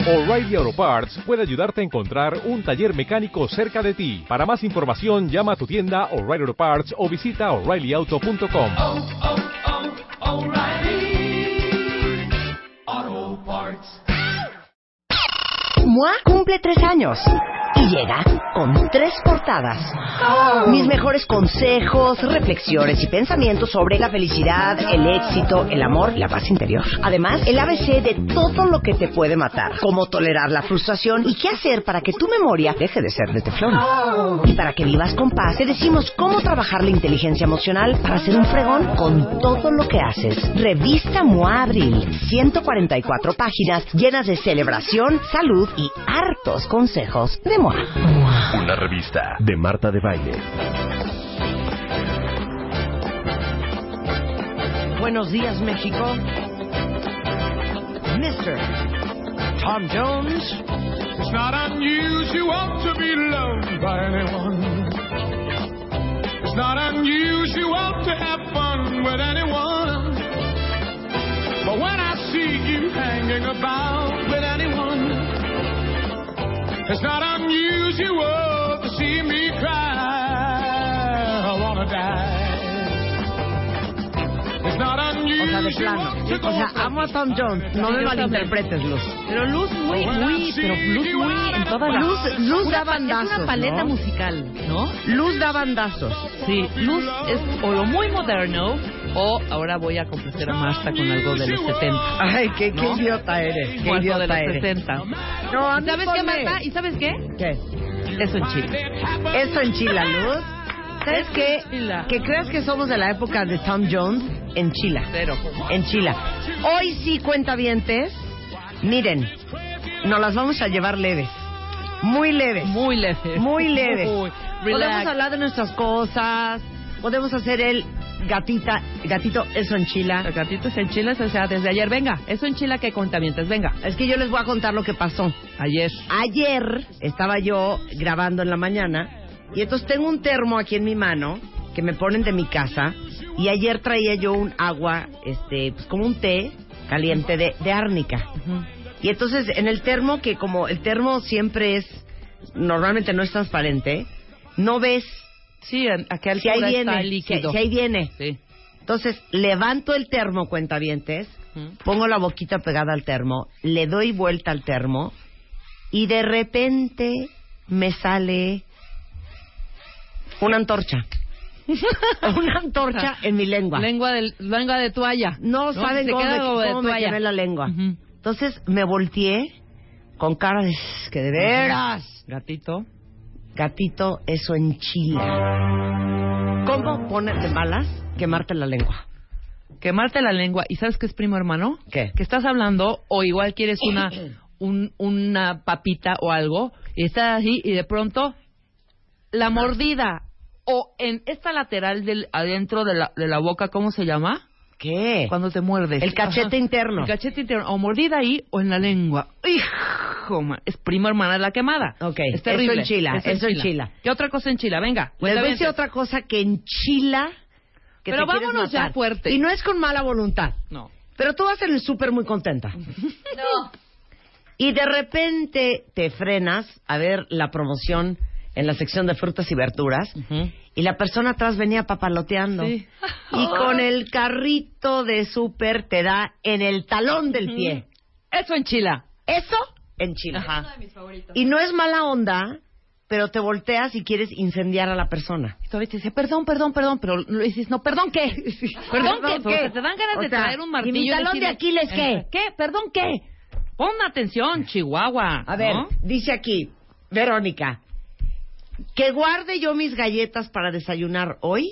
O'Reilly Auto Parts puede ayudarte a encontrar un taller mecánico cerca de ti. Para más información, llama a tu tienda O'Reilly Auto Parts o visita O'ReillyAuto.com. MOA cumple 3 años y llega con 3 portadas. Mis mejores consejos, reflexiones y pensamientos sobre la felicidad, el éxito, el amor y la paz interior. Además, el ABC de todo lo que te puede matar, cómo tolerar la frustración y qué hacer para que tu memoria deje de ser de teflón. Y para que vivas con paz, te decimos cómo trabajar la inteligencia emocional para ser un fregón con todo lo que haces. Revista MOA Abril, 144 páginas llenas de celebración, salud y hartos consejos de MOA. Una revista de Marta de Baile. Buenos días, México. Mr. Tom Jones. It's not unusual to be loved by anyone. It's not unusual to have fun with anyone. But when I see you hanging about with anyone, it's not unusual to see me cry. I wanna die. It's not unusual. De plano. O sea, amo a Tom Jones. No me malinterpretes, Luz. Pero Luz muy en todas las... Luz da bandazos, es una paleta musical, ¿no? Luz da bandazos. Sí, Luz es o lo muy moderno o ahora voy a complacer a Marta con algo de los 70. Ay, qué ¿no? idiota eres. Qué O algo idiota de los eres. 60. No, ¿Sabes qué, Marta? ¿Y sabes qué? ¿Qué? Eso en Chile. Eso enchila, Luz. ¿Sabes qué? Que creas que somos de la época de Tom Jones, enchila. Cero. Enchila. Hoy sí, cuentavientes. Miren, nos las vamos a llevar leves. Muy leves. Muy leve. Muy leves. Relax. Podemos hablar de nuestras cosas. Podemos hacer el gatito, eso enchila. El gatito se enchila, o sea, desde ayer. Venga, eso enchila que contamientos. Venga. Es que yo les voy a contar lo que pasó. Ayer estaba yo grabando en la mañana y entonces tengo un termo aquí en mi mano que me ponen de mi casa y ayer traía yo un agua, pues como un té caliente de árnica. Uh-huh. Y entonces en el termo, que como el termo siempre normalmente no es transparente, no ves sí, a qué si ahí altura viene, está el líquido. si ahí viene. Sí. Entonces levanto el termo, cuentavientes, pongo la boquita pegada al termo, le doy vuelta al termo y de repente me sale una antorcha. Una antorcha en mi lengua. Lengua de toalla. No saben cómo me quemé la lengua. Uh-huh. Entonces me volteé con cara de que de veras. Gatito, eso enchila. ¿Cómo ponerte malas? Quemarte la lengua. Quemarte la lengua. ¿Y sabes qué es, primo hermano? ¿Qué? Que estás hablando o igual quieres una papita o algo y estás así y de pronto la mordida o en esta lateral adentro de la boca, ¿cómo se llama? ¿Qué? Cuando te muerdes. El cachete interno. El cachete interno. O mordida ahí o en la lengua. ¡Hijo! Es prima hermana de la quemada. Ok, es terrible. Eso enchila. ¿Qué otra cosa enchila? Venga. Les voy a decir otra cosa que enchila. Que pero te vámonos ya fuerte. Y no es con mala voluntad. No. Pero tú vas en el súper muy contenta. No. Y de repente te frenas a ver la promoción en la sección de frutas y verduras. Uh-huh. Y la persona atrás venía papaloteando. Sí. Y con el carrito de súper te da en el talón del pie. Eso enchila. Eso enchila. Ajá. Uno de mis favoritos. Y no es mala onda, pero te volteas y quieres incendiar a la persona. Y todavía te dice, perdón, pero le dices, no, ¿perdón qué? ¿Perdón qué? Porque te dan ganas de traer un martillo. ¿Y mi talón de Aquiles qué? ¿Qué? ¿Perdón qué? Pon atención, Chihuahua. A ver, ¿no? dice aquí, Verónica, que guarde yo mis galletas para desayunar hoy.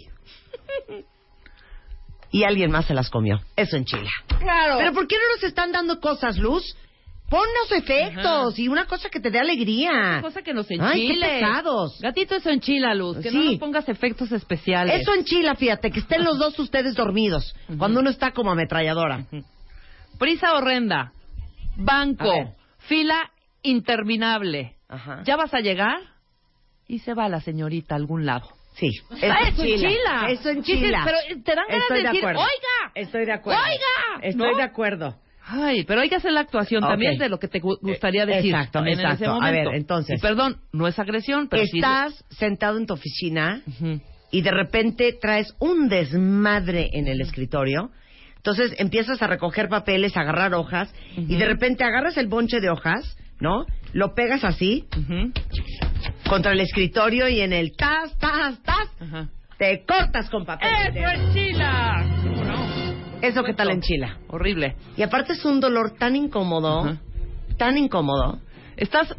Y alguien más se las comió. Eso enchila. Claro. Pero ¿por qué no nos están dando cosas, Luz? Ponnos efectos. Ajá. Y una cosa que te dé alegría. Una cosa que nos enchile. Ay, qué pesados. Gatito, eso enchila, Luz. Que sí. no nos pongas efectos especiales. Eso enchila, fíjate, que estén los dos ustedes dormidos. Cuando uno está como ametralladora. Prisa horrenda. Banco. Fila interminable. Ajá. ¿Ya vas a llegar? Y se va la señorita a algún lado. Sí. Eso enchila. Eso enchila. Pero te dan ganas de decir, acuerdo. ¡oiga! Estoy de acuerdo. ¡Oiga! Estoy de acuerdo. Ay, pero hay que hacer la actuación también de lo que te gustaría decir. Exacto. En ese momento. A ver, entonces. Y perdón, no es agresión, pero estás sentado en tu oficina Uh-huh. y de repente traes un desmadre en el escritorio. Entonces empiezas a recoger papeles, a agarrar hojas, y de repente agarras el bonche de hojas, ¿no? Lo pegas así Uh-huh. contra el escritorio y en el tas, Ajá. te cortas con papel. ¡Eso enchila! No. ¿Eso qué tal enchila? Horrible. Y aparte es un dolor tan incómodo, Ajá. tan incómodo. Estás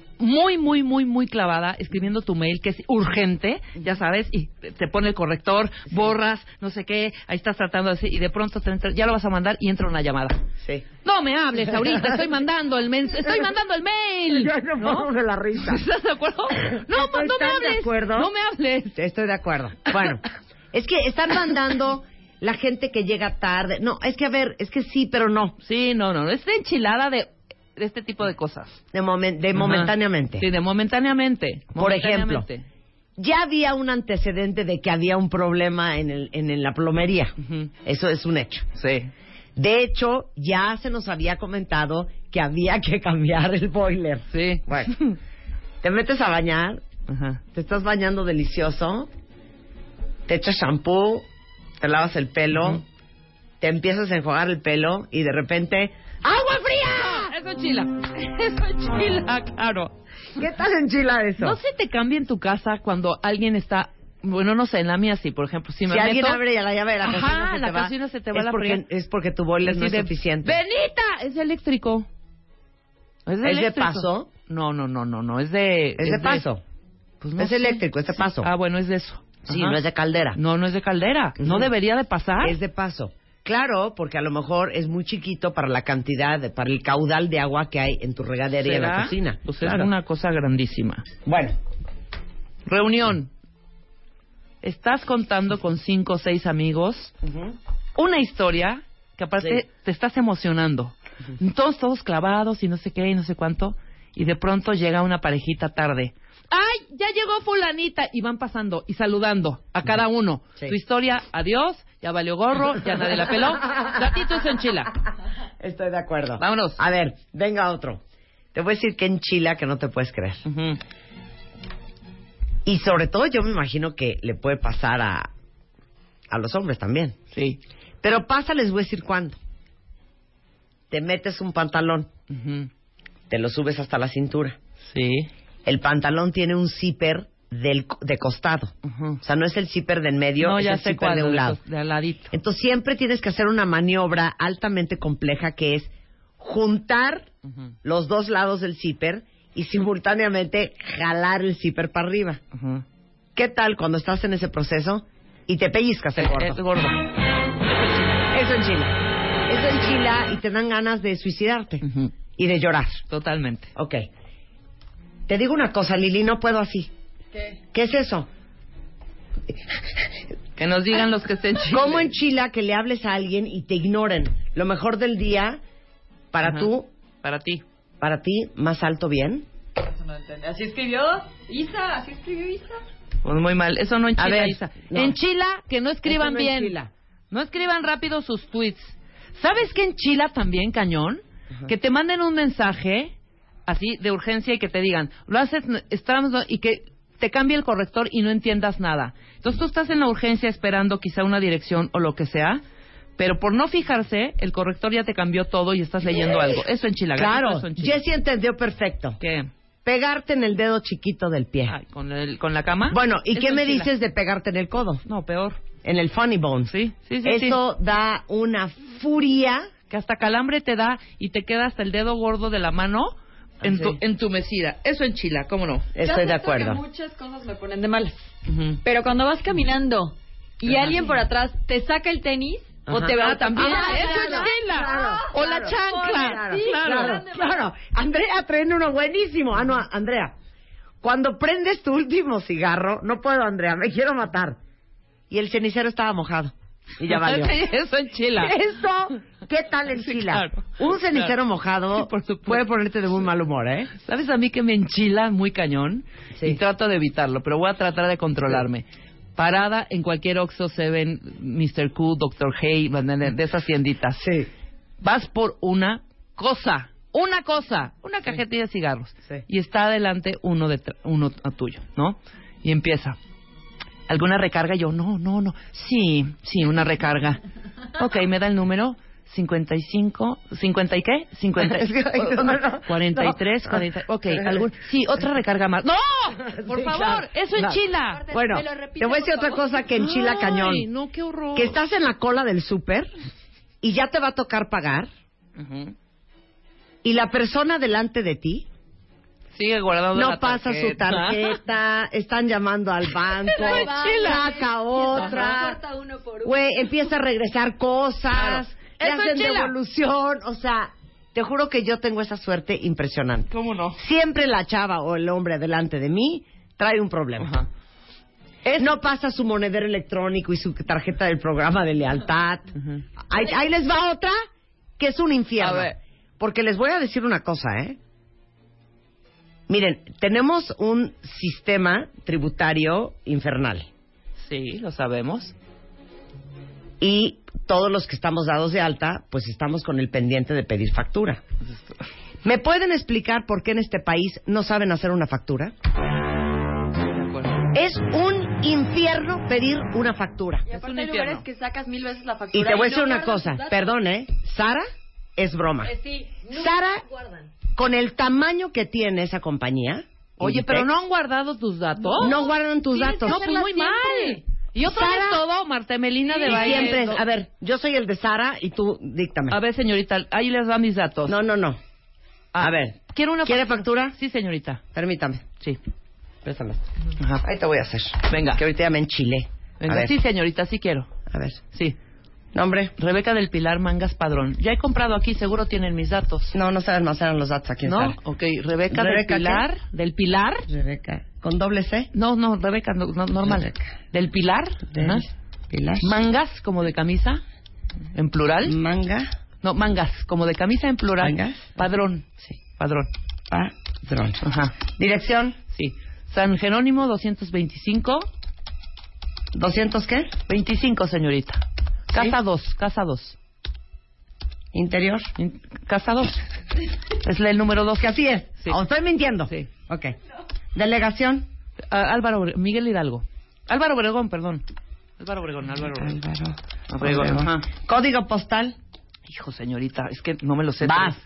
muy clavada escribiendo tu mail, que es urgente, ya sabes, y te pone el corrector, borras, no sé qué, ahí estás tratando de decir, y de pronto ya lo vas a mandar y entra una llamada. Sí. No me hables ahorita, estoy mandando el mail. Ya no puedo de la risa. ¿Estás de acuerdo? No Estoy me tan hables. de acuerdo. No me hables. Estoy de acuerdo. Bueno, es que están mandando la gente que llega tarde. No, es que a ver, es que sí, pero no. Sí, no, es de enchilada de este tipo de cosas. De Ajá. momentáneamente. Sí, de momentáneamente. Por ejemplo, Momentáneamente. ya había un antecedente de que había un problema en la plomería. Ujú. Eso es un hecho. Sí. De hecho, ya se nos había comentado que había que cambiar el boiler. Sí. Bueno, te metes a bañar, Ajá. te estás bañando delicioso, te echas shampoo, te lavas el pelo, Ujú. te empiezas a enjuagar el pelo y de repente ¡agua fría! Eso enchila, claro. ¿Qué tal enchila eso? ¿No se te cambia en tu casa cuando alguien está... Bueno, no sé, en la mía sí, por ejemplo. Si Si alguien abre la llave de la Ajá, cocina, se la te va, cocina se te va es la porque, fría. es porque tu boiler no es Así de, suficiente. ¡Benita! Es eléctrico. ¿Es de eléctrico? paso? No, es de... Es de paso. Pues no Es sé. eléctrico, es de paso. Ah, bueno, es de eso. Sí, Ajá. no es de caldera. No es de caldera. No Ujú. debería de pasar. Es de paso. Claro, porque a lo mejor es muy chiquito para la cantidad, para el caudal de agua que hay en tu regadera y en la ¿Será? cocina. Pues Claro. es una cosa grandísima. Bueno, Reunión. Estás contando con 5 o 6 amigos una historia que aparte Sí. te estás emocionando. Todos clavados y no sé qué y no sé cuánto. Y de pronto llega una parejita tarde. ¡Ay! Ya llegó fulanita. Y van pasando y saludando a cada uno. Sí. Tu historia, adiós, ya valió gorro, ya nadie la peló. Gatito se enchila. estoy de acuerdo. Vámonos. A ver, venga otro. Te voy a decir que enchila que no te puedes creer. Ujú. Y sobre todo yo me imagino que le puede pasar a los hombres también. Sí. Pero pasa, les voy a decir cuándo. Te metes un pantalón, Ujú. te lo subes hasta la cintura. Sí. El pantalón tiene un zipper de costado. Ujú. O sea, no es el zipper del medio, No, es ya el sé zipper cuál, de un lado. de al ladito. Entonces siempre tienes que hacer una maniobra altamente compleja que es juntar Ujú. los dos lados del zipper y simultáneamente jalar el zipper para arriba. Ujú. ¿Qué tal cuando estás en ese proceso y te pellizcas el gordo? Es gordo. Eso enchila. Eso enchila y te dan ganas de suicidarte Ujú. y de llorar. Totalmente. Ok. Te digo una cosa, Lili, no puedo así. ¿Qué es eso? Que nos digan los que estén chiles. ¿Cómo enchila que le hables a alguien y te ignoren? Lo mejor del día, para Ajá. tú, Para ti. para ti, más alto bien. Así escribió Isa. Pues muy mal. Eso no enchila, A ver, Isa. no. Enchila que no escriban Eso no bien. enchila. No escriban rápido sus tweets. ¿Sabes qué enchila también, cañón? Que te manden un mensaje así de urgencia y que te digan, lo haces, estamos, y que te cambie el corrector y no entiendas nada. Entonces tú estás en la urgencia esperando quizá una dirección o lo que sea, pero por no fijarse, el corrector ya te cambió todo y estás leyendo algo. Eso enchila. Claro, gatito, eso enchila. Jessie entendió perfecto. ¿Qué? Pegarte en el dedo chiquito del pie. Ay, ¿con la cama? Bueno, ¿y Eso qué me enchila. dices de pegarte en el codo? No, peor. En el funny bone. Sí. Eso da una furia. Que hasta calambre te da y te queda hasta el dedo gordo de la mano Sí. entumecida. Eso enchila, ¿cómo no? Estoy de Que acuerdo. muchas cosas me ponen de malas. Ujú. Pero cuando vas caminando y Ajá. alguien por atrás te saca el tenis o Ajá. te va también. Ah, Eso claro, enchila. claro, O la claro, chancla. Claro, Sí, claro. Andrea trae uno buenísimo. Ah, no, Andrea. Cuando prendes tu último cigarro, no puedo, Andrea, me quiero matar. Y el cenicero estaba mojado. Y ya valió. Eso enchila. Eso, ¿qué tal enchila? claro. Un cenicero mojado Sí, por supuesto. puede ponerte de muy mal humor, ¿eh? ¿Sabes a mí que me enchila muy cañón? Sí. Y trato de evitarlo, pero voy a tratar de controlarme. Parada en cualquier Oxxo, Seven, Mr. Q, Dr. Hey, de esas tienditas. Sí. vas por una cosa, una cajetilla de cigarros, Sí. y está adelante uno a tuyo, ¿no? Y empieza, ¿alguna recarga? Yo, no, sí, una recarga. Ok, me da el número, 55, ¿50 y qué? 50, 43, 40, ok, sí, otra recarga más. ¡No! Por Sí, favor, claro. eso enchila. Aparte, Bueno, me lo repite, te voy a decir por otra favor. cosa que enchila cañón. Ay, no, qué horror. Que estás en la cola del súper y ya te va a tocar pagar Ujú. y la persona delante de ti Sigue guardando no la pasa su tarjeta, están llamando al banco, saca otra, Corta uno por uno. güey, empieza a regresar cosas, le Eso hacen enchila. devolución, o sea, te juro que yo tengo esa suerte impresionante. ¿Cómo no? Siempre la chava o el hombre delante de mí trae un problema. Ajá. No pasa su monedero electrónico y su tarjeta del programa de lealtad. Ujú. Ahí les va otra que es un infierno. A ver. Porque les voy a decir una cosa, ¿eh? Miren, tenemos un sistema tributario infernal. Sí, lo sabemos. Y todos los que estamos dados de alta, pues estamos con el pendiente de pedir factura. ¿Me pueden explicar por qué en este país no saben hacer una factura? De acuerdo. Es un infierno pedir una factura. Y Es aparte un hay infierno. lugares que sacas 1000 veces la factura. Y te voy a decir no una guardan cosa, tus datos. perdón, Sara, es broma. Sí, nunca Sara, guardan. con el tamaño que tiene esa compañía, Oye, Inditex, pero no han guardado tus datos. no guardan tus Tienes datos. No, pues muy siempre. mal. Y otra Sara- vez todo, Marta Melina de Y Valle. siempre, No. a ver, yo soy el de Sara y tú díctame. A ver, señorita, ahí les va mis datos. No. Ah, A ver, ¿quiere una ¿quiere factura? Sí, señorita. Permítame, Sí. préstame. Ajá. Ahí te voy a hacer. Venga. Que ahorita ya me enchilé. Venga, A ver, sí, señorita, sí quiero. a ver. Sí. ¿Nombre? Rebeca del Pilar Mangas Padrón. Ya he comprado aquí, seguro tienen mis datos. No se almacenan los datos aquí en ¿No? Sara. Ok, Rebeca ¿Rebeca del Pilar. ¿Del Pilar? Rebeca. ¿Con doble C? No, Rebeca, normal. Rebeca. ¿Del Pilar? Del Ajá. Pilar. Mangas, como de camisa, en plural. Manga. No, mangas, como de camisa en plural. ¿Mangas? Padrón. Sí. Padrón. Padrón. Ajá. Dirección. Sí. San Jerónimo 225. ¿200 qué? 25, señorita. Casa 2, casa 2. Interior. Casa 2. Es el número 2. Que así es. Sí. ¿O estoy mintiendo? Sí. Ok. Delegación. Miguel Hidalgo. Álvaro Obregón, perdón. Álvaro Obregón. Obregón. Ajá. Código postal. Hijo, señorita, es que no me lo sé. Vas.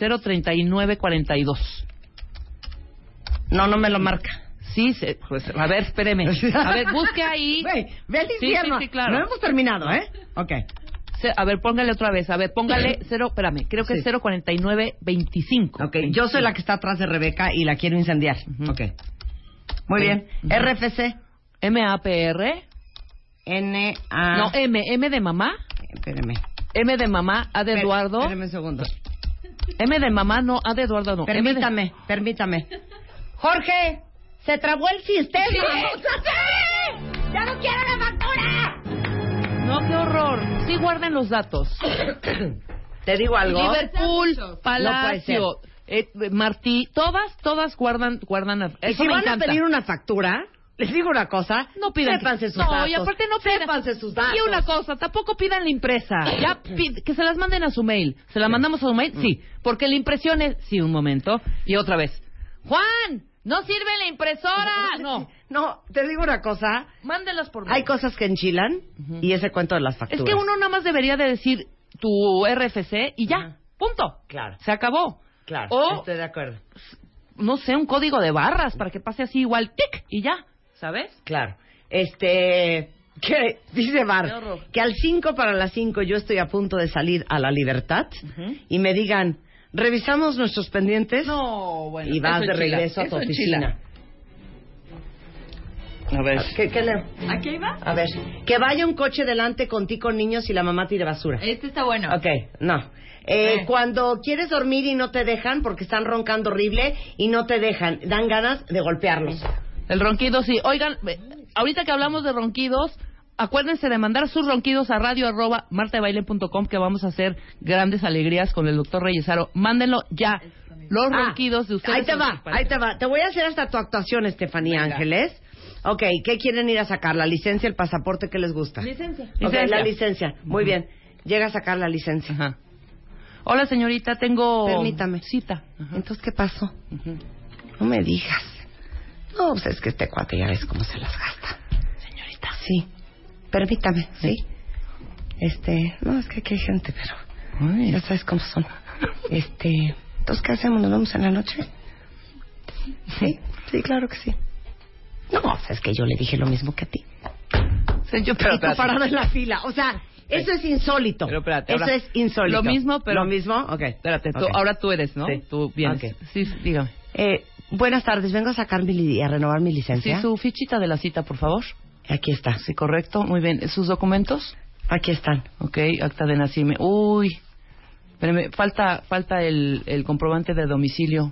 03942. No me lo marca. Sí, pues, a ver, espéreme. A ver, busque ahí. Güey, ve al Sí, infierno. sí, claro. No hemos terminado, ¿eh? Ok. A ver, póngale otra vez. A ver, póngale espérame, creo que Sí. es 04925. Ok, yo soy la que está atrás de Rebeca y la quiero incendiar. Ujú. Ok. Muy bien. Ujú. RFC. MAPR. NA. No, M de mamá. Espérame. M de mamá, A de Eduardo. Espérame un segundo. M de mamá, no, A de Eduardo no. Permítame. Jorge, se trabó el sistema. ¡Ya no quiero la factura! No, qué horror. Sí guarden los datos. ¿Te digo algo? Liverpool, No puede Palacio, Martí, todas guardan. Y Eso si me van encanta. a pedir una factura, les digo una cosa. No pidan. Sépanse sus no, datos. y aparte no pidan. Sépanse sus datos. Y una cosa, tampoco pidan la impresa. Ya que se las manden a su mail. ¿Se la mandamos a su mail? Sí. Porque la impresión es... Sí, un momento. Y otra vez. Juan, no sirve la impresora. No. No, te digo una cosa. Mándelas por mail. Hay cosas que enchilan y ese cuento de las facturas. Es que uno nada más debería de decir tu RFC y ya. Ajá. Punto. Claro. Se acabó. Claro, O, estoy de acuerdo. no sé, un código de barras para que pase así igual, tic, y ya. ¿Sabes? Claro. Que dice Qué Bar, horror. que al 5 para las 5 yo estoy a punto de salir a la libertad Ujú. y me digan, revisamos nuestros pendientes No, bueno. y vas eso de enchila, regreso a tu eso enchila. oficina. A ver. ¿Qué leo? ¿A qué iba? A ver, que vaya un coche delante con ti con niños y la mamá tire basura. Este está bueno. Ok, no. Cuando quieres dormir y no te dejan porque están roncando horrible y no te dejan, dan ganas de golpearlos. El ronquido, sí. Oigan, ahorita que hablamos de ronquidos, acuérdense de mandar sus ronquidos a radio@martadebaile.com, que vamos a hacer grandes alegrías con el doctor Reyesaro. Mándenlo ya. Los ronquidos de ustedes. Ahí te va. Te voy a hacer hasta tu actuación, Estefanía Venga. Ángeles. Ok, ¿qué quieren ir a sacar? ¿La licencia, el pasaporte? ¿Qué les gusta? Licencia. Ok, la licencia. Muy bien. Llega a sacar la licencia. Ajá. Hola, señorita, tengo... Permítame. Cita. Entonces, ¿qué pasó? No me digas. No, pues es que este cuate ya ves cómo se las gasta. Señorita. Sí. Permítame, ¿sí? No, es que aquí hay gente, pero... Ay. Ya sabes cómo son. Entonces, ¿qué hacemos? ¿Nos vemos en la noche? Sí, sí, claro que sí. No, o sea, es que yo le dije lo mismo que a ti. Señor, Y tú parado en la fila. O sea, eso es insólito. Pero espérate, eso ahora, es insólito. Lo mismo, pero... ¿Lo mismo? Ok. Espérate, Ok. ahora tú eres, ¿no? Sí. Tú vienes. Ok. Sí, dígame. Buenas tardes, vengo a sacar a renovar mi Sí, licencia. su fichita de la cita, por favor. Aquí está. Sí, correcto. Muy bien. ¿Sus documentos? Aquí están. Ok, acta de nacimiento. Uy, espérame, falta el comprobante de domicilio.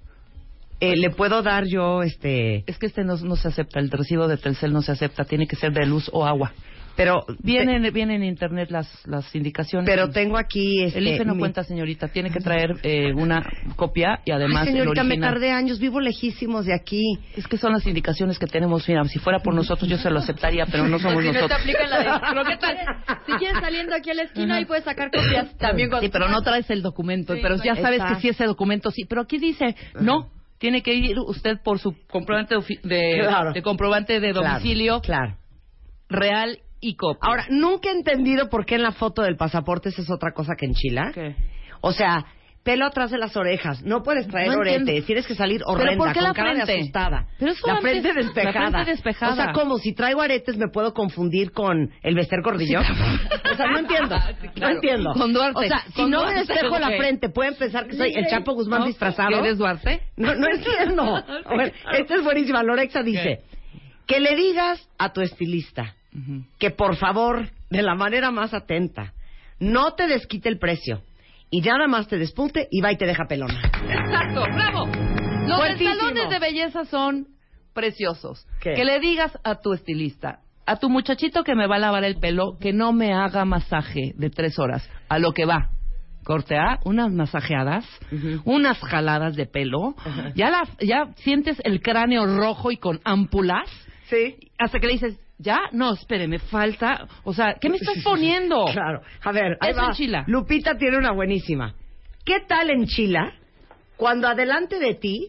¿Le puedo dar yo Es que no se acepta, el recibo de Telcel no se acepta, tiene que ser de luz o agua. Pero Viene en internet las indicaciones. pero tengo aquí el IFE no cuenta, señorita, tiene que traer una copia y además Ay, señorita, el me original. tardé años, vivo lejísimos de aquí. Es que son las indicaciones que tenemos. Mira, si fuera por nosotros yo se lo aceptaría, pero no somos Si no te nosotros. aplican la de... Pero ¿qué tal? Si quieres saliendo aquí a la esquina ahí puedes sacar copias. También Sí, pero no traes el documento. Sí, pero ya sabes exacto. que sí ese documento sí. Pero aquí dice, no, tiene que ir usted por su comprobante Claro. de comprobante de domicilio Claro. real y copia. Ahora, nunca he entendido por qué en la foto del pasaporte esa es otra cosa que en Chile. ¿Qué? O sea, pelo atrás de las orejas. No puedes traer No orete. entiendo. Tienes que salir ¿Pero horrenda, por qué con la cara de frente? asustada. Pero la solamente frente despejada. la frente despejada. O sea, como si traigo aretes me puedo confundir con el Bester Gordillo. O sea, no entiendo. No claro. entiendo. Con Duarte. O sea, si Con no me Duarte, despejo la ok. frente, ¿pueden pensar que soy el Chapo Guzmán ¿No? disfrazado? ¿Eres Duarte? No entiendo. A ver, esta es buenísima. Lorexa dice, que le digas a tu estilista Ujú. que por favor, de la manera más atenta, no te desquite el precio y nada más te despunte y va y te deja pelona. Exacto, bravo. Los Fuertísimo. salones de belleza son preciosos. ¿Qué? Que le digas a tu estilista, a tu muchachito que me va a lavar el pelo, que no me haga masaje de 3 horas, a lo que va. Corte A, unas masajeadas, unas jaladas de pelo, ya sientes el cráneo rojo y con ámpulas, Sí. hasta que le dices, ya, no, espéreme, falta, o sea, ¿qué me estás poniendo? Claro. A ver, ahí Eso va. enchila. Lupita tiene una buenísima. ¿Qué tal enchila cuando adelante de ti,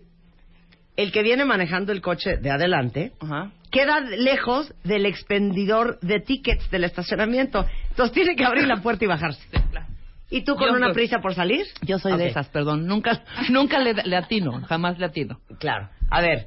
el que viene manejando el coche de adelante, Ajá. queda lejos del expendidor de tickets del estacionamiento? Entonces tiene que abrir la puerta y bajarse. Sí, claro. ¿Y tú con Yo, una pues, prisa por salir? Yo soy Ok. de esas, perdón, nunca le atino, jamás le atino. Claro. A ver,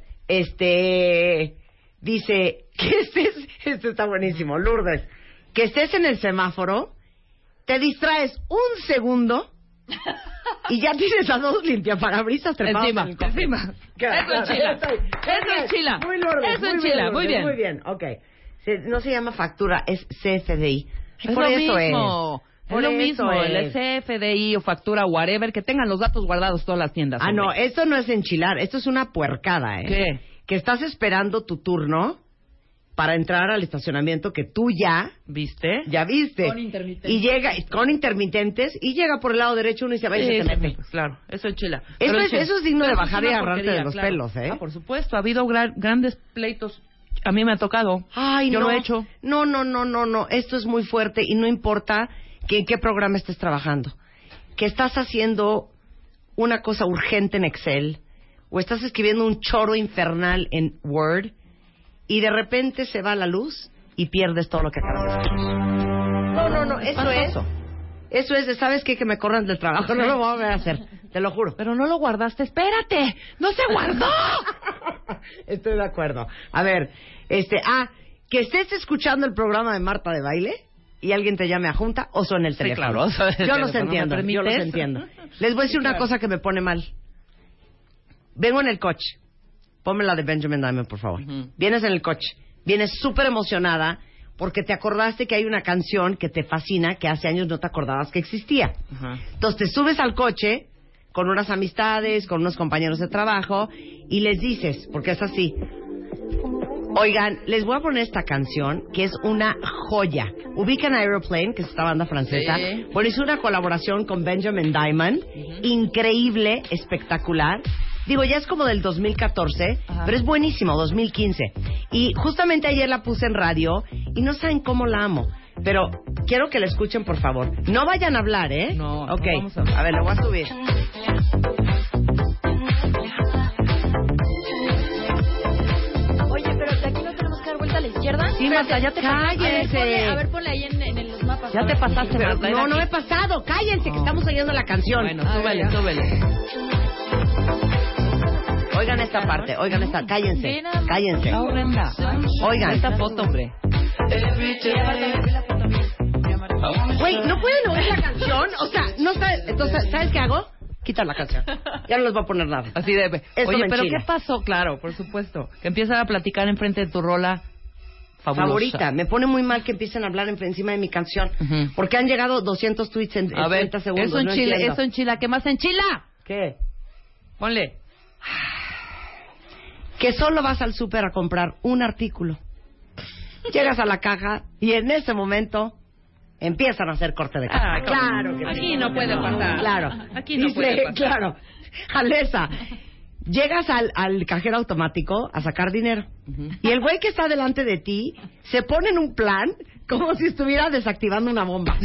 dice que este está buenísimo, Lourdes, que estés en el semáforo, te distraes un segundo y ya tienes a 2 limpiaparabrisas trepados Encima, en el coche. encima. Claro, Eso enchila. claro. Eso enchila. Muy Lourdes, Eso muy enchila, bien, muy Lourdes, bien. muy bien, ok. No se llama factura, es CFDI. Es Por lo eso mismo. es. Por lo eso mismo, el es. CFDI o factura whatever, que tengan los datos guardados todas las tiendas. Ah, no, hombre. esto no es enchilar, esto es una puercada, ¿eh? ¿Qué? Que estás esperando tu turno para entrar al estacionamiento que tú ya viste. Con intermitentes. Y llega, con intermitentes, y llega por el lado derecho uno y se va y se te mete. pues, claro, eso enchila. Eso Pero es- enchila. eso es digno de Pero bajar es y una agarrarte de porquería, los claro. pelos, ¿eh? Ah, por supuesto, ha habido grandes pleitos. A mí me ha tocado. Ay, Yo no. lo he hecho. No. Esto es muy fuerte y no importa que en qué programa estés trabajando. Que estás haciendo una cosa urgente en Excel o estás escribiendo un choro infernal en Word y de repente se va la luz y pierdes todo lo que acabas de escribir. No, eso es de, ¿sabes qué? Que me corran del trabajo, no lo voy a volver a hacer, te lo juro. Pero no lo guardaste. Espérate, no se guardó. Estoy de acuerdo. A ver, que estés escuchando el programa de Marta de Baile y alguien te llame a junta o suene el Sí, teléfono. claro, suena el Yo los teléfono, ¿me entiendo, yo los permites? entiendo. Les voy a decir una cosa que me pone mal. Vengo en el coche. Ponme la de Benjamin Diamond, por favor. Ujú. Vienes en el coche. Vienes súper emocionada porque te acordaste que hay una canción que te fascina que hace años no te acordabas que existía. Ajá. Entonces te subes al coche con unas amistades, con unos compañeros de trabajo y les dices, porque es así, oigan, les voy a poner esta canción que es una joya. Ubican Aeroplane, que es esta banda francesa. Sí. Bueno, hizo una colaboración con Benjamin Diamond, increíble, espectacular. Digo, ya es como del 2014, Ajá. pero es buenísimo, 2015. Y justamente ayer la puse en radio y no saben cómo la amo. Pero quiero que la escuchen, por favor. No vayan a hablar, ¿eh? No, ok. no vamos a hablar. A ver, lo voy a subir. Oye, pero de aquí no tenemos que dar vuelta a la izquierda. Sí, Marta, ya te Cállense. A ver, ponle ahí en los mapas. Ya te pasaste, Pero Marta. no me he pasado. Cállense, que estamos oyendo la canción. Bueno, súbele. Oigan esta parte, oigan esta. Cállense, cállense. Está horrenda. Oigan. Esta foto, hombre. Güey, ¿no pueden oír la canción? O sea, no sabes. Entonces, ¿sabes qué hago? Quitar la canción. Ya no les voy a poner nada. Así de... Eso Oye, me pero enchila. ¿qué pasó? Claro, por supuesto. Que empiezan a platicar enfrente de tu rola fabulosa. Favorita. Me pone muy mal que empiecen a hablar encima de mi canción. Ujú. Porque han llegado 200 tweets en A ver, 30 segundos. eso en no Chile, entiendo. eso en Chile. ¿Qué más en Chile? ¿Qué? Ponle. Que solo vas al súper a comprar un artículo. Llegas a la caja y en ese momento empiezan a hacer corte de caja. Claro que sí. Aquí no puede pasar. Claro. Aquí no Dice, puede pasar. claro. Alesa, llegas al cajero automático a sacar dinero. Y el güey que está delante de ti se pone en un plan como si estuviera desactivando una bomba.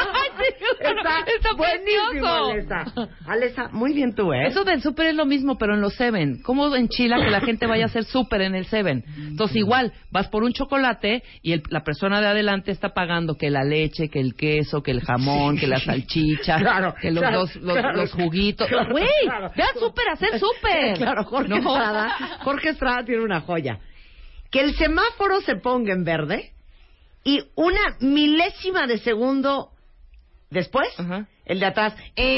Está buenísimo, precioso. Alesa, muy bien tú, ¿eh? Eso del súper es lo mismo, pero en los Seven. ¿Cómo en Chile que la gente vaya a hacer súper en el Seven? Entonces, igual, vas por un chocolate y la persona de adelante está pagando que la leche, que el queso, que el jamón, que la salchicha, Claro, que los, claro, los, los, claro. los juguitos. Claro, Güey, claro. ve al súper a hacer súper. Claro, Jorge Estrada tiene una joya. Que el semáforo se ponga en verde y una milésima de segundo después, Ajá. el de atrás,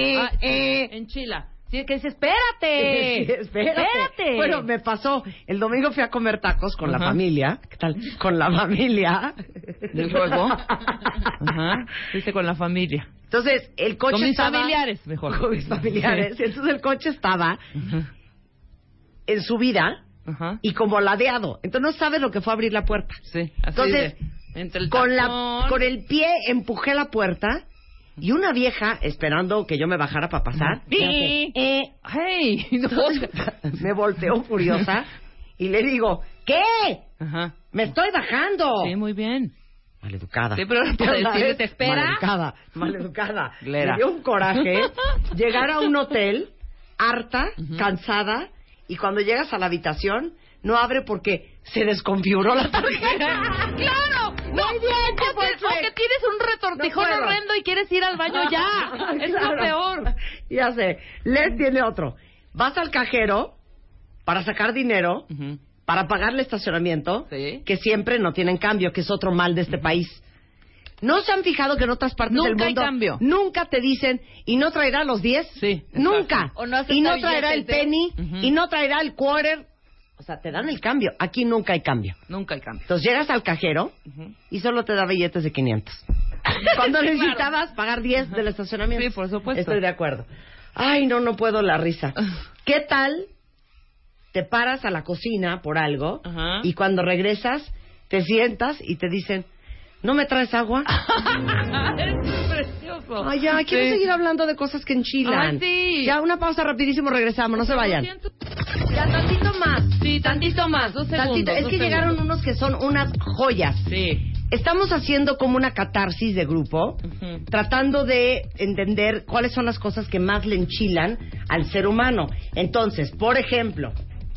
En Chile. Sí, que dice, espérate. Sí, espérate. Bueno, me pasó. El domingo fui a comer tacos con la Ajá. familia. ¿Qué tal? Con la familia. Del juego. Ajá. Dice con la familia. Entonces, el coche Con mis estaba... familiares, mejor. Con mis familiares. Sí. Entonces, el coche estaba en subida Ajá. y como ladeado. Entonces, no sabes lo que fue abrir la puerta. Sí, así Entonces, de, entre el con tacón. el pie empujé la puerta y una vieja, esperando que yo me bajara para pasar, ¡Hey! No. me volteó furiosa y le digo, ¿qué? Ajá. ¡Me estoy bajando! Sí, muy bien. Maleducada. Sí, pero para decirle, ¿te espera? Maleducada. Glera. Me dio un coraje llegar a un hotel, harta, cansada, y cuando llegas a la habitación, no abre porque se desconfiguró la tarjeta. ¡Claro! No, Muy bien, qué buen o que tienes un retortijón No puedo. horrendo y quieres ir al baño ya. Es Claro. lo peor. Ya sé. Les tiene otro. Vas al cajero para sacar dinero, para pagar el estacionamiento, Sí. que siempre no tienen cambio, que es otro mal de este país. ¿No se han fijado que en otras partes Nunca del mundo hay cambio. nunca te dicen y no traerá los 10? Sí, Nunca. O no acepta y no traerá el billetes de- penny Ujú. y no traerá el quarter. O sea, te dan el cambio. Aquí nunca hay cambio. Nunca hay cambio. Entonces llegas al cajero y solo te da billetes de 500. Cuando necesitabas pagar 10 del estacionamiento. Sí, por supuesto. Estoy de acuerdo. Ay, no puedo la risa. ¿Qué tal te paras a la cocina por algo Ajá. y cuando regresas te sientas y te dicen, ¿no me traes agua? Es precioso. Ay, ya, quiero Sí. seguir hablando de cosas que enchilan. Ay, sí. Ya, una pausa rapidísimo, regresamos, no se vayan. Ya, tantito más. Sí, tantito más, 2 segundos. Tantito. Es 2 que llegaron segundos. unos que son unas joyas. Sí. Estamos haciendo como una catarsis de grupo, Ujú. tratando de entender cuáles son las cosas que más le enchilan al ser humano. Entonces, por ejemplo,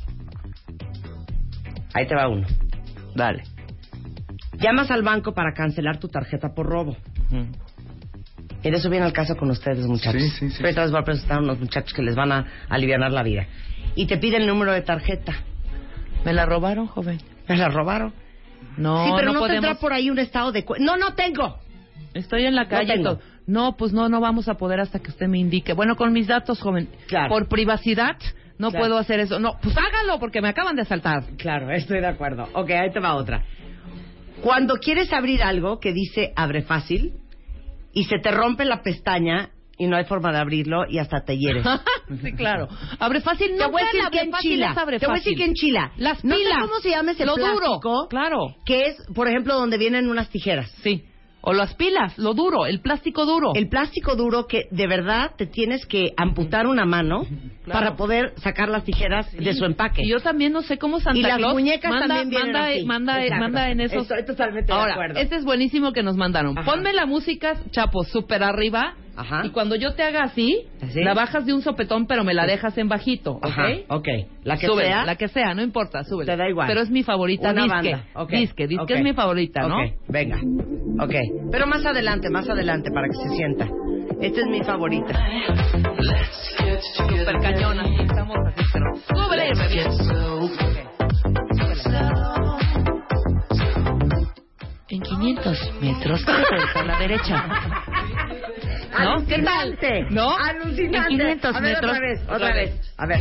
ahí te va uno. Dale. Llamas al banco para cancelar tu tarjeta por robo. En eso viene al caso con ustedes, muchachos. Sí. Ahorita les voy a presentar a unos muchachos que les van a alivianar la vida. Y te piden el número de tarjeta. ¿Me la robaron, joven? ¿Me la robaron? No, sí, pero no podemos. tendrá por ahí un estado de... No tengo. Estoy en la calle. tengo. No, pues no vamos a poder hasta que usted me indique. Bueno, con mis datos, joven. Claro. Por privacidad, no Claro. puedo hacer eso. No, pues hágalo porque me acaban de asaltar. Claro, estoy de acuerdo. Ok, ahí te va otra. Cuando quieres abrir algo que dice abre fácil y se te rompe la pestaña y no hay forma de abrirlo y hasta te hieres. Sí, claro. Abre fácil, Te no voy a decir que abre fácil, enchila. es abre Te voy a decir fácil. que enchila. Las No sé pilas. cómo se llama ese Lo plástico. duro. Claro. Que es, por ejemplo, donde vienen unas tijeras. Sí. O las pilas, lo duro, el plástico duro. El plástico duro que de verdad te tienes que amputar una mano para poder sacar las tijeras de su empaque. Y yo también no sé cómo Santa Y las Claus muñecas también vienen así. manda en esos. Estoy totalmente de Ahora, acuerdo. este es buenísimo que nos mandaron. Ajá. Ponme la música, Chapo, súper arriba. Ajá. Y cuando yo te haga así, ¿Así? la bajas de un sopetón, pero me la dejas en bajito, ¿ok? Ajá, ok. La que Súbela, sea. la que sea, no importa, súbela. Te da igual. Pero es mi favorita, Una disque. banda. Ok. Disque Ok. es mi favorita, ¿no? Ok, venga. Ok. Pero más adelante, para que se sienta. Esta es mi favorita. Súper cañona. Estamos así, pero súbele, me bien. En 500 metros, vuelta a la derecha. ¿No? ¿Qué tal? Alucinante. ¿No? Alucinante. En 500 a ver, metros. Otra vez. A ver.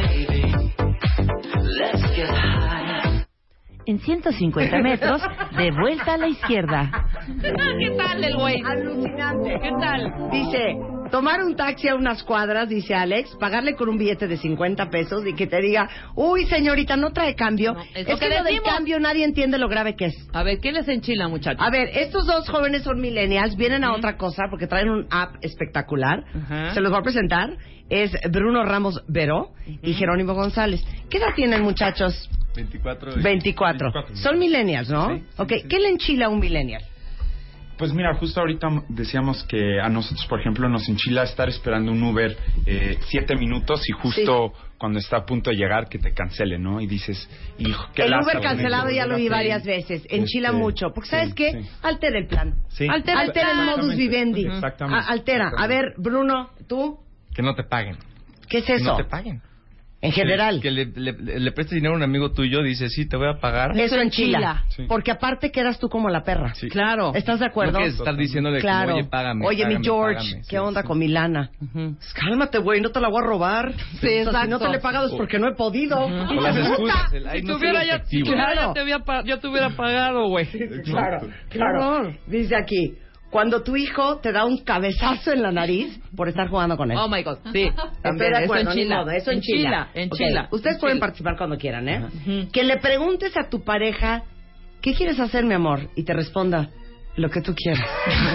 En 150 metros, de vuelta a la izquierda. ¿Qué tal el güey? Alucinante. ¿Qué tal? Dice, tomar un taxi a unas cuadras, dice Alex, pagarle con un billete de 50 pesos y que te diga, uy, señorita, no trae cambio. No, es lo que que lo del decimos. cambio nadie entiende lo grave que es. A ver, ¿qué les enchila, muchachos? A ver, estos dos jóvenes son millennials, vienen a otra cosa porque traen un app espectacular. Ajá. Se los voy a presentar. Es Bruno Ramos Veró y Jerónimo González. ¿Qué edad tienen, muchachos? 24. Son millennials, ¿no? Sí, sí, ok, sí. ¿qué le enchila a un millennial? Pues mira, justo ahorita decíamos que a nosotros, por ejemplo, nos enchila estar esperando un Uber 7 minutos y justo cuando está a punto de llegar que te cancele, ¿no? Y dices, hijo, qué El lástima, Uber cancelado ya lo vi varias veces. Enchila mucho. Porque ¿sabes sí, qué? sí. Altera el plan. Sí. Altera el modus vivendi. Exactamente. Altera. A ver, Bruno, ¿tú? Que no te paguen. ¿Qué es Que eso? no te paguen. En general. Que le prestes dinero a un amigo tuyo, dice, sí, te voy a pagar. Eso enchila. Sí. Porque aparte quedas tú como la perra. Sí. Claro. ¿Estás de acuerdo? No quieres estar diciéndole Claro. como, oye, págame. Oye, mi págame, George, págame. ¿qué Sí, onda sí. con mi lana? Ujú. Cálmate, güey, no te la voy a robar. Sí, O sea, si exacto. no te le he pagado es porque no he podido. O las excusas. Ay, Si no tuviera soy ya, efectivo. Claro. yo te hubiera pagado, güey. Claro, Qué claro. horror. Dice aquí, cuando tu hijo te da un cabezazo en la nariz por estar jugando con él. Oh my God, sí. Estoy También, de eso acuerdo, ni enchila. modo, eso enchila. Enchila. Ok, ustedes pueden participar cuando quieran, ¿eh? Que le preguntes a tu pareja, ¿qué quieres hacer, mi amor? Y te responda, lo que tú quieras.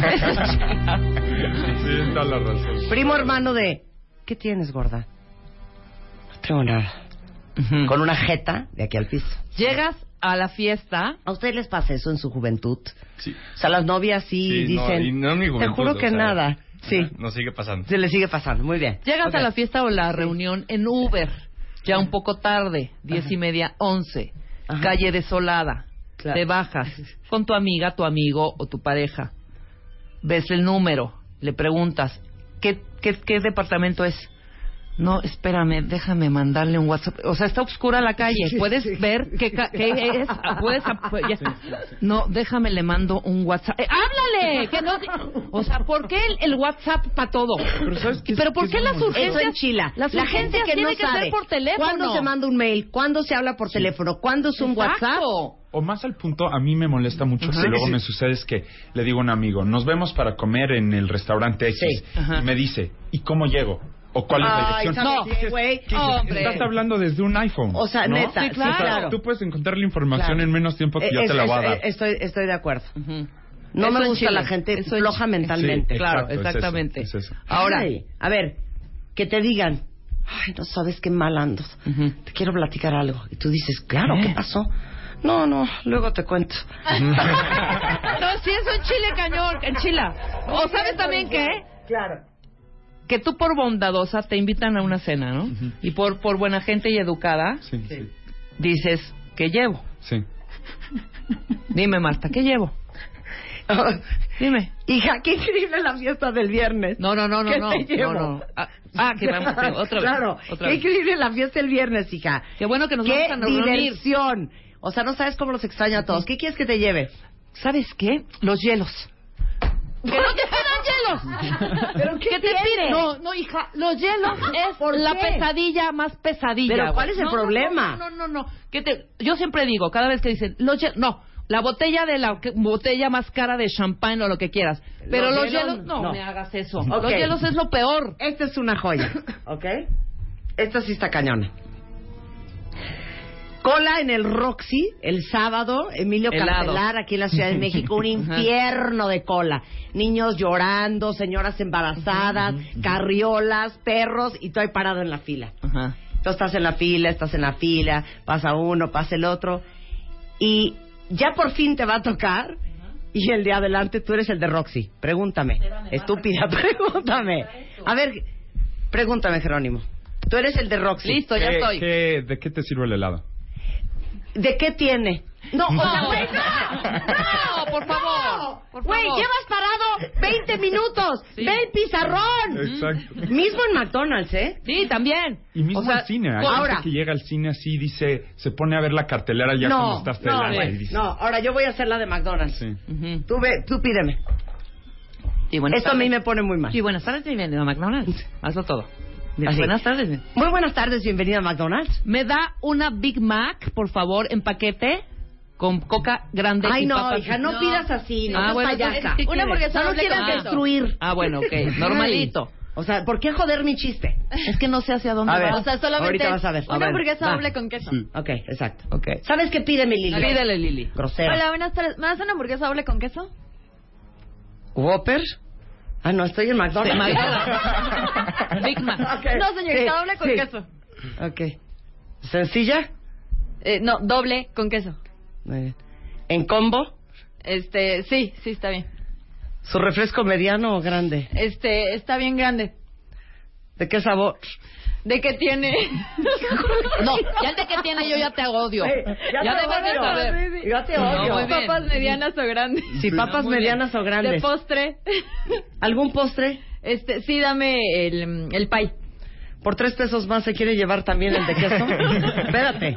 Sí, toda la razón. Primo hermano de, ¿qué tienes, gorda? No tengo nada. Con una jeta de aquí al piso. Llegas a la fiesta. ¿A ustedes les pasa eso en su juventud? Sí. O sea, las novias sí, Sí, no, dicen, y no en mi te juventud, juro o que sea, nada. Sí, Nos sigue pasando. se le sigue pasando, muy bien. Llegas Ok. a la fiesta o la reunión en Uber, ya un poco tarde, 10:30, 11, Ajá. calle desolada. Claro. Te bajas con tu amiga, tu amigo o tu pareja. Ves el número, le preguntas, ¿qué departamento es? No, espérame, déjame mandarle un WhatsApp. O sea, está oscura la calle. ¿Puedes ver qué es? Ya. No, déjame, le mando un WhatsApp. ¡Háblale! Que no... O sea, ¿por qué el WhatsApp para todo? Pero ¿sabes qué? ¿Pero por qué las urgencias? Eso enchila. Las La gente urgencias que no tiene que sabe ser por teléfono. cuándo se manda un mail, cuándo se habla por teléfono, cuándo es un Exacto. WhatsApp. O más al punto, a mí me molesta mucho Ajá. que luego me sucede es que le digo a un amigo, nos vemos para comer en el restaurante X. Sí. Ajá. Y me dice, ¿y cómo llego? ¿O cuál es la Ay, dirección? ¿sabes qué, güey? Hombre. Estás hablando desde un iPhone. O sea, ¿no? neta, Sí, claro. sí, claro. Tú puedes encontrar la información Claro. en menos tiempo que yo te la voy a dar. Estoy de acuerdo. Ujú. No Eso me en gusta Chile. la gente Eso en floja Chile. mentalmente. Sí. Claro, Exacto, es eso, exactamente. es eso. Ahora, Ay, a ver, que te digan, ay, no sabes qué mal ando. Ujú. Te quiero platicar algo. Y tú dices, claro, ¿Qué? ¿qué pasó? No, luego te cuento. no, si eso en Chile, cañón, en Chile. O sabes también qué, Claro. que tú por bondadosa te invitan a una cena, ¿no? Y por buena gente y educada Sí, sí. dices, ¿qué llevo? Sí. Dime, Marta, ¿qué llevo? Dime. Hija, qué increíble la fiesta del viernes. No, ¿Qué te llevo? no. Que vamos, otra vez. Claro, otra qué vez. increíble la fiesta del viernes, hija. Qué bueno que nos Qué vamos a reunir. diversión. O sea, no sabes cómo los extraño a todos. ¿Qué quieres que te lleve? ¿Sabes qué? Los hielos. ¡Que no te pidan hielos! ¿Pero qué te tiene? piden? No, hija, los hielos es ¿Por la qué? pesadilla más pesadilla. ¿Pero güey. cuál es el problema? No. Yo siempre digo, cada vez que dicen, los hielos, no, la botella de la botella más cara de champán o lo que quieras. Pero los hielos, no me hagas eso. Ok. Los hielos es lo peor. Esta es una joya, ¿ok? Esta sí está cañona. Cola en el Roxy el sábado, Emilio Helado. Cancelar, aquí en la Ciudad de México, un infierno de cola. Niños llorando, señoras embarazadas, carriolas, perros, y tú ahí parado en la fila. Ajá. Tú estás en la fila, pasa uno, pasa el otro, y ya por fin te va a tocar, y el de adelante tú eres el de Roxy. Pregúntame, estúpida, pregúntame. A ver, pregúntame, Jerónimo. Tú eres el de Roxy. Listo, ya estoy. ¿De qué te sirve el helado? ¿De qué tiene? No, o sea, güey, No, por favor. Por güey, favor. llevas parado 20 minutos. Sí. Ve el pizarrón. Exacto. Mismo en McDonald's, ¿eh? Sí, también. Y mismo O sea, al cine. Hay ahora- gente que llega al cine así, dice, se pone a ver la cartelera ya cuando está hasta el alma güey, y dice, no, ahora yo voy a hacer la de McDonald's. sí. Ujú. Tú pídeme. Sí, buenas Esto a mí tardes. me pone muy mal. Sí, buenas tardes, bienvenido a McDonald's. Hazlo todo. Así. Buenas tardes. Muy buenas tardes, bienvenida a McDonald's. ¿Me da una Big Mac, por favor, en paquete? Con coca grande Ay, y no, papas. hija, no pidas así, no seas bueno, payasa. entonces, ¿qué Una quieres? hamburguesa No doble quieras con queso. destruir. Ah, bueno, ok. Normalito. Ay, o sea, ¿por qué joder mi chiste? Es que no sé hacia dónde A ver. va. O sea, solamente Ahorita vas a ver. A una ver, hamburguesa va. doble con queso. Ok, exacto. Ok. ¿Sabes qué pide mi Lili? Pídele, Lili. Grosera. Hola, buenas tardes. ¿Me das una hamburguesa doble con queso? ¿Whopper? Ah, no, estoy en McDonald's. Sí, McDonald's. Big Mac. Ok. No, señorita, doble con sí. queso. Ok. ¿Sencilla? No, doble con queso. Muy bien. ¿En combo? Sí, está bien. ¿Su refresco mediano o grande? Está bien grande. ¿De qué sabor? ¿De qué tiene? No, ya el de que tiene yo ya te odio. Güey, Ya te debes de odio. saber. Yo te No, odio. muy bien. Papas medianas o grandes. Sí, papas muy bien. medianas o De grandes. postre. ¿Algún postre? Sí, dame el pie. Por 3 pesos más se quiere llevar también el de queso. Espérate.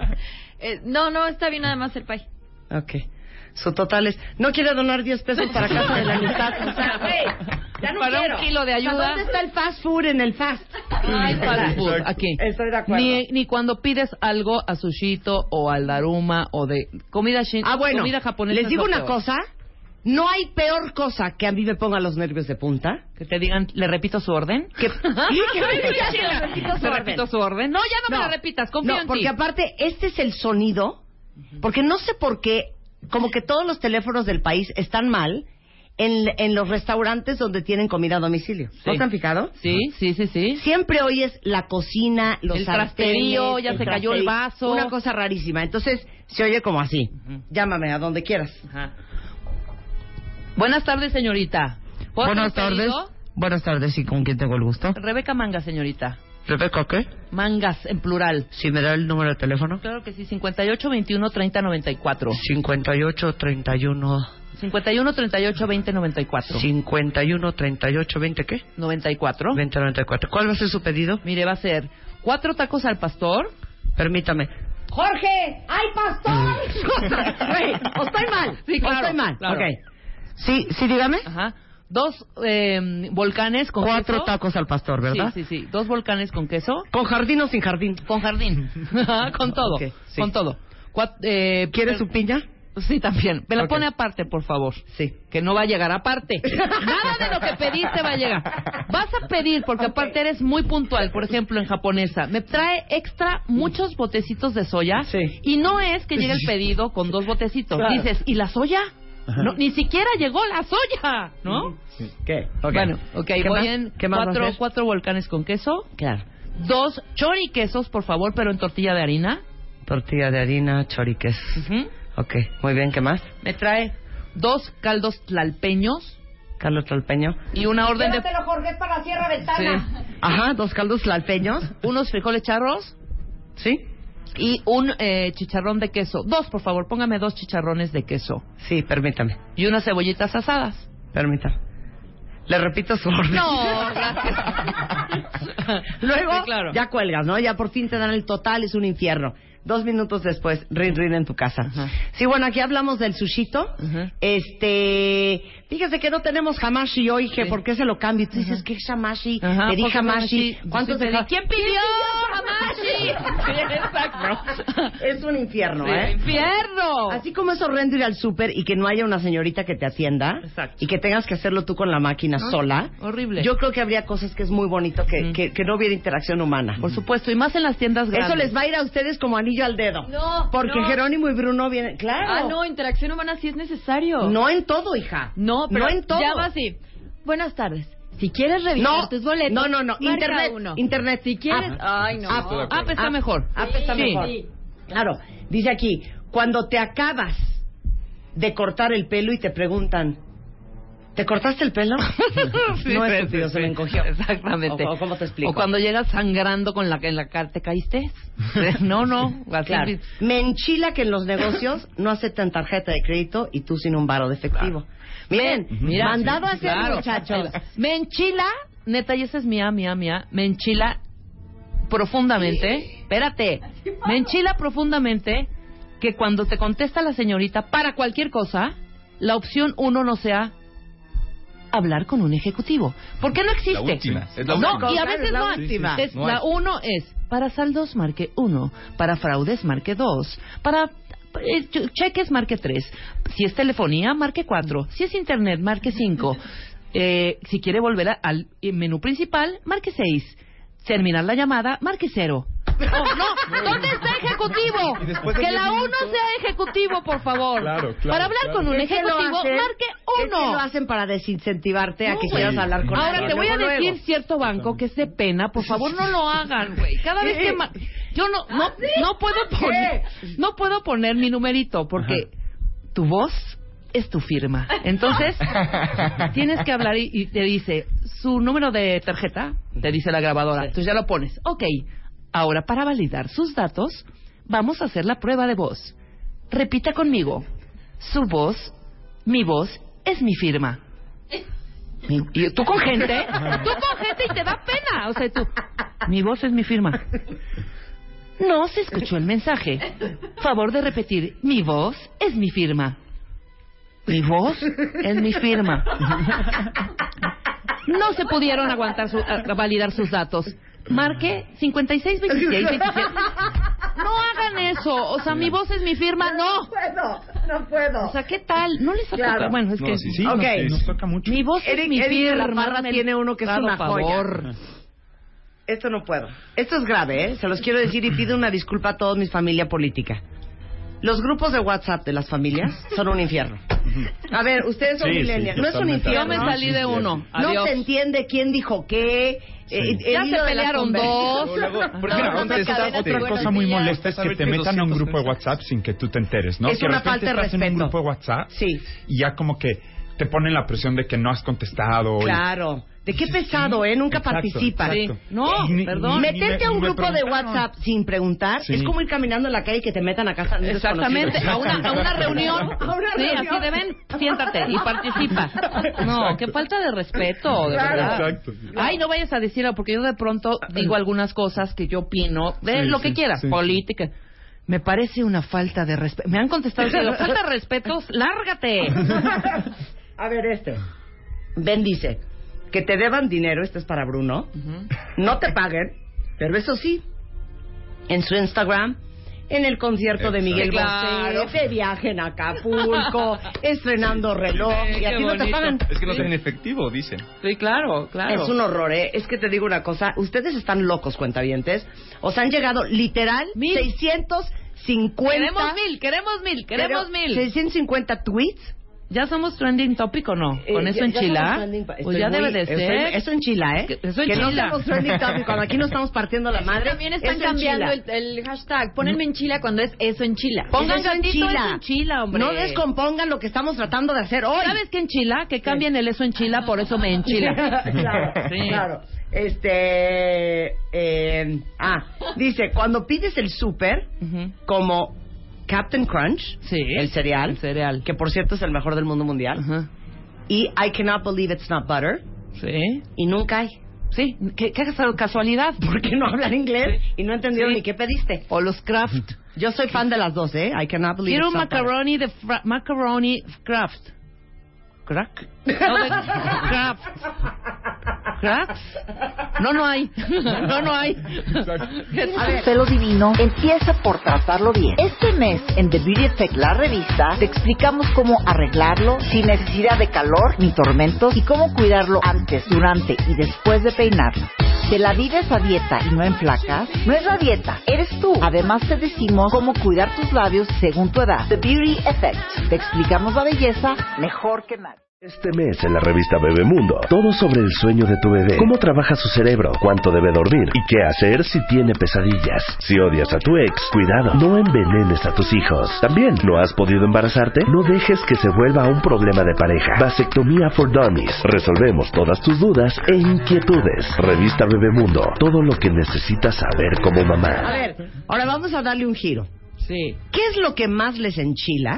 No, está bien nada más el pie. Ok. Su total es... No quiere donar 10 pesos para Casa de la Amistad. O sea, güey, ya no Para quiero. un kilo de O sea, ayuda. ¿dónde está el fast food en el fast? Ay, fast food, Exacto. aquí. Estoy de acuerdo. Ni cuando pides algo a Sushito o al Daruma o de comida comida japonesa. les es digo lo una peor. cosa. No hay peor cosa que a mí me ponga los nervios de punta. Que te digan, ¿le repito su orden? Que ¿Le repito su orden? No, ya no me la repitas, confío en ti. porque aparte, este es el sonido. Porque no sé por qué, como que todos los teléfonos del país están mal en los restaurantes donde tienen comida a domicilio. Sí. ¿No te han fijado? Sí. Siempre oyes la cocina, los El sartenes, trasterío, ya se cayó el vaso. Una cosa rarísima. Entonces, se oye como así. Ujú. Llámame a donde quieras. Ajá. Buenas tardes, señorita. ¿Puedo hacer un pedido? Buenas tardes, ¿y con quién tengo el gusto? Rebeca Mangas, señorita. ¿Rebeca qué? Mangas, en plural. Si me da el número de teléfono. Claro que sí, 58 21 30 94. 58 31 51 38 20 94. 51 38 20 ¿qué? 94. 20 94. ¿Cuál va a ser su pedido? Mire, va a ser 4 tacos al pastor. Permítame. Jorge, ¡ay, pastor! Güey, o estoy mal. Sí, claro, o estoy mal. claro. Ok. Sí, dígame. Ajá. 2 volcanes con 4 queso. tacos al pastor, ¿verdad? Sí. 2 volcanes con queso. ¿Con jardín o sin jardín? Con jardín. Con todo. Ok, sí. Con todo. ¿Quiere su piña? Sí, también. Me la Ok. pone aparte, por favor. Sí. Que no va a llegar aparte. Nada de lo que pediste va a llegar. Vas a pedir, porque aparte eres muy puntual, por ejemplo, en japonesa. Me trae extra muchos botecitos de soya. Sí. Y no es que llegue el pedido con 2 botecitos. Claro. Dices, ¿y la soya? Ajá. No, ni siquiera llegó la soya, ¿no? ¿Qué? Ok. Bueno, ok, ¿Qué voy más? en ¿Qué más va a hacer? 4 volcanes con queso. Claro. 2 choriquesos, por favor, pero en tortilla de harina. Tortilla de harina, choriques. Ujú. Ok, muy bien, ¿qué más? Me trae 2 caldos tlalpeños Carlos Tlalpeño. y una orden de... Jorge, es para la Sierra Sí. Ventana. Ajá, 2 caldos tlalpeños. Unos frijoles charros ¿Sí? y un chicharrón de queso. 2, por favor, póngame 2 chicharrones de queso. Sí, permítame. Y unas cebollitas asadas. Permítame. Le repito su orden. No, gracias. Luego, Sí, claro. ya cuelgas, ¿no? Ya por fin te dan el total, es un infierno. 2 minutos después, rin en tu casa. Ajá. Sí, bueno, aquí hablamos del sushito. Ajá. Fíjese que no tenemos hamashi hoy, que Sí. ¿por qué se lo cambio? Y tú dices, ¿qué es hamashi? Ajá, Pedí ¿por qué hamashi. ¿Cuántos Sí, de pedí. ¿Quién pidió hamashi? Sí, exacto. Es un infierno, Sí, ¿eh? ¡infierno! Así como es horrendo ir al súper y que no haya una señorita que te atienda. Exacto. Y que tengas que hacerlo tú con la máquina ¿No? sola. Horrible. Yo creo que habría cosas que es muy bonito que no hubiera interacción humana. Por supuesto, y más en las tiendas grandes. Eso les va a ir a ustedes como anillo anillo al dedo. No, Porque no. Jerónimo y Bruno vienen... Claro. No, interacción humana sí es necesario. No en todo, hija. No, pero no en todo. ya va así. Buenas tardes. Si quieres revisar tus boletos, no. marca Internet. uno. Internet. Si quieres... Ay, no. App está mejor. App está Sí. mejor. Sí. Claro. Dice aquí, cuando te acabas de cortar el pelo y te preguntan, ¿te cortaste el pelo? No, estúpido, se me encogió. Exactamente. ¿O cómo te explico? O cuando llegas sangrando con en la cara, ¿te caíste? No, así. Claro. Me enchila que en los negocios no aceptan tarjeta de crédito y tú sin un varo de efectivo. Miren, Mira, mandado a hacer, claro. muchachos. Me enchila, neta, y esa es mía, me enchila profundamente. Espérate. Me enchila profundamente que cuando te contesta la señorita para cualquier cosa, la opción 1 no sea hablar con un ejecutivo. ¿Por qué no existe? La última, es la no, última. y a Claro, veces es la no hay. última. Es, No hay. la 1 es para saldos marque 1, para fraudes marque 2, para cheques marque 3, si es telefonía marque 4, si es internet marque 5, si quiere volver al menú principal marque 6, terminar la llamada marque 0. No, ¿dónde está ejecutivo? Y después de Que 10 la 1 minutos- sea ejecutivo, por favor. Claro, Para hablar con un Es que lo ejecutivo, hacen- marque Es que 1. lo hacen para desincentivarte a que güey. quieras hablar con Ahora alguien. te voy a Luego, decir luego. cierto banco que es de pena, por favor no lo hagan, güey. Cada vez que yo no puedo poner mi numerito porque tu voz es tu firma. Entonces, tienes que hablar y te dice su número de tarjeta, te dice la grabadora. Entonces ya lo pones. Ok, ahora para validar sus datos, vamos a hacer la prueba de voz. Repita conmigo. Su voz, mi voz, es mi firma. Y tú con gente y te da pena. O sea, tú, mi voz es mi firma. No se escuchó el mensaje. Favor de repetir, mi voz es mi firma. Mi voz es mi firma. No se pudieron validar sus datos. Marque 562627. No hagan eso. O sea, mi voz es mi firma. No. No puedo. O sea, ¿qué tal? No les ha Claro. tocado. Bueno, es No, que sí, Ok. nos toca mucho. mi voz es mi Eric de firma. la Parra tiene uno que es Dado una joya. favor. Esto no puedo. Esto es grave, ¿eh? Se los quiero decir y pido una disculpa a toda mi familia política. Los grupos de WhatsApp de las familias son un infierno. A ver, ustedes son Sí, millennials. sí, No es un totalmente. infierno. Yo me salí de uno. No Adiós. se entiende quién dijo qué. El Ya hilo se de la pelearon conversación. dos. Luego, Porque no, mira, contestaste. otra cosa muy molesta es que Saber te que metan a un 200 grupo de mensajes. WhatsApp sin que tú te enteres, ¿no? Es que una repente falta de estás en respeto. un grupo de WhatsApp Sí. y ya como que te ponen la presión de que no has contestado. y- Claro. De qué pesado, ¿eh? Nunca Exacto, participas. Sí. exacto. No, Ni- perdón. ni- Meterte a un ni me grupo de preguntaron. WhatsApp sin preguntar Sí. es como ir caminando en la calle y que te metan a casa de un Exactamente, desconocido. a una reunión. A una Sí, reunión. así de ven, siéntate y participa. No, qué falta de respeto, de Claro. verdad. Exacto. Ay, no vayas a decirlo, porque yo de pronto digo algunas cosas que yo opino, de Sí, lo que sí, quieras, sí. política. Me parece una falta de respeto. Me han contestado, digo, falta de respeto, lárgate. A ver, Ben dice que te deban dinero, esto es para Bruno, no te paguen, pero eso sí, en su Instagram, en el concierto de Miguel Claro. Bosé, de viaje en Acapulco, estrenando reloj, y Qué a ti no te bonito. pagan. Es que no tienen efectivo, dicen. Sí, claro, claro. Es un horror, ¿eh? Es que te digo una cosa, ustedes están locos, cuentavientes, os han llegado literal 1000. 650... Queremos mil. 650 tweets. ¿Ya somos trending topic o no? ¿Con eso Ya en Chila? somos trending pa- Pues estoy ya muy- debe de estoy- ser. Eso en Chila, ¿eh? Eso en que no Chila. seamos trending topic cuando aquí no estamos partiendo la madre. También están eso en cambiando Chila. el hashtag. Pónenme en Chila cuando es eso en Chila. Pongan Eso en gatito Chila. eso en Chila, hombre. No descompongan lo que estamos tratando de hacer hoy. ¿Sabes qué en Chila? Que cambien el eso en Chila, por eso me enchila. Claro, Sí. claro. Dice, cuando pides el súper, Ujú. como Captain Crunch, Sí. el cereal, El cereal. que por cierto es el mejor del mundo mundial, Ajá. y I cannot believe it's not butter, Sí. y nunca hay. Sí. ¿Qué casualidad? Porque no hablan inglés y no entendieron Sí. ni qué pediste. O los Kraft. Yo soy fan de las dos, ¿eh? I cannot believe Quiero it's un not butter. macaroni de macaroni Kraft. ¿Crack? No, de Kraft. ¿Kraft? No hay. No hay. A ver, Pelo divino, empieza por tratarlo bien. Este mes, en The Beauty Effect, la revista, te explicamos cómo arreglarlo sin necesidad de calor ni tormentos y cómo cuidarlo antes, durante y después de peinarlo. ¿Te la vives a dieta y no enflacas? No es la dieta, eres tú. Además te decimos cómo cuidar tus labios según tu edad. The Beauty Effect. Te explicamos la belleza mejor que nadie. Este mes en la revista Bebemundo, todo sobre el sueño de tu bebé, cómo trabaja su cerebro, cuánto debe dormir y qué hacer si tiene pesadillas. Si odias a tu ex, cuidado, no envenenes a tus hijos. También, ¿no has podido embarazarte? No dejes que se vuelva un problema de pareja. Vasectomía for Dummies. Resolvemos todas tus dudas e inquietudes. Revista Bebemundo, todo lo que necesitas saber como mamá. A ver, ahora vamos a darle un giro. Sí. ¿Qué es lo que más les enchila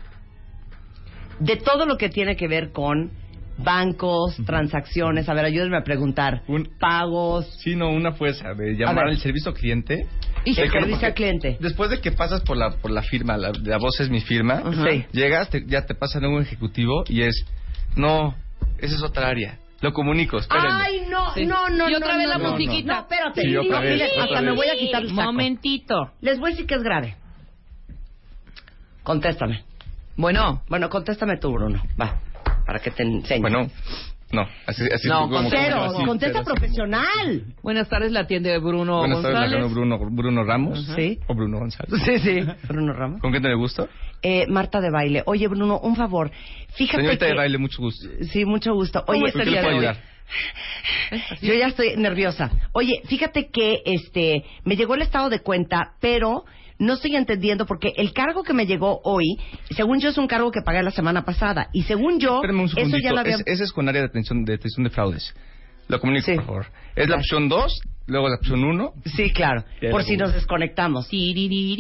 de todo lo que tiene que ver con bancos, transacciones? A ver, ayúdenme a preguntar. Pagos. Sí, no, una fuerza de llamar al servicio al cliente. ¿Y el servicio al cliente? Después de que pasas por la firma, la voz es mi firma, Sí. llegas, ya te pasan a un ejecutivo y no, esa es otra área. Lo comunico, espérenme. Ay, no, Sí. no. Y otra vez la no, musiquita. No, espérate. Sí, otra vez, Miren, otra hasta vez. me voy a quitar el saco. Momentito. Les voy a decir que es grave. Contéstame. Bueno, Contéstame tú, Bruno. Va, para que te enseñe. Bueno, no, así No, como Cero, así, contesta pero así. profesional. buenas tardes, la atiende Bruno Buenas tardes, González. la ganó Bruno Ramos. Sí. O Bruno González. Sí. Bruno Ramos. ¿Con quién te gusto? Marta de Baile. Oye, Bruno, un favor. Fíjate Señorita que... de Baile, mucho gusto. Sí, mucho gusto. ¿Cómo Oye, está ¿En el qué le día de puedo hoy? ayudar? yo ya estoy nerviosa. Oye, fíjate que me llegó el estado de cuenta, pero no estoy entendiendo porque el cargo que me llegó hoy, según yo es un cargo que pagué la semana pasada y según yo Espérame un eso segundito. ya lo había... Ese es con área de atención de fraudes. Lo comunico, Sí. por favor. Es la opción 2, luego la opción 1. Sí, claro. Por si nos desconectamos. Sí,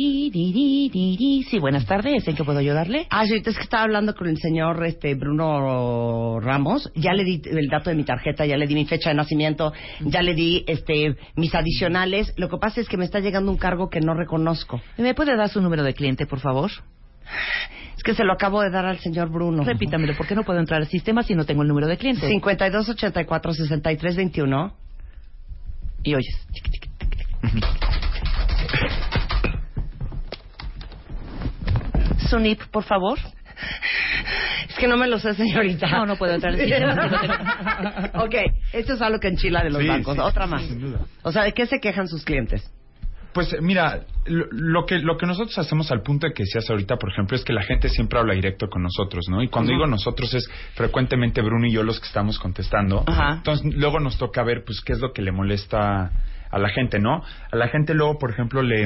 buenas tardes. ¿En qué puedo ayudarle? Ah, sí, ahorita es que estaba hablando con el señor Bruno Ramos. Ya le di el dato de mi tarjeta, ya le di mi fecha de nacimiento, ya le di mis adicionales. Lo que pasa es que me está llegando un cargo que no reconozco. ¿Me puede dar su número de cliente, por favor? Es que se lo acabo de dar al señor Bruno. Repítamelo, ¿por qué no puedo entrar al sistema si no tengo el número de cliente? 5284-6321. Y oyes. Su NIP, por favor. Es que no me lo sé, señorita. No puedo entrar al sistema. Ok, esto es algo que enchila de los Sí, bancos. sí, Otra sí, más. sin duda. O sea, ¿de qué se quejan sus clientes? Pues mira, lo que nosotros hacemos al punto de que decías ahorita, por ejemplo, es que la gente siempre habla directo con nosotros, ¿no? Y cuando digo nosotros es frecuentemente Bruno y yo los que estamos contestando. Ajá. Entonces luego nos toca ver pues qué es lo que le molesta a la gente, ¿no? A la gente luego, por ejemplo, le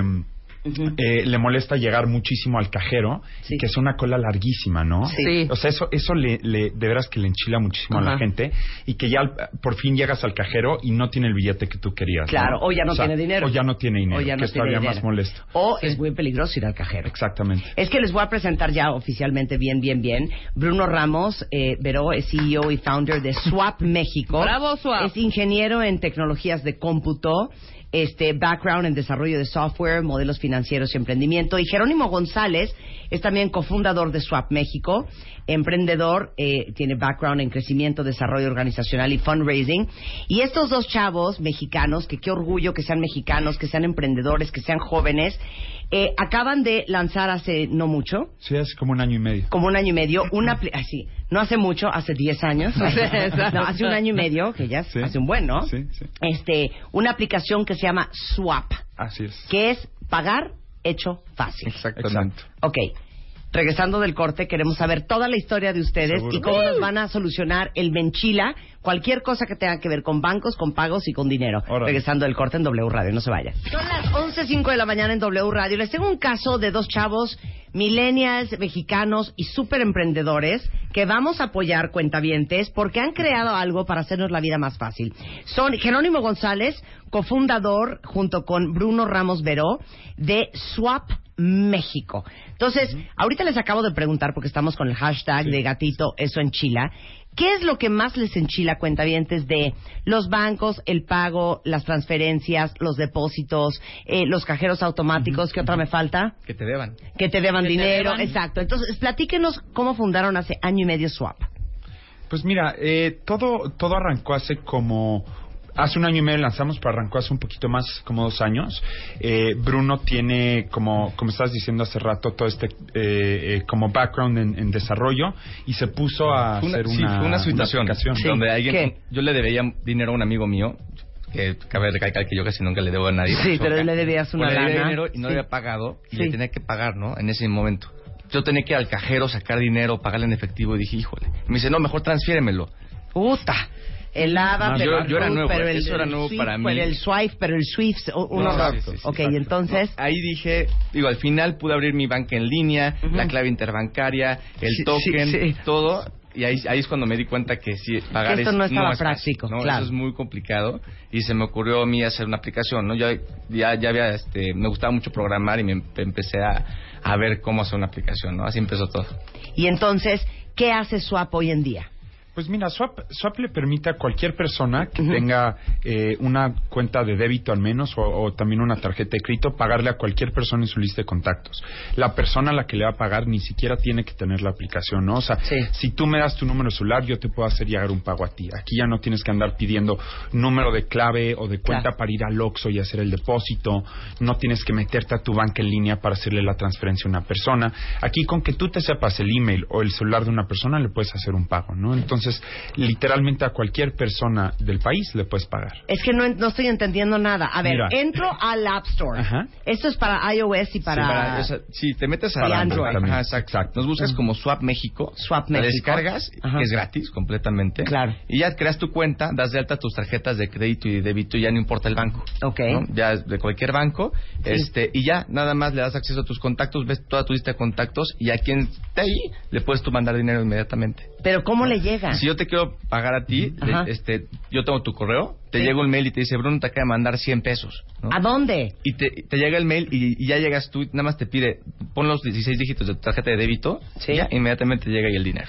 molesta llegar muchísimo al cajero, Sí. que es una cola larguísima, ¿no? Sí. O sea, eso de veras que le enchila muchísimo a la Ajá. gente y que ya por fin llegas al cajero y no tiene el billete que tú querías. Claro, ¿no? o ya no tiene dinero. O ya no tiene dinero, O ya no que es tiene todavía dinero. más molesto. O es muy peligroso ir al cajero. Exactamente. Es que les voy a presentar ya oficialmente bien. Bruno Ramos Veró es CEO y founder de Swap México. ¡Bravo, Swap! Es ingeniero en tecnologías de cómputo, background en desarrollo de software, modelos financieros y emprendimiento. Y Jerónimo González es también cofundador de Swap México, emprendedor, tiene background en crecimiento, desarrollo organizacional y fundraising. Y estos dos chavos mexicanos, que qué orgullo que sean mexicanos, que sean emprendedores, que sean jóvenes, acaban de lanzar hace no mucho, Sí, hace como un año y medio. como un año y medio, así, no hace mucho, hace 10 años, no, hace un año y medio, que ya Sí. hace un buen, ¿no? Sí. Una aplicación que se llama Swap, Así es. que es pagar hecho fácil. Exactamente. Ok, regresando del corte, queremos saber toda la historia de ustedes Seguro. y cómo nos van a solucionar el menchila, cualquier cosa que tenga que ver con bancos, con pagos y con dinero. Órale. Regresando del corte en W Radio, no se vayan. Son las 11:05 de la mañana en W Radio. Les tengo un caso de dos chavos millennials mexicanos y súper emprendedores que vamos a apoyar, cuentavientes, porque han creado algo para hacernos la vida más fácil. Son Jerónimo González, cofundador junto con Bruno Ramos Veró de Swap México. Entonces, ahorita les acabo de preguntar, porque estamos con el hashtag de gatito, eso enchila. ¿Qué es lo que más les enchila, cuentavientes, de los bancos, el pago, las transferencias, los depósitos, los cajeros automáticos? ¿Qué otra me falta? Que te deban. Que te deban Que te dinero. deban. Exacto. Entonces, platíquenos cómo fundaron hace año y medio Swap. Pues mira, todo arrancó hace un año y medio lanzamos, pero arrancó hace un poquito más, como 2 años. Bruno tiene, como estabas diciendo hace rato, todo como background en desarrollo y se puso a hacer fue una situación aplicación. Sí. donde ¿Qué? yo le debía dinero a un amigo mío que cabe recalcar que yo casi nunca le debo a nadie. Sí, pero le debías una lana. Le debía lana. dinero y no le había pagado y Sí. le tenía que pagar, ¿no? En ese momento. Yo tenía que ir al cajero, sacar dinero, pagarle en efectivo y dije, híjole. Me dice, no, mejor transfiéremelo. Puta. El ABA, No, pero yo era nuevo, pero eso era nuevo Swift, para mí. Pero el Swift, pero el Swift, un No, horror. sí, Ok, exacto. y entonces... No, ahí dije, digo, al final pude abrir mi banca en línea, la clave interbancaria, el Sí, token, sí. todo. Y ahí es cuando me di cuenta que sí, pagar Que esto es, no estaba es fácil, práctico, ¿no? claro. Eso es muy complicado. Y se me ocurrió a mí hacer una aplicación, ¿no? Yo ya había, me gustaba mucho programar y me empecé a ver cómo hacer una aplicación, ¿no? Así empezó todo. Y entonces, ¿qué hace Swap hoy en día? Pues mira, Swap le permite a cualquier persona que tenga una cuenta de débito al menos o también una tarjeta de crédito pagarle a cualquier persona en su lista de contactos. La persona a la que le va a pagar ni siquiera tiene que tener la aplicación, ¿no? O sea, si tú me das tu número celular, yo te puedo hacer llegar un pago a ti. Aquí ya no tienes que andar pidiendo número de clave o de cuenta para ir al Oxxo y hacer el depósito. No tienes que meterte a tu banca en línea para hacerle la transferencia a una persona. Aquí con que tú te sepas el email o el celular de una persona le puedes hacer un pago, ¿no? Entonces, literalmente a cualquier persona del país le puedes pagar. Es que no estoy entendiendo nada. A ver, Mira. entro al App Store. Ajá. Esto es para iOS y para... Sí, te metes a Para Android. Ajá, exacto. Nos buscas como Swap México. Swap La México. descargas, Ajá. es gratis completamente. Claro. Y ya creas tu cuenta, das de alta tus tarjetas de crédito y de débito y ya no importa el banco. Ok. ¿No? Ya de cualquier banco. Y ya nada más le das acceso a tus contactos, ves toda tu lista de contactos y a quien esté ahí le puedes tú mandar dinero inmediatamente. Pero ¿cómo le llega? Si yo te quiero pagar a ti, Ajá. yo tengo tu correo, te Sí. llega un mail y te dice, Bruno, te acaba de mandar 100 pesos. ¿no? ¿A dónde? Y te llega el mail y ya llegas tú, nada más te pide, pon los 16 dígitos de tu tarjeta de débito, Sí. y ya inmediatamente llega ahí el dinero.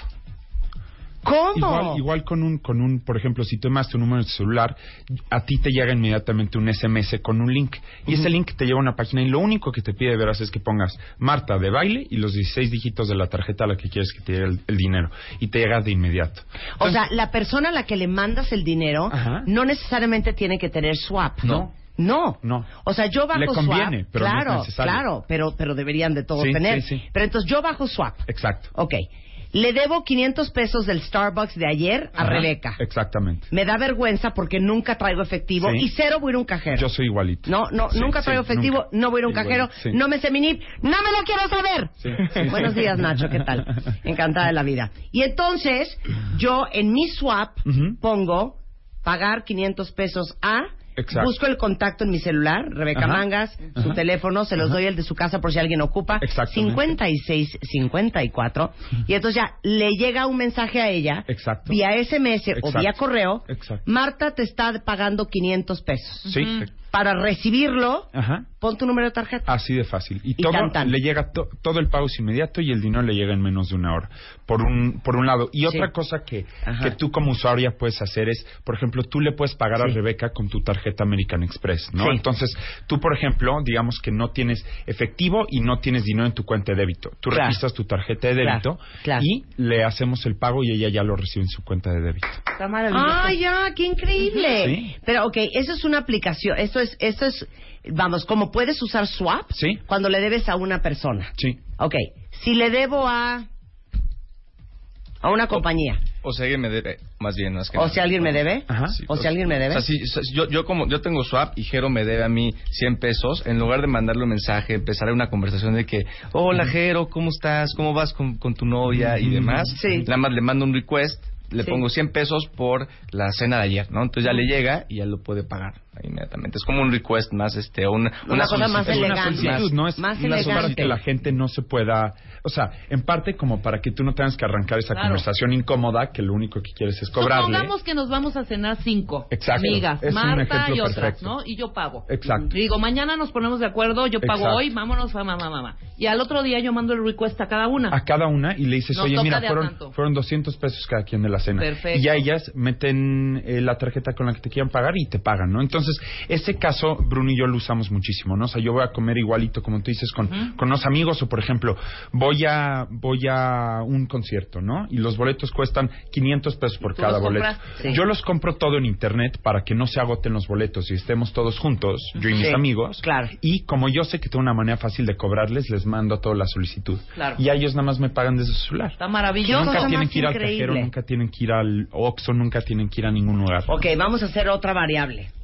¿Cómo? Igual con un, por ejemplo, si tú tomas tu número de celular, a ti te llega inmediatamente un SMS con un link. Y ese link te lleva a una página y lo único que te pide, verás, es que pongas Marta de baile y los 16 dígitos de la tarjeta a la que quieres que te llegue el dinero. Y te llega de inmediato. O sea, la persona a la que le mandas el dinero Ajá. no necesariamente tiene que tener Swap. No. No. No. O sea, yo bajo Le conviene, Swap. pero no es claro, necesario. claro, pero deberían de todos Sí, tener. sí, sí. Pero entonces yo bajo Swap. Exacto. Ok. Le debo 500 pesos del Starbucks de ayer a Ajá. Rebeca. Exactamente. Me da vergüenza porque nunca traigo efectivo Sí. y cero voy a ir a un cajero. Yo soy igualito. No, Sí, nunca sí, traigo efectivo, nunca. no voy a ir a un Igual, cajero, sí. no me sé mi NIP, no me lo quiero saber. Sí, sí, Buenos sí. días, Nacho, ¿qué tal? Encantada de la vida. Y entonces, yo en mi Swap Ujú. pongo pagar 500 pesos a... Exacto. Busco el contacto en mi celular, Rebeca Ajá. Mangas, su Ajá. teléfono, se los doy el de su casa por si alguien ocupa. Exactamente. 5654. Y entonces ya le llega un mensaje a ella Exacto. vía SMS o Exacto. vía correo. Exacto. Marta te está pagando 500 pesos. Sí. Para recibirlo, Ajá. pon tu número de tarjeta. Así de fácil. Y tan, todo tan. le llega, todo el pago es inmediato y el dinero le llega en menos de una hora. Por un lado. Y otra cosa que tú como usuaria puedes hacer es, por ejemplo, tú le puedes pagar a Rebeca con tu tarjeta American Express, ¿no? Sí. Entonces, tú, por ejemplo, digamos que no tienes efectivo y no tienes dinero en tu cuenta de débito. Tú Claro. registras tu tarjeta de débito Claro. y le hacemos el pago y ella ya lo recibe en su cuenta de débito. Está maravilloso. ¡Ah, ya! ¡Qué increíble! Sí. Pero, ok, eso es una aplicación. Esto es, vamos, como puedes usar Swap Sí. cuando le debes a una persona. Sí. Ok, si le debo a una compañía, O si alguien me debe, más bien, más que o nada. si alguien me debe, Ajá. Sí, o si alguien me debe. O sea, yo tengo Swap y Jero me debe a mí 100 pesos, en lugar de mandarle un mensaje, empezar una conversación de que, hola Jero, ¿cómo estás? ¿Cómo vas con tu novia? Y demás. Sí. Nada más le mando un request, le Sí. pongo 100 pesos por la cena de ayer, ¿no? Entonces ya le llega y ya lo puede pagar inmediatamente. Es como un request más, una cosa más solicitud. Es una elegante. solicitud, no es Más una elegante. para que la gente no se pueda, o sea, en parte como para que tú no tengas que arrancar esa Claro. conversación incómoda que lo único que quieres es cobrarle. Supongamos que nos vamos a cenar 5 Exacto. amigas, Es un Marta ejemplo y otras, perfecto. ¿no? Y yo pago. Exacto. Y digo, mañana nos ponemos de acuerdo, yo pago Exacto. hoy, vámonos, mamá. Y al otro día yo mando el request a cada una. A cada una y le dices, Nos oye, toca mira, de a tanto. fueron 200 pesos cada quien de la cena. Perfecto. Y ya ellas meten la tarjeta con la que te quieran pagar y te pagan, ¿no? Entonces, ese caso, Bruno y yo lo usamos muchísimo, ¿no? O sea, yo voy a comer igualito, como tú dices, con unos amigos o, por ejemplo, voy a un concierto, ¿no? Y los boletos cuestan 500 pesos por ¿Tú cada los boleto. compras? Sí. Yo los compro todo en internet para que no se agoten los boletos y estemos todos juntos, yo y mis Sí, amigos. claro. Y como yo sé que tengo una manera fácil de cobrarles, les mando a toda la solicitud. Claro. Y a ellos nada más me pagan desde su celular. Está maravilloso. Nunca cosa tienen más que ir al increíble. cajero, nunca tienen que ir al Oxxo, nunca tienen que ir a ningún lugar. Ok, vamos a hacer otra variable.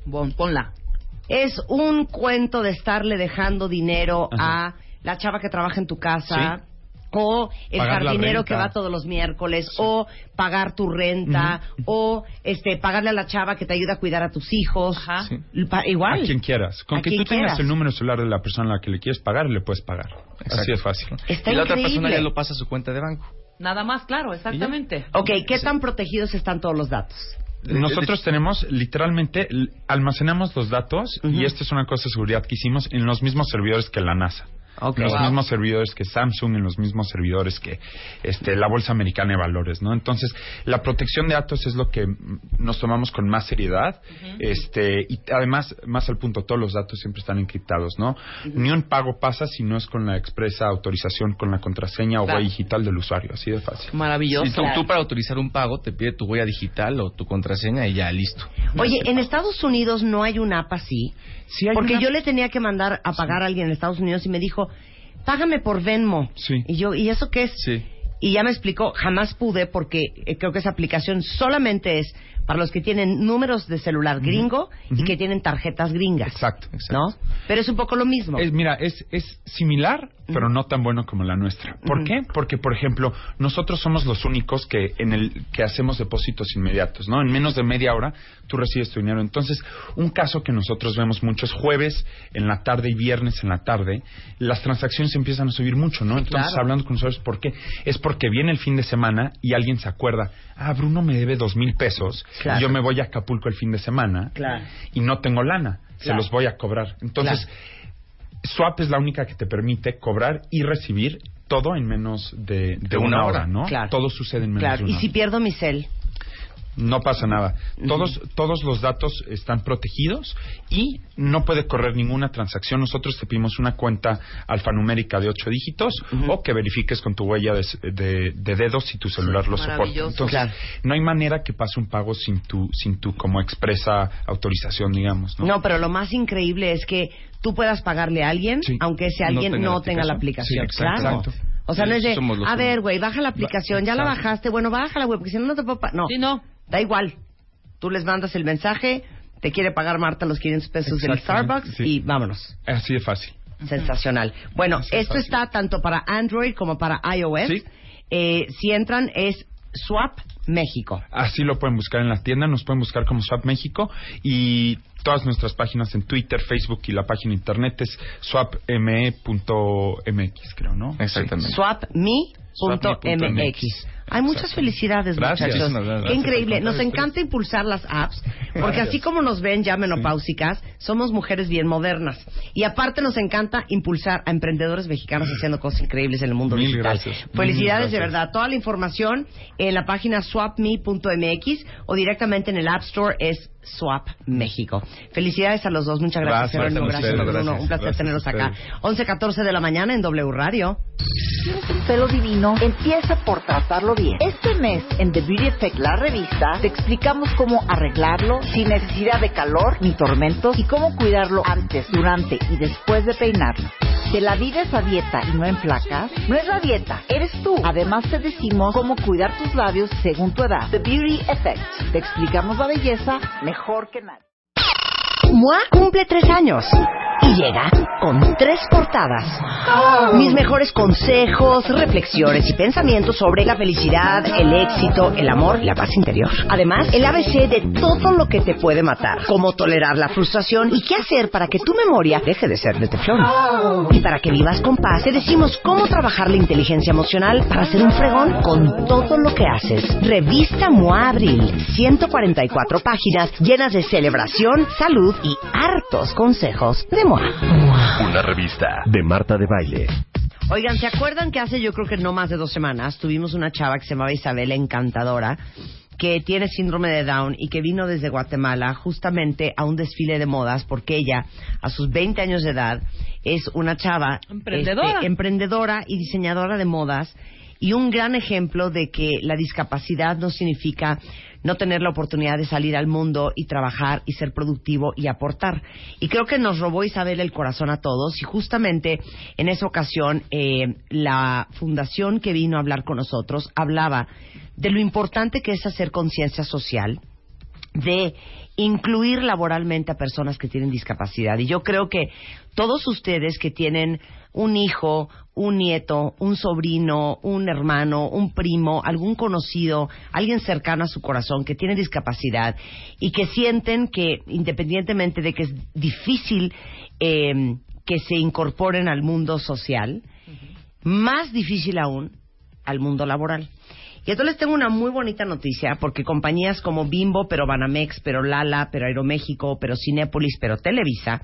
Ponla. Es un cuento de estarle dejando dinero a la chava que trabaja en tu casa. Sí. O el Pagar la jardinero renta. que va todos los miércoles, o pagar tu renta, o pagarle a la chava que te ayuda a cuidar a tus hijos. Ajá. Sí. Igual. A quien quieras. Con A que quien tú tengas quieras. el número celular de la persona a la que le quieres pagar, le puedes pagar. Exacto. Así es fácil. Está Y la otra increíble. persona ya lo pasa a su cuenta de banco. Nada más, claro, exactamente. Ok, ¿qué tan protegidos están todos los datos? Nosotros tenemos, literalmente, almacenamos los datos, y esta es una cosa de seguridad que hicimos en los mismos servidores que la NASA. Okay. En los mismos servidores que Samsung, en los mismos servidores que la Bolsa Americana de Valores, ¿no? Entonces, la protección de datos es lo que nos tomamos con más seriedad, y además, más al punto, todos los datos siempre están encriptados, ¿no? Ni un pago pasa si no es con la expresa autorización, con la contraseña o Claro. huella digital del usuario, así de fácil. Maravilloso. Sí, tú para autorizar un pago te pide tu huella digital o tu contraseña y ya, listo. Oye, en Estados Unidos no hay una app así. Sí hay Porque una- yo le tenía que mandar a pagar a alguien en Estados Unidos y me dijo, págame por Venmo. Sí. Y yo, ¿y eso qué es? Sí. Y ya me explicó, jamás pude porque creo que esa aplicación solamente es para los que tienen números de celular gringo y que tienen tarjetas gringas. Exacto. ¿No? Pero es un poco lo mismo. Mira, es similar, pero no tan bueno como la nuestra. ¿Por qué? Porque, por ejemplo, nosotros somos los únicos que que hacemos depósitos inmediatos, ¿no? En menos de media hora tú recibes tu dinero. Entonces, un caso que nosotros vemos mucho es jueves en la tarde y viernes en la tarde, las transacciones empiezan a subir mucho, ¿no? Entonces, claro. hablando con usuarios, ¿por qué? Es porque viene el fin de semana y alguien se acuerda, Bruno me debe 2,000 pesos, Claro. yo me voy a Acapulco el fin de semana Claro. y no tengo lana, se Claro. los voy a cobrar. Entonces, Swap es la única que te permite cobrar y recibir todo en menos de una hora, ¿no? Claro. Todo sucede en menos Claro. de una Y si hora. pierdo mi cel. No pasa nada. Todos los datos están protegidos y no puede correr ninguna transacción. Nosotros te pedimos una cuenta alfanumérica de 8 dígitos o que verifiques con tu huella de dedos si tu celular lo soporta. Maravilloso. Entonces, Claro. no hay manera que pase un pago sin tu como expresa autorización, digamos, ¿no? No, pero lo más increíble es que tú puedas pagarle a alguien, Sí. aunque ese No alguien tenga no la tenga la aplicación. aplicación. Sí, Claro. exacto. O sea, Sí, no es de, somos los a ver, únicos. güey, baja la aplicación, ya la Exacto. bajaste, bueno, bájala, güey, porque si no, no te puedo pagar. No, Sí, no. da igual. Tú les mandas el mensaje, te quiere pagar Marta los 500 pesos del Exactamente, Starbucks sí. y vámonos. Así de fácil. Sensacional. Bueno, Así es esto fácil. está tanto para Android como para iOS. Sí. Si entran es Swap México. Así lo pueden buscar en la tienda, nos pueden buscar como Swap México y todas nuestras páginas en Twitter, Facebook y la página de internet es swapme.mx, creo, ¿no? Exactamente. Swapme.mx. Hay muchas felicidades, Gracias. muchachos. Muchísimas gracias. Qué increíble. Gracias Nos por contar encanta impulsar las apps, porque así como nos ven ya menopáusicas, somos mujeres bien modernas. Y aparte nos encanta impulsar a emprendedores mexicanos haciendo cosas increíbles en el mundo Mil digital. gracias. Felicidades Mil de gracias. verdad. Toda la información en la página swapme.mx o directamente en el App Store es Swap México. Felicidades a los dos. Muchas gracias, Gracias, Jerónimo. Gracias, ustedes, Bruno. gracias. Un placer Gracias tenerlos a acá. ustedes. 11:14 de la mañana en W Radio. ¿Tienes un pelo divino? Empieza por tratarlo bien. Este mes, en The Beauty Effect, la revista, te explicamos cómo arreglarlo sin necesidad de calor ni tormentos y cómo cuidarlo antes, durante y después de peinarlo. ¿Te la vives a dieta y no enflacas? No es la dieta, eres tú. Además te decimos cómo cuidar tus labios según tu edad. The Beauty Effect. Te explicamos la belleza mejor que nadie. MOA cumple 3 años y llega con 3 portadas. Mis mejores consejos, reflexiones y pensamientos sobre la felicidad, el éxito, el amor y la paz interior. Además, el ABC de todo lo que te puede matar, cómo tolerar la frustración y qué hacer para que tu memoria deje de ser de teflón. Y para que vivas con paz, te decimos cómo trabajar la inteligencia emocional para ser un fregón con todo lo que haces. Revista MOA Abril, 144 páginas llenas de celebración, salud y hartos consejos de MOA. Una revista de Marta de Baile. Oigan, ¿se acuerdan que hace yo creo que no más de 2 semanas tuvimos una chava que se llamaba Isabela Encantadora, que tiene síndrome de Down y que vino desde Guatemala justamente a un desfile de modas porque ella, a sus 20 años de edad, es una chava Emprendedora. emprendedora y diseñadora de modas y un gran ejemplo de que la discapacidad no significa no tener la oportunidad de salir al mundo y trabajar y ser productivo y aportar. Y creo que nos robó Isabel el corazón a todos y justamente en esa ocasión la fundación que vino a hablar con nosotros hablaba de lo importante que es hacer conciencia social de incluir laboralmente a personas que tienen discapacidad. Y yo creo que todos ustedes que tienen un hijo, un nieto, un sobrino, un hermano, un primo, algún conocido, alguien cercano a su corazón que tiene discapacidad y que sienten que, independientemente de que es difícil que se incorporen al mundo social, más difícil aún al mundo laboral. Y entonces les tengo una muy bonita noticia, porque compañías como Bimbo, pero Banamex, pero Lala, pero Aeroméxico, pero Cinépolis, pero Televisa,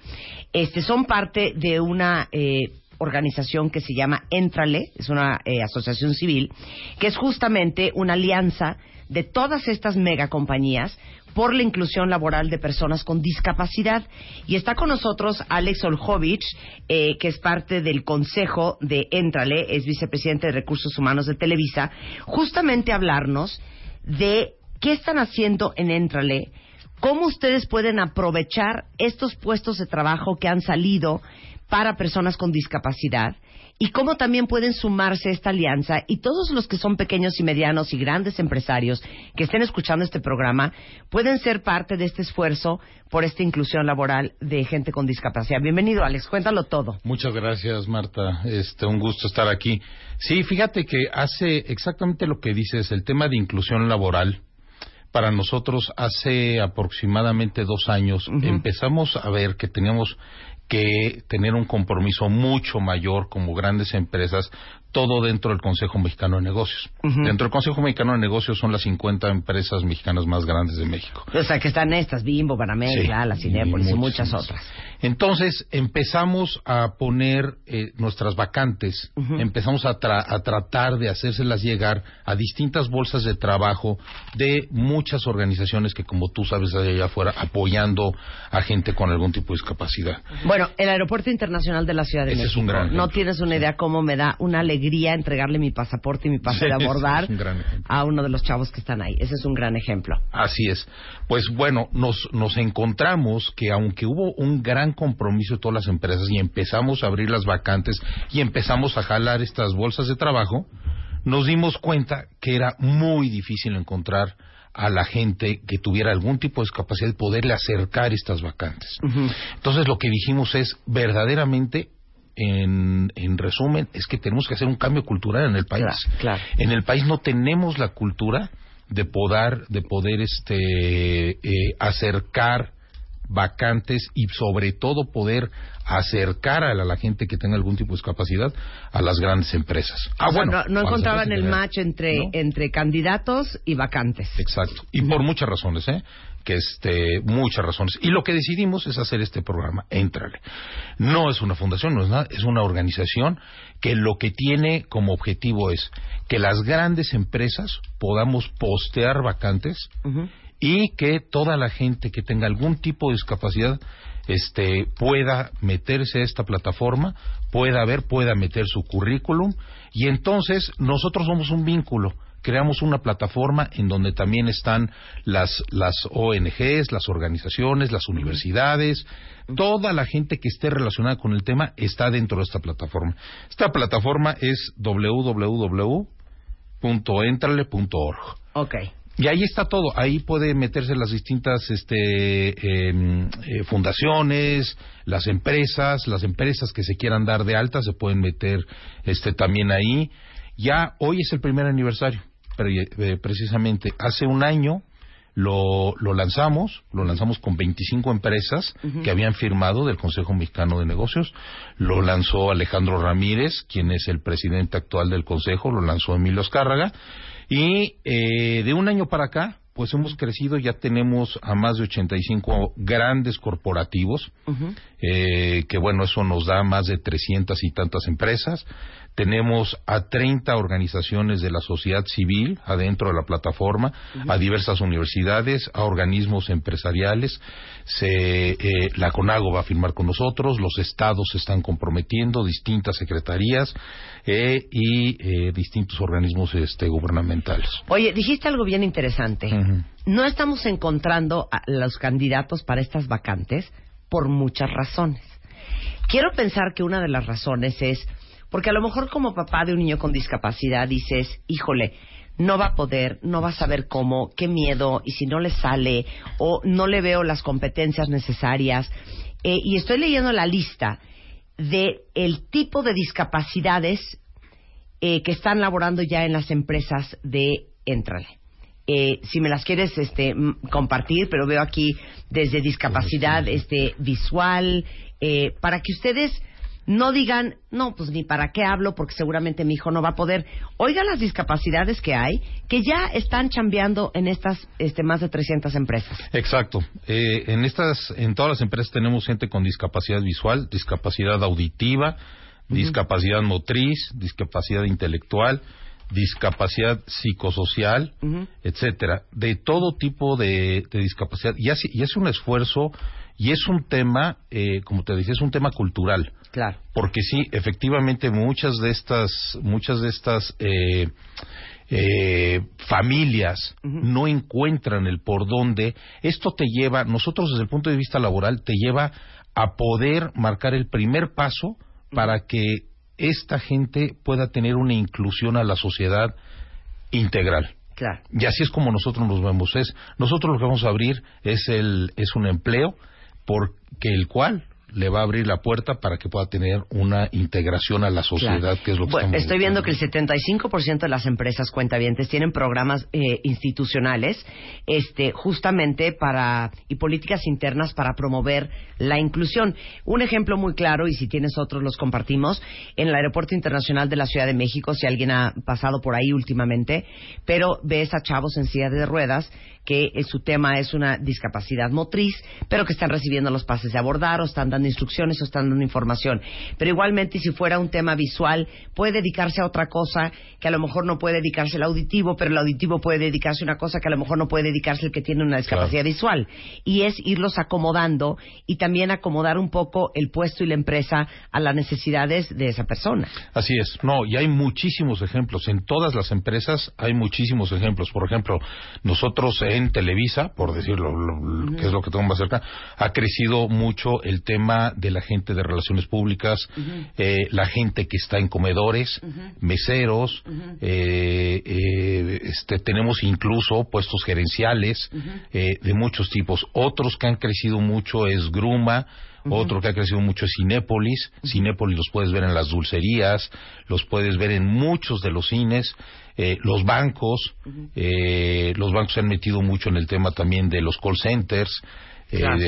son parte de una organización que se llama Éntrale, es una asociación civil, que es justamente una alianza de todas estas megacompañías por la inclusión laboral de personas con discapacidad. Y está con nosotros Alex Oljovich, que es parte del consejo de Éntrale, es vicepresidente de Recursos Humanos de Televisa, justamente a hablarnos de qué están haciendo en Éntrale, cómo ustedes pueden aprovechar estos puestos de trabajo que han salido para personas con discapacidad y cómo también pueden sumarse a esta alianza, y todos los que son pequeños y medianos y grandes empresarios que estén escuchando este programa pueden ser parte de este esfuerzo por esta inclusión laboral de gente con discapacidad. Bienvenido, Alex, cuéntalo todo. Muchas gracias, Marta. Un gusto estar aquí. Sí, fíjate que hace exactamente lo que dices, el tema de inclusión laboral. Para nosotros hace aproximadamente 2 años empezamos a ver que teníamos que tener un compromiso mucho mayor como grandes empresas, todo dentro del Consejo Mexicano de Negocios. Dentro del Consejo Mexicano de Negocios son las 50 empresas mexicanas más grandes de México. O sea, que están estas, Bimbo, Banamex, Lala, Cinépolis y muchas otras. Entonces, empezamos a poner nuestras vacantes, empezamos a tratar de hacérselas llegar a distintas bolsas de trabajo de muchas organizaciones que, como tú sabes, hay allá afuera, apoyando a gente con algún tipo de discapacidad. Bueno, el Aeropuerto Internacional de la Ciudad de México. Es un gran ejemplo. No tienes una idea cómo me da una alegría entregarle mi pasaporte y mi pase de abordar a uno de los chavos que están ahí. Ese es un gran ejemplo. Así es. Pues bueno, nos encontramos que aunque hubo un gran compromiso de todas las empresas y empezamos a abrir las vacantes y empezamos a jalar estas bolsas de trabajo, nos dimos cuenta que era muy difícil encontrar a la gente que tuviera algún tipo de discapacidad y poderle acercar estas vacantes. Entonces lo que dijimos es, verdaderamente, en resumen, es que tenemos que hacer un cambio cultural en el país. Claro. En el país no tenemos la cultura de poder acercar vacantes y sobre todo poder acercar a la gente que tenga algún tipo de discapacidad a las grandes empresas. No encontraban el match entre candidatos y vacantes. Exacto. Y por muchas razones, muchas razones. Y lo que decidimos es hacer este programa, Éntrale. No es una fundación, no es nada, es una organización que lo que tiene como objetivo es que las grandes empresas podamos postear vacantes y que toda la gente que tenga algún tipo de discapacidad pueda meterse a esta plataforma, pueda meter su currículum, y entonces nosotros somos un vínculo. Creamos una plataforma en donde también están las ONGs, las organizaciones, las universidades, toda la gente que esté relacionada con el tema está dentro de esta plataforma. Esta plataforma es www.entrale.org. Okay. Y ahí está todo, ahí puede meterse las distintas fundaciones, las empresas que se quieran dar de alta se pueden meter también ahí. Ya hoy es el primer aniversario, precisamente hace un año lo lanzamos con 25 empresas que habían firmado del Consejo Mexicano de Negocios. Lo lanzó Alejandro Ramírez, quien es el presidente actual del Consejo, lo lanzó Emilio Azcárraga. Y de un año para acá, pues hemos crecido, ya tenemos a más de 85 grandes corporativos, que bueno, eso nos da más de 300 y tantas empresas. Tenemos a 30 organizaciones de la sociedad civil adentro de la plataforma, a diversas universidades, a organismos empresariales. La CONAGO va a firmar con nosotros, los estados se están comprometiendo, distintas secretarías y distintos organismos gubernamentales. Oye, dijiste algo bien interesante. No estamos encontrando a los candidatos para estas vacantes por muchas razones. Quiero pensar que una de las razones es porque a lo mejor como papá de un niño con discapacidad dices, híjole, no va a poder, no va a saber cómo, qué miedo, y si no le sale, o no le veo las competencias necesarias. Y estoy leyendo la lista de el tipo de discapacidades que están laborando ya en las empresas de Éntrale. Si me las quieres compartir, pero veo aquí desde discapacidad visual, para que ustedes no digan, no, pues ni para qué hablo, porque seguramente mi hijo no va a poder. Oigan las discapacidades que hay, que ya están chambeando en estas más de 300 empresas. Exacto. En todas las empresas tenemos gente con discapacidad visual, discapacidad auditiva, discapacidad motriz, discapacidad intelectual, discapacidad psicosocial, etcétera, de todo tipo de discapacidad, y hace un esfuerzo, y es un tema, como te decía, es un tema cultural. Claro. Porque sí, efectivamente, muchas de estas familias no encuentran el por dónde. Esto te lleva, nosotros desde el punto de vista laboral, te lleva a poder marcar el primer paso para que esta gente pueda tener una inclusión a la sociedad integral. Claro. Y así es como nosotros nos vemos. Nosotros lo que vamos a abrir es un empleo porque el cual le va a abrir la puerta para que pueda tener una integración a la sociedad, claro, que es lo que estamos estoy viendo que el 75% de las empresas cuentavientes tienen programas institucionales justamente y políticas internas para promover la inclusión. Un ejemplo muy claro, y si tienes otros los compartimos, en el Aeropuerto Internacional de la Ciudad de México, si alguien ha pasado por ahí últimamente, pero ves a chavos en silla de ruedas que su tema es una discapacidad motriz, pero que están recibiendo los pases de abordar, o están dando instrucciones, o están dando información. Pero igualmente, si fuera un tema visual, puede dedicarse a otra cosa que a lo mejor no puede dedicarse el auditivo, pero el auditivo puede dedicarse a una cosa que a lo mejor no puede dedicarse el que tiene una discapacidad visual. Y es irlos acomodando y también acomodar un poco el puesto y la empresa a las necesidades de esa persona. Así es. No, y hay muchísimos ejemplos. En todas las empresas hay muchísimos ejemplos. Por ejemplo, nosotros en Televisa, por decirlo, que es lo que tengo más cerca, ha crecido mucho el tema de la gente de relaciones públicas, la gente que está en comedores, meseros, tenemos incluso puestos gerenciales de muchos tipos. Otros que han crecido mucho es Gruma. Otro que ha crecido mucho es Cinépolis. Cinépolis los puedes ver en las dulcerías, los puedes ver en muchos de los cines. Los bancos se han metido mucho en el tema también de los call centers. Claro.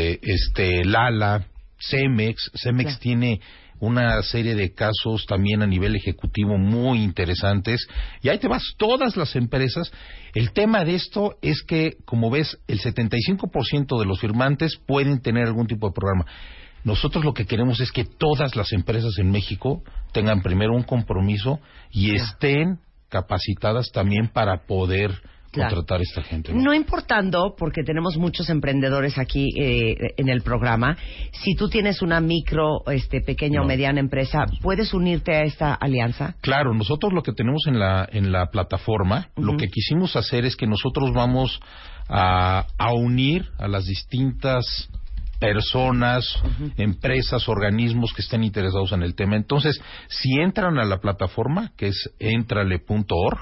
Lala, Cemex claro. Tiene una serie de casos también a nivel ejecutivo muy interesantes. Y ahí te vas, todas las empresas. El tema de esto es que, como ves, el 75% de los firmantes pueden tener algún tipo de programa. Nosotros lo que queremos es que todas las empresas en México tengan primero un compromiso y estén capacitadas también para poder contratar a esta gente. No importando, porque tenemos muchos emprendedores aquí en el programa, si tú tienes una micro, pequeña o mediana empresa, ¿puedes unirte a esta alianza? Claro, nosotros lo que tenemos en la plataforma, lo que quisimos hacer es que nosotros vamos a unir a las distintas personas, empresas, organismos que estén interesados en el tema. Entonces, si entran a la plataforma, que es entrale.org,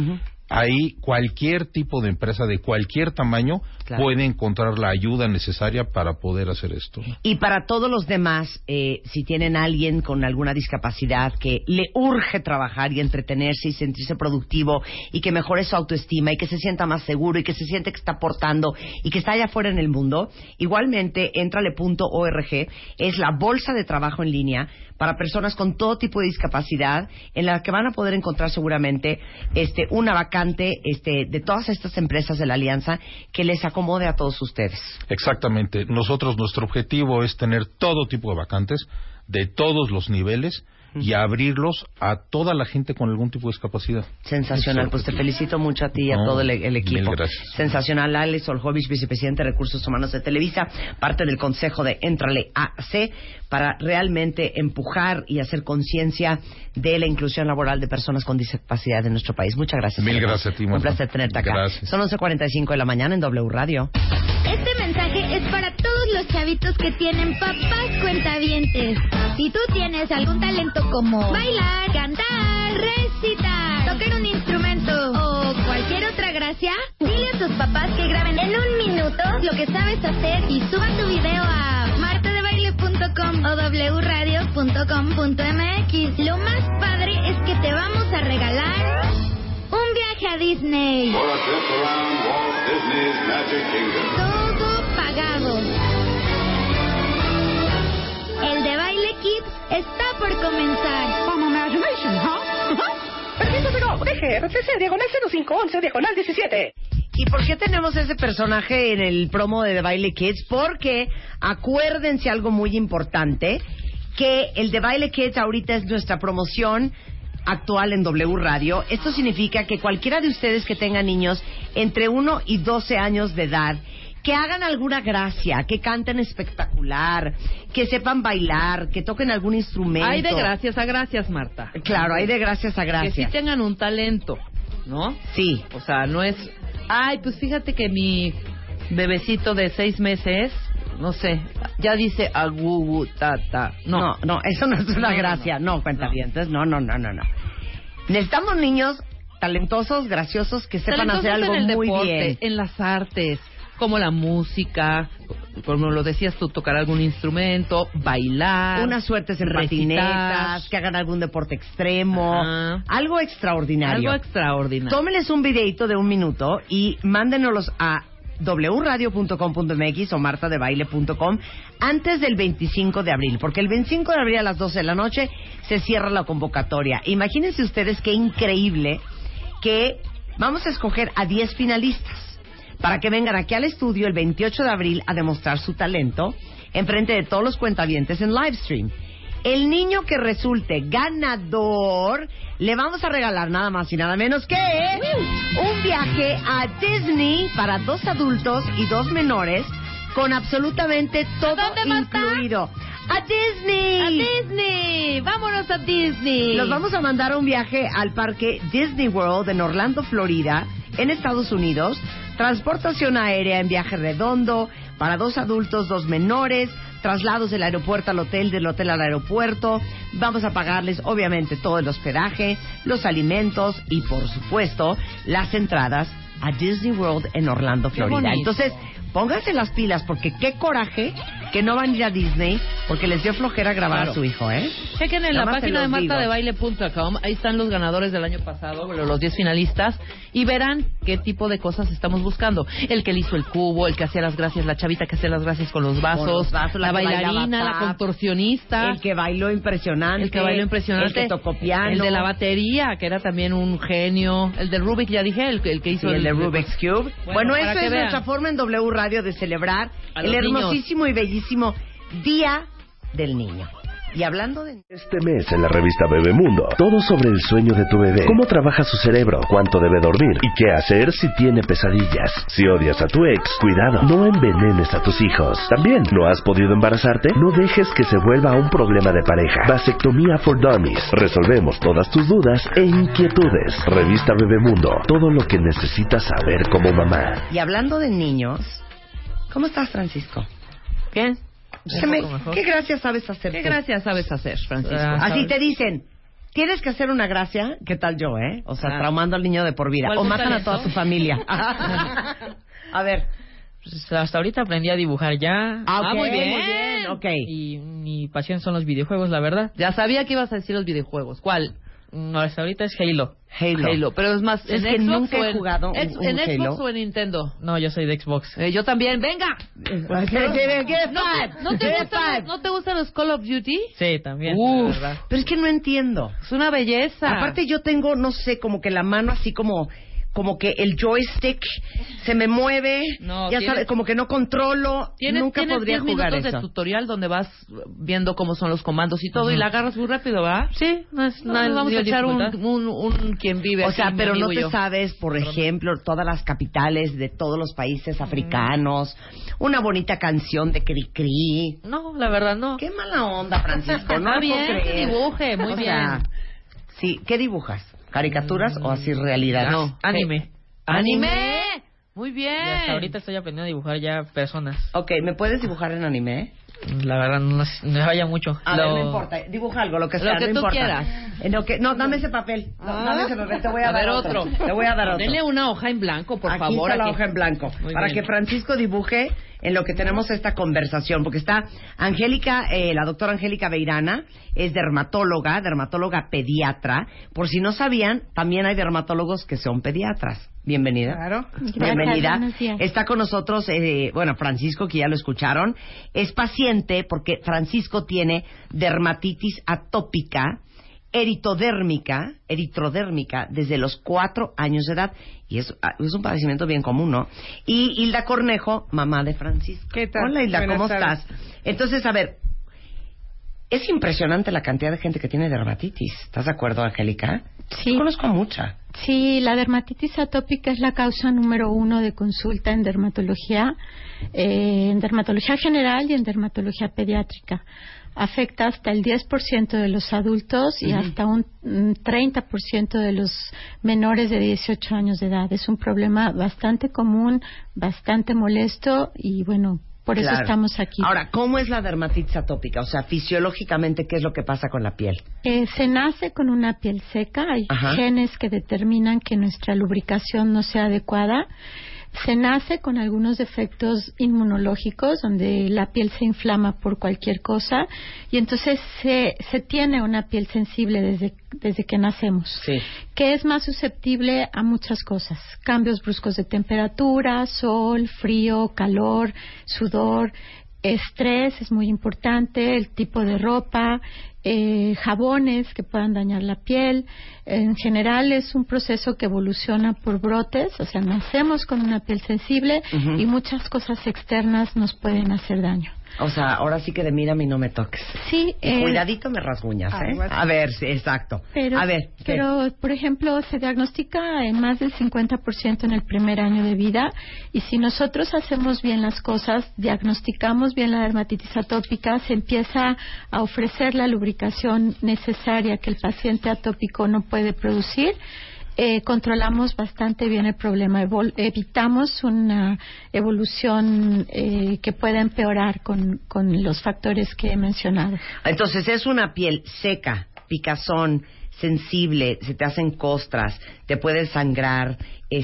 ahí cualquier tipo de empresa de cualquier tamaño puede encontrar la ayuda necesaria para poder hacer esto. Y para todos los demás, si tienen alguien con alguna discapacidad que le urge trabajar y entretenerse y sentirse productivo y que mejore su autoestima y que se sienta más seguro y que se siente que está aportando y que está allá afuera en el mundo, igualmente entrale.org es la bolsa de trabajo en línea para personas con todo tipo de discapacidad, en la que van a poder encontrar seguramente una vacante de todas estas empresas de la Alianza que les acomode a todos ustedes. Exactamente. Nosotros, nuestro objetivo es tener todo tipo de vacantes, de todos los niveles, y abrirlos a toda la gente con algún tipo de discapacidad. Sensacional, pues te felicito mucho a ti y a todo el equipo. Mil gracias. Sensacional. Alex Oljovich, vicepresidente de Recursos Humanos de Televisa, parte del consejo de Éntrale AC, para realmente empujar y hacer conciencia de la inclusión laboral de personas con discapacidad en nuestro país. Muchas gracias. Mil gracias a ti, Marta. Un placer tenerte acá. Gracias. Son 11:45 de la mañana en W Radio. Este mensaje es para todos los chavitos que tienen papás cuentavientes. Si tú tienes algún talento como bailar, cantar, recitar, tocar un instrumento o cualquier gracia? Dile a tus papás que graben en 1 minuto lo que sabes hacer y suban tu video a martadebaile.com o wradio.com.mx. Lo más padre es que te vamos a regalar un viaje a Disney. Todo pagado. El de Baile Kids está por comenzar. Permiso de no, deje, RTC, diagonal 0511, diagonal 17. ¿Y por qué tenemos ese personaje en el promo de The Baile Kids? Porque acuérdense algo muy importante, que el The Baile Kids ahorita es nuestra promoción actual en W Radio. Esto significa que cualquiera de ustedes que tenga niños entre 1 y 12 años de edad, que hagan alguna gracia, que canten espectacular, que sepan bailar, que toquen algún instrumento. Hay de gracias a gracias, Marta. Claro, hay de gracias a gracias. Que sí tengan un talento, ¿no? Sí. O sea, no es... Ay, pues fíjate que mi bebecito de 6 meses, no sé, ya dice agugu tata. No, eso no es una gracia. No, cuentavientes, no. Necesitamos niños talentosos, graciosos, que sepan hacer algo en el muy deporte, bien. En las artes, como la música, como lo decías tú, tocar algún instrumento, bailar, unas suertes en patinetas, que hagan algún deporte extremo, algo extraordinario. Tómenles un videito de 1 minuto y mándenoslos a wradio.com.mx o martadebaile.com antes del 25 de abril, porque el 25 de abril a las 12 de la noche se cierra la convocatoria. Imagínense ustedes qué increíble que vamos a escoger a 10 finalistas para que vengan aquí al estudio el 28 de abril a demostrar su talento enfrente de todos los cuentavientes en livestream. El niño que resulte ganador, le vamos a regalar nada más y nada menos que un viaje a Disney para 2 adultos y 2 menores con absolutamente todo incluido. ¡A Disney! ¡A Disney! ¡Vámonos a Disney! Los vamos a mandar a un viaje al parque Disney World en Orlando, Florida, en Estados Unidos. Transportación aérea en viaje redondo para 2 adultos, 2 menores. Traslados del aeropuerto al hotel, del hotel al aeropuerto. Vamos a pagarles, obviamente, todo el hospedaje, los alimentos y, por supuesto, las entradas a Disney World en Orlando, Florida. Entonces, pónganse las pilas, porque qué coraje que no van a ir a Disney porque les dio flojera grabar a su hijo, ¿eh? Chequen en la página de martadebaile.com, ahí están los ganadores del año pasado, los 10 finalistas, y verán qué tipo de cosas estamos buscando. El que le hizo el cubo, el que hacía las gracias, la chavita que hacía las gracias con los vasos, la bailarina, la contorsionista, el que bailó impresionante, el que tocó piano, el de la batería, que era también un genio, el del Rubik, ya dije, el que hizo el de Rubik's Cube. Bueno, eso es nuestra forma en W Radio de celebrar el hermosísimo y bellísimo Día del Niño. Y hablando de... Este mes en la revista Bebemundo, todo sobre el sueño de tu bebé, cómo trabaja su cerebro, cuánto debe dormir y qué hacer si tiene pesadillas. Si odias a tu ex, cuidado, no envenenes a tus hijos. También, ¿no has podido embarazarte? No dejes que se vuelva un problema de pareja. Vasectomía for Dummies. Resolvemos todas tus dudas e inquietudes. Revista Bebemundo, todo lo que necesitas saber como mamá. Y hablando de niños, ¿cómo estás, Francisco? Bien. ¿Qué gracias sabes hacer? ¿Qué gracias sabes hacer, Francisco? Así te dicen, tienes que hacer una gracia. ¿Qué tal yo, O sea, traumando al niño de por vida. O matan a toda tu familia. A ver. Pues hasta ahorita aprendí a dibujar ya. Okay, muy bien. Okay. Y mi pasión son los videojuegos, la verdad. Ya sabía que ibas a decir los videojuegos. ¿Cuál? No, hasta ahorita es Halo. Halo, pero es más, es que nunca he jugado en Halo. Xbox o en Nintendo. No, yo soy de Xbox. Yo también, venga. ¿No te gustan los Call of Duty? Sí, también. La verdad. Pero es que no entiendo. Es una belleza. Aparte yo tengo, no sé, como que la mano así como que el joystick se me mueve, ya sabes, como que no controlo, nunca podría jugar eso. 10 minutos de tutorial donde vas viendo cómo son los comandos y todo, y la agarras muy rápido, ¿verdad? Sí, vamos a echar un quien vive. O sea, pero no te sabes, por ejemplo, todas las capitales de todos los países africanos, una bonita canción de Cricri. No, la verdad no. Qué mala onda, Francisco, no lo puedo creer. Dibuje, muy bien. Sí, ¿qué dibujas? ¿Caricaturas o así realidad? No, anime. ¿Anime? Muy bien. Y hasta ahorita estoy aprendiendo a dibujar ya personas. Ok, ¿me puedes dibujar en anime? La verdad, no me vaya mucho. A ver, no importa. Dibuja algo, lo que sea, Lo que no tú importa. quieras. No, dame ese papel. Dame ese papel. Te voy a dar otro. Te voy a dar otro. Denle una hoja en blanco, por aquí favor. Está la hoja en blanco. Muy para bien. que Francisco dibuje en lo que tenemos esta conversación. Porque está Angélica, la doctora Angélica Beirana, es dermatóloga pediatra. Por si no sabían, también hay dermatólogos que son pediatras. Bienvenida. Claro. Bienvenida. Gracias. Está con nosotros, Francisco, que ya lo escucharon. Es paciente porque Francisco tiene dermatitis atópica eritrodérmica desde los 4 años de edad. Y es un padecimiento bien común, ¿no? Y Hilda Cornejo, mamá de Francisco. ¿Qué tal? Hola, Hilda, Buenas ¿cómo tardes. estás? Entonces, a ver, es impresionante la cantidad de gente que tiene dermatitis. ¿Estás de acuerdo, Angélica? Sí. Yo conozco mucha. Sí, la dermatitis atópica es la causa número 1 de consulta en dermatología general y en dermatología pediátrica. Afecta hasta el 10% de los adultos y hasta un 30% de los menores de 18 años de edad. Es un problema bastante común, bastante molesto y bueno, por eso estamos aquí. Ahora, ¿cómo es la dermatitis atópica? O sea, fisiológicamente, ¿qué es lo que pasa con la piel? Se nace con una piel seca. Hay genes que determinan que nuestra lubricación no sea adecuada. Se nace con algunos defectos inmunológicos, donde la piel se inflama por cualquier cosa, y entonces se tiene una piel sensible desde que nacemos, que es más susceptible a muchas cosas: cambios bruscos de temperatura, sol, frío, calor, sudor, estrés es muy importante, el tipo de ropa, jabones que puedan dañar la piel. En general es un proceso que evoluciona por brotes, o sea, nacemos con una piel sensible y muchas cosas externas nos pueden hacer daño. O sea, ahora sí que de mírame y no me toques. Sí. Cuidadito me rasguñas, ¿eh? A ver, sí, exacto. Pero, por ejemplo, se diagnostica en más del 50% en el primer año de vida, y si nosotros hacemos bien las cosas, diagnosticamos bien la dermatitis atópica, se empieza a ofrecer la lubricación necesaria que el paciente atópico no puede producir. Controlamos bastante bien el problema, evitamos una evolución que pueda empeorar con los factores que he mencionado. Entonces, es una piel seca, picazón, sensible, se te hacen costras, te puedes sangrar,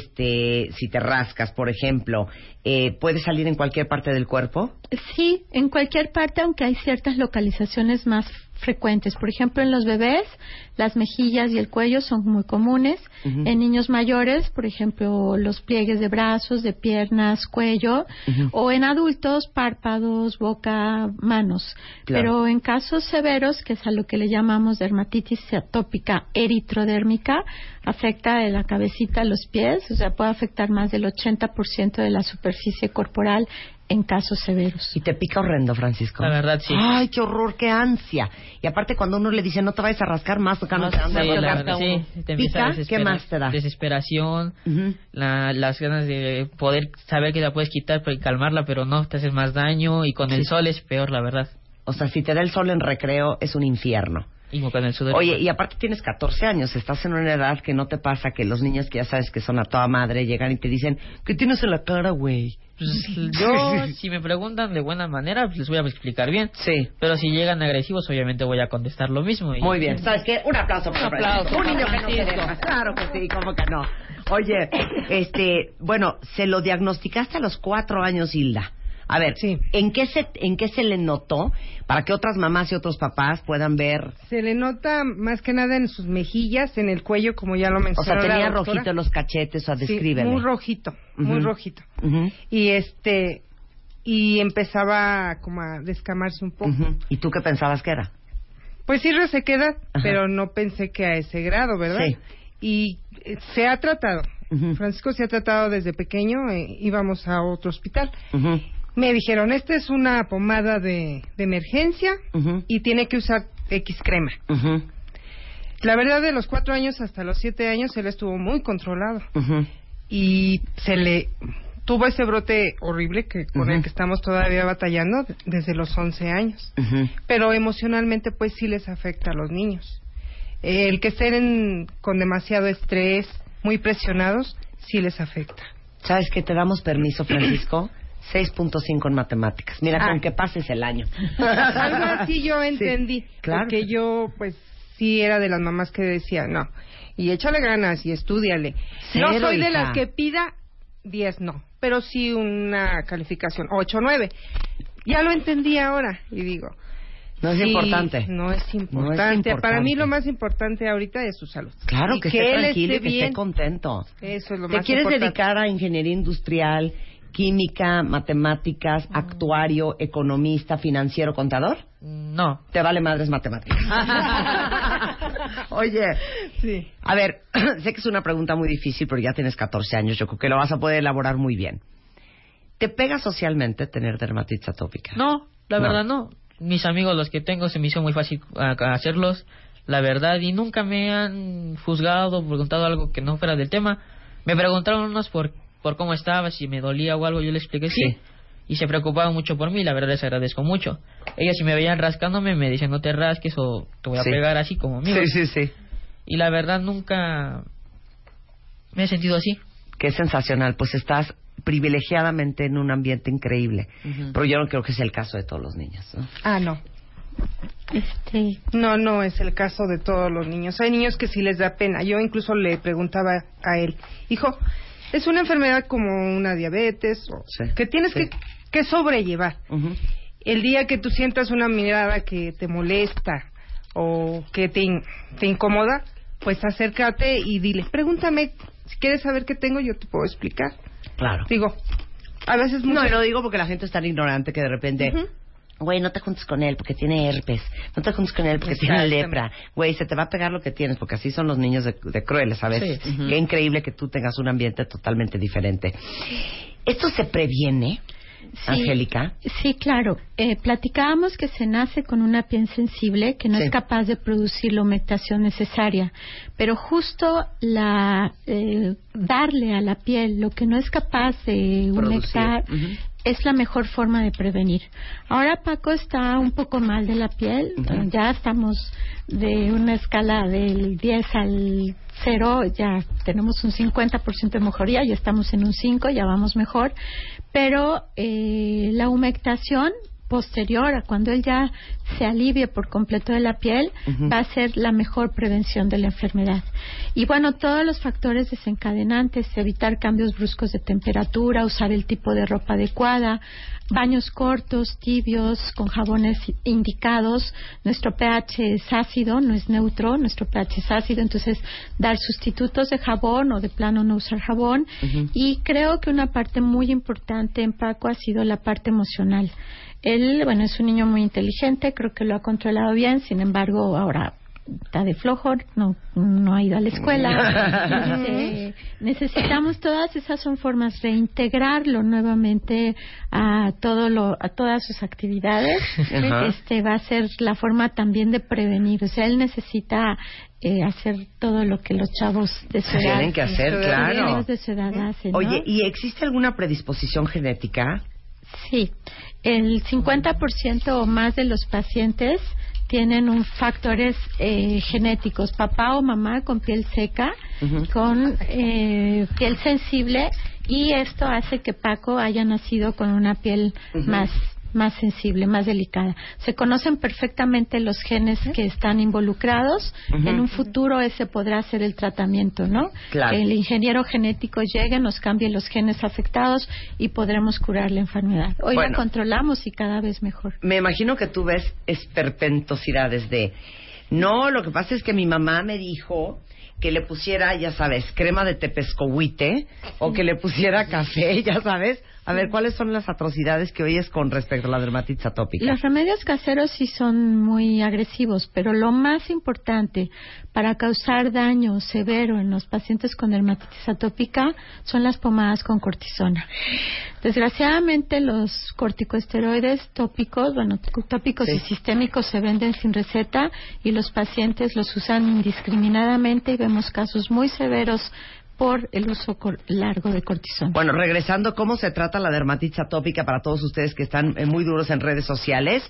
si te rascas, por ejemplo, ¿puede salir en cualquier parte del cuerpo? Sí, en cualquier parte, aunque hay ciertas localizaciones más frecuentes. Por ejemplo, en los bebés, las mejillas y el cuello son muy comunes. En niños mayores, por ejemplo, los pliegues de brazos, de piernas, cuello. O en adultos, párpados, boca, manos. Pero en casos severos, que es a lo que le llamamos dermatitis atópica eritrodérmica, afecta de la cabecita a los pies, o sea, puede afectar más del 80% de la superficie corporal en casos severos. Y te pica horrendo, Francisco. La verdad, sí. Ay, qué horror, qué ansia. Y aparte, cuando uno le dice no te vayas a rascar más, acá no te dan te ¿Pica? ¿Qué más te da? Desesperación, las ganas de poder saber que la puedes quitar y calmarla, pero no, te haces más daño, y con el sol es peor, la verdad. O sea, si te da el sol en recreo, es un infierno. Y con el sudor. Oye, y aparte tienes 14 años, estás en una edad que no te pasa que los niños que ya sabes que son a toda madre llegan y te dicen, ¿qué tienes en la cara, güey? Pues yo, si me preguntan de buena manera, pues les voy a explicar bien. Sí. Pero si llegan agresivos, obviamente voy a contestar lo mismo. Muy bien. ¿Sabes qué? Un aplauso para Francisco. Un niño que no se deja. Claro que sí, ¿cómo que no? Oye, bueno, se lo diagnosticaste a los 4 años, Hilda. A ver, ¿en qué se le notó para que otras mamás y otros papás puedan ver? Se le nota más que nada en sus mejillas, en el cuello, como ya lo mencionó. O sea, tenía la doctora. rojito los cachetes, o descríbele. Sí, muy rojito, muy rojito. Y empezaba como a descamarse un poco. ¿Y tú qué pensabas que era? Pues sí, resequedad, pero no pensé que a ese grado, ¿verdad? Sí. Y se ha tratado. Francisco se ha tratado desde pequeño, íbamos a otro hospital. Me dijeron, esta es una pomada de emergencia y tiene que usar X crema. La verdad, de los 4 años hasta los 7 años, él estuvo muy controlado. Y se le tuvo ese brote horrible con el que estamos todavía batallando desde los 11 años. Pero emocionalmente, pues sí les afecta a los niños. El que estén con demasiado estrés, muy presionados, sí les afecta. ¿Sabes qué? Te damos permiso, Francisco, 6.5 en matemáticas. Mira, con que pases el año. Algo así yo entendí. Sí, claro. Porque yo, pues, sí era de las mamás que decía, no, y échale ganas y estúdiale. No soy de las que pida 10, no, pero sí una calificación 8 o 9. Ya lo entendí ahora y digo... No es importante. No es importante. Para mí lo más importante ahorita es su salud. Claro, que esté tranquilo y que bien. esté contento. Eso es lo más importante. ¿Te quieres dedicar a ingeniería industrial, química, matemáticas, actuario, economista, financiero, contador? No. Te vale madres matemáticas. Oye, sí. A ver, sé que es una pregunta muy difícil, pero ya tienes 14 años. Yo creo que lo vas a poder elaborar muy bien. ¿Te pega socialmente tener dermatitis atópica? No, la verdad no. Mis amigos, los que tengo, se me hizo muy fácil hacerlos, la verdad, y nunca me han juzgado o preguntado algo que no fuera del tema. Me preguntaron unos por cómo estaba, si me dolía o algo, yo les expliqué sí. Y se preocupaban mucho por mí, la verdad les agradezco mucho. Ellos si me veían rascándome me decían no te rasques o te voy a pegar así como amigos. Sí. Y la verdad nunca me he sentido así. Qué sensacional, pues estás privilegiadamente en un ambiente increíble. Pero yo no creo que sea el caso de todos los niños, ¿no? No. No es el caso de todos los niños. Hay niños que sí les da pena. Yo incluso le preguntaba a él, hijo, es una enfermedad como una diabetes que tienes que sobrellevar. El día que tú sientas una mirada que te molesta o que te incomoda, pues acércate y dile, pregúntame, si quieres saber qué tengo, yo te puedo explicar. Claro. Digo, a veces... No, lo digo porque la gente es tan ignorante que de repente... Güey, no te juntes con él porque tiene herpes. No te juntes con él porque tiene lepra. Güey, se te va a pegar lo que tienes, porque así son los niños de crueles, ¿sabes? Sí. Qué increíble que tú tengas un ambiente totalmente diferente. ¿Esto se previene, Angélica? Sí, claro. Platicábamos que se nace con una piel sensible que no es capaz de producir la humectación necesaria, pero justo darle a la piel lo que no es capaz de humectar es la mejor forma de prevenir. Ahora Paco está un poco mal de la piel, ya estamos de una escala del 10 al 0, ya tenemos un 50% de mejoría, ya estamos en un 5, ya vamos mejor, pero la humectación posterior a cuando él ya se alivie por completo de la piel, va a ser la mejor prevención de la enfermedad. Y bueno, todos los factores desencadenantes, evitar cambios bruscos de temperatura, usar el tipo de ropa adecuada, baños cortos, tibios, con jabones indicados. Nuestro pH es ácido, no es neutro, nuestro pH es ácido, entonces dar sustitutos de jabón o de plano no usar jabón. Y creo que una parte muy importante en Paco ha sido la parte emocional. Él, bueno, es un niño muy inteligente, creo que lo ha controlado bien, sin embargo, ahora está de flojo, no ha ido a la escuela. Necesitamos, todas esas son formas de integrarlo nuevamente a todas sus actividades. Va a ser la forma también de prevenir. O sea, él necesita hacer todo lo que los chavos de su edad tienen que hacer, claro. De su edad hacen, ¿no? Oye, ¿y existe alguna predisposición genética? Sí, el 50% o más de los pacientes tienen factores genéticos, papá o mamá con piel seca, con piel sensible, y esto hace que Paco haya nacido con una piel más sensible, más delicada. Se conocen perfectamente los genes que están involucrados. En un futuro ese podrá ser el tratamiento, ¿no? Claro. Que el ingeniero genético llegue, nos cambie los genes afectados y podremos curar la enfermedad. Hoy la controlamos y cada vez mejor. Me imagino que tú ves esperpentosidades de... No, lo que pasa es que mi mamá me dijo que le pusiera, ya sabes, crema de tepescohuite o que le pusiera café, ya sabes. A ver, ¿cuáles son las atrocidades que oyes con respecto a la dermatitis atópica? Los remedios caseros sí son muy agresivos, pero lo más importante para causar daño severo en los pacientes con dermatitis atópica son las pomadas con cortisona. Desgraciadamente los corticosteroides tópicos, tópicos y sistémicos se venden sin receta y los pacientes los usan indiscriminadamente y vemos casos muy severos por el uso largo de cortisona. Bueno, regresando, ¿cómo se trata la dermatitis atópica para todos ustedes que están muy duros en redes sociales?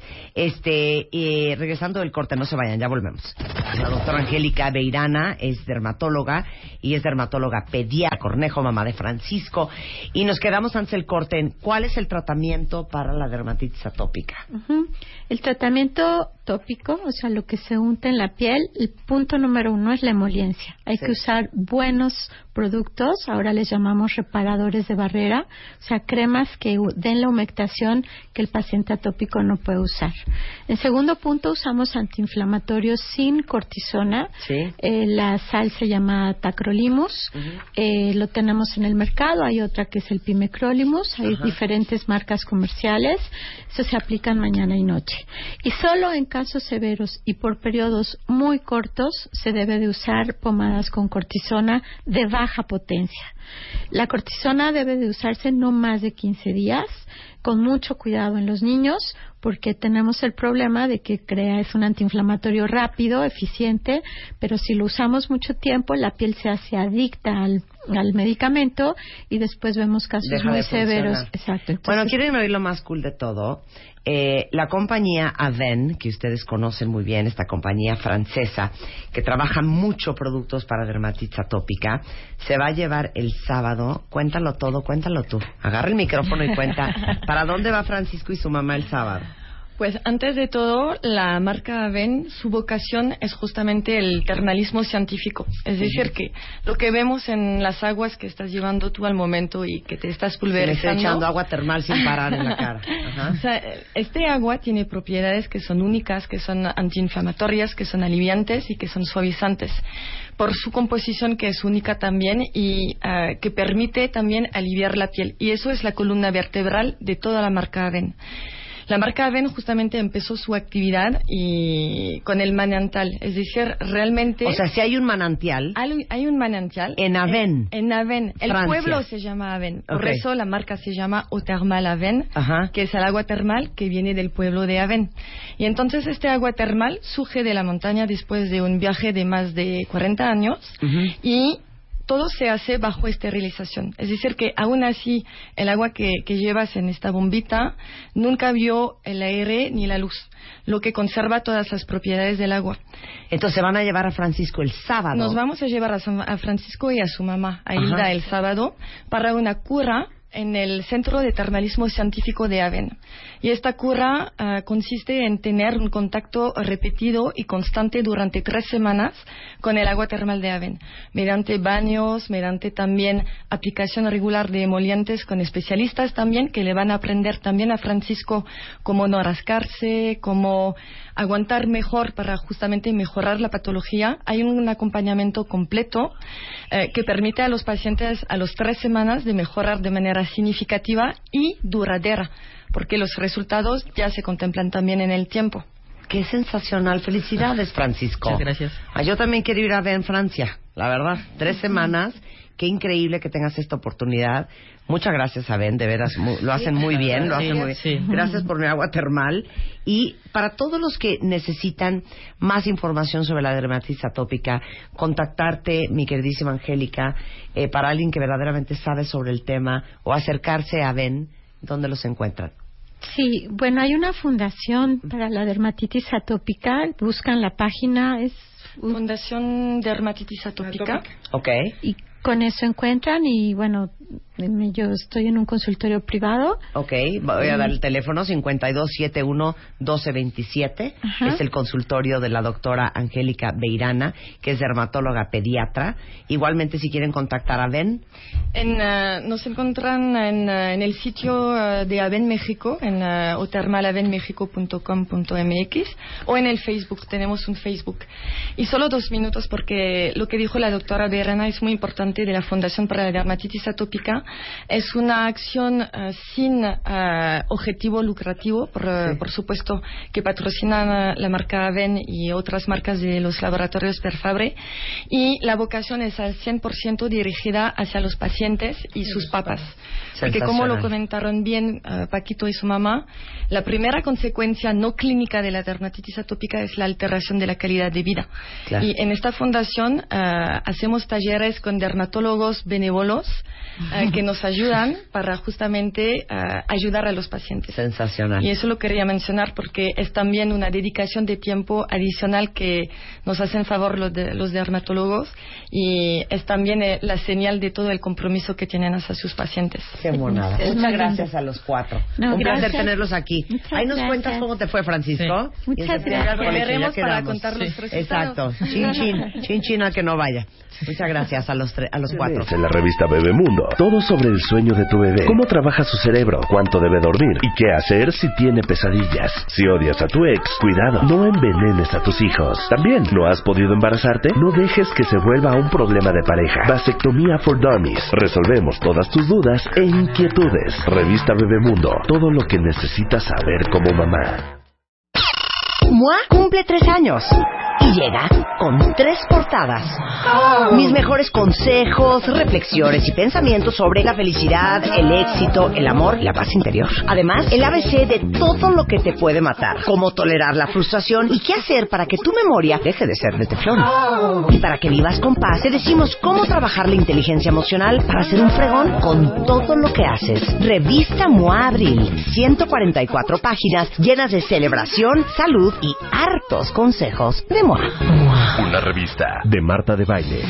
Regresando del corte, no se vayan, ya volvemos. La doctora Angélica Beirana es dermatóloga y es dermatóloga pediatra, Cornejo, mamá de Francisco. Y nos quedamos antes del corte en ¿cuál es el tratamiento para la dermatitis atópica? El tratamiento tópico, o sea, lo que se unta en la piel, el punto número 1 es la emoliencia. Hay que usar buenos productos, ahora les llamamos reparadores de barrera, o sea, cremas que den la humectación que el paciente atópico no puede usar. En segundo punto, usamos antiinflamatorios sin cortisona. La sal se llama tacrolimus, lo tenemos en el mercado, hay otra que es el pimecrolimus, hay diferentes marcas comerciales, eso se aplican mañana y noche. Y solo en casos severos y por periodos muy cortos se debe de usar pomadas con cortisona de baja potencia. La cortisona debe de usarse no más de 15 días, con mucho cuidado en los niños, porque tenemos el problema de que es un antiinflamatorio rápido, eficiente, pero si lo usamos mucho tiempo, la piel se hace adicta al medicamento y después vemos casos muy severos. Exacto. Entonces, bueno, quieren oír lo más cool de todo. La compañía Aven, que ustedes conocen muy bien, esta compañía francesa que trabaja mucho productos para dermatitis atópica, se va a llevar el sábado. Cuéntalo todo, cuéntalo tú. Agarra el micrófono y cuenta. ¿Para dónde va Francisco y su mamá el sábado? Pues antes de todo, la marca Aven, su vocación es justamente el termalismo científico. Es decir, que lo que vemos en las aguas que estás llevando tú al momento y que te estás pulverizando... Se me está echando agua termal sin parar en la cara. Ajá. O sea, este agua tiene propiedades que son únicas, que son antiinflamatorias, que son aliviantes y que son suavizantes. Por su composición que es única también y que permite también aliviar la piel. Y eso es la columna vertebral de toda la marca Aven. La marca Aven justamente empezó su actividad y con el manantial, es decir, realmente... O sea, si hay un manantial... Hay un manantial... En Aven. En Aven. El pueblo se llama Aven. Por eso la marca se llama Eau Thermale Aven, que es el agua termal que viene del pueblo de Aven. Y entonces este agua termal surge de la montaña después de un viaje de más de 40 años y... todo se hace bajo esterilización. Es decir, que aún así el agua que llevas en esta bombita nunca vio el aire ni la luz, lo que conserva todas las propiedades del agua. Entonces se van a llevar a Francisco el sábado. Nos vamos a llevar a Francisco y a su mamá, a Hilda, el sábado, para una cura en el Centro de Termalismo Científico de Aven. Y esta cura consiste en tener un contacto repetido y constante durante 3 semanas con el agua termal de Aven, mediante baños, mediante también aplicación regular de emolientes con especialistas también, que le van a aprender también a Francisco cómo no rascarse, cómo aguantar mejor para justamente mejorar la patología. Hay un acompañamiento completo que permite a los pacientes a las 3 semanas de mejorar de manera significativa y duradera, porque los resultados ya se contemplan también en el tiempo. Qué sensacional. Felicidades, Francisco. Muchas gracias. Yo también quiero ir a ver en Francia, la verdad. 3 semanas. Qué increíble que tengas esta oportunidad. Muchas gracias, Aven, de veras, lo hacen muy bien, lo hacen muy bien. Sí. Gracias por mi agua termal. Y para todos los que necesitan más información sobre la dermatitis atópica, contactarte, mi queridísima Angélica, para alguien que verdaderamente sabe sobre el tema, o acercarse a Aven, ¿dónde los encuentran? Sí, bueno, hay una fundación para la dermatitis atópica, buscan la página, es... Fundación Dermatitis Atópica. Ok. Y con eso encuentran y bueno, yo estoy en un consultorio privado. Ok, voy a dar el teléfono 5271-1227. Es el consultorio de la doctora Angélica Beirana, que es dermatóloga pediatra. Igualmente, si quieren contactar a Aven. Nos encuentran en el sitio de Aven México, en eautermalavenmexico.com.mx, o en el Facebook, tenemos un Facebook. Y solo 2 minutos, porque lo que dijo la doctora Beirana es muy importante, de la Fundación para la Dermatitis Atópica. Es una acción sin objetivo lucrativo, por supuesto, que patrocinan la marca Aven y otras marcas de los laboratorios Perfabre. Y la vocación es al 100% dirigida hacia los pacientes y sus papás. Porque como lo comentaron bien Paquito y su mamá, la primera consecuencia no clínica de la dermatitis atópica es la alteración de la calidad de vida. Claro. Y en esta fundación hacemos talleres con dermatólogos benévolos que nos ayudan para justamente ayudar a los pacientes. Sensacional. Y eso lo quería mencionar porque es también una dedicación de tiempo adicional que nos hacen favor los dermatólogos y es también la señal de todo el compromiso que tienen hacia sus pacientes. Qué monada. Muchas gracias a los 4. Un placer tenerlos aquí. Ahí nos cuentas cómo te fue, Francisco. Sí. Muchas gracias. Volveremos para contar los resultados. Exacto. Chin a que no vaya. Muchas gracias a los 4. En la revista Bebemundo, todo sobre el sueño de tu bebé, cómo trabaja su cerebro, cuánto debe dormir y qué hacer si tiene pesadillas. Si odias a tu ex, cuidado, no envenenes a tus hijos. También, ¿no has podido embarazarte? No dejes que se vuelva un problema de pareja. Vasectomía for Dummies. Resolvemos todas tus dudas e inquietudes. Revista Bebemundo, todo lo que necesitas saber como mamá. MOA cumple 3 años y llega con 3 portadas. Mis mejores consejos, reflexiones y pensamientos sobre la felicidad, el éxito, el amor y la paz interior. Además, el ABC de todo lo que te puede matar, cómo tolerar la frustración y qué hacer para que tu memoria deje de ser de teflón. Y para que vivas con paz, te decimos cómo trabajar la inteligencia emocional para ser un fregón con todo lo que haces. Revista MOA Abril, 144 páginas llenas de celebración, salud y hartos consejos de MOA. Una revista de Marta de Baile.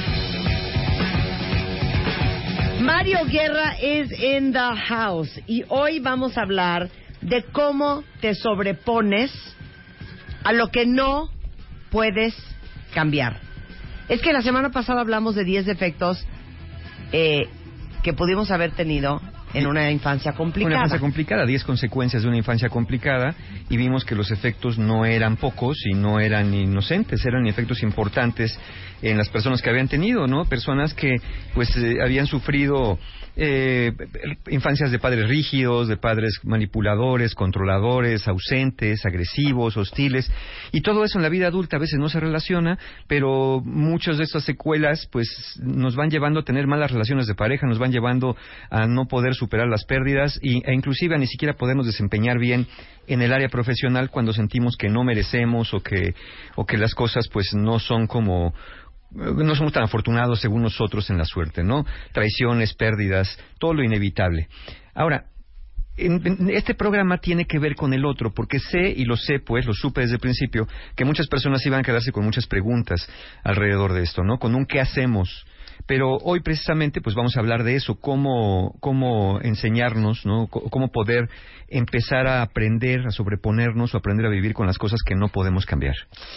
Mario Guerra is in the house y hoy vamos a hablar de cómo te sobrepones a lo que no puedes cambiar. Es que la semana pasada hablamos de 10 defectos que pudimos haber tenido en una infancia complicada. Una infancia complicada, 10 consecuencias de una infancia complicada, y vimos que los efectos no eran pocos y no eran inocentes, eran efectos importantes en las personas que habían tenido, ¿no? Personas que pues habían sufrido infancias de padres rígidos, de padres manipuladores, controladores, ausentes, agresivos, hostiles, y todo eso en la vida adulta a veces no se relaciona, pero muchas de estas secuelas pues nos van llevando a tener malas relaciones de pareja, nos van llevando a no poder superar las pérdidas e inclusive a ni siquiera podernos desempeñar bien en el área profesional cuando sentimos que no merecemos o que las cosas pues no son como no somos tan afortunados según nosotros en la suerte, ¿no? Traiciones, pérdidas, todo lo inevitable. Ahora, este programa tiene que ver con el otro, porque sé, y lo sé, pues, lo supe desde el principio, que muchas personas iban a quedarse con muchas preguntas alrededor de esto, ¿no? Con un ¿qué hacemos? Pero hoy precisamente pues vamos a hablar de eso, cómo enseñarnos, ¿no? Cómo poder empezar a aprender, a sobreponernos o aprender a vivir con las cosas que no podemos cambiar.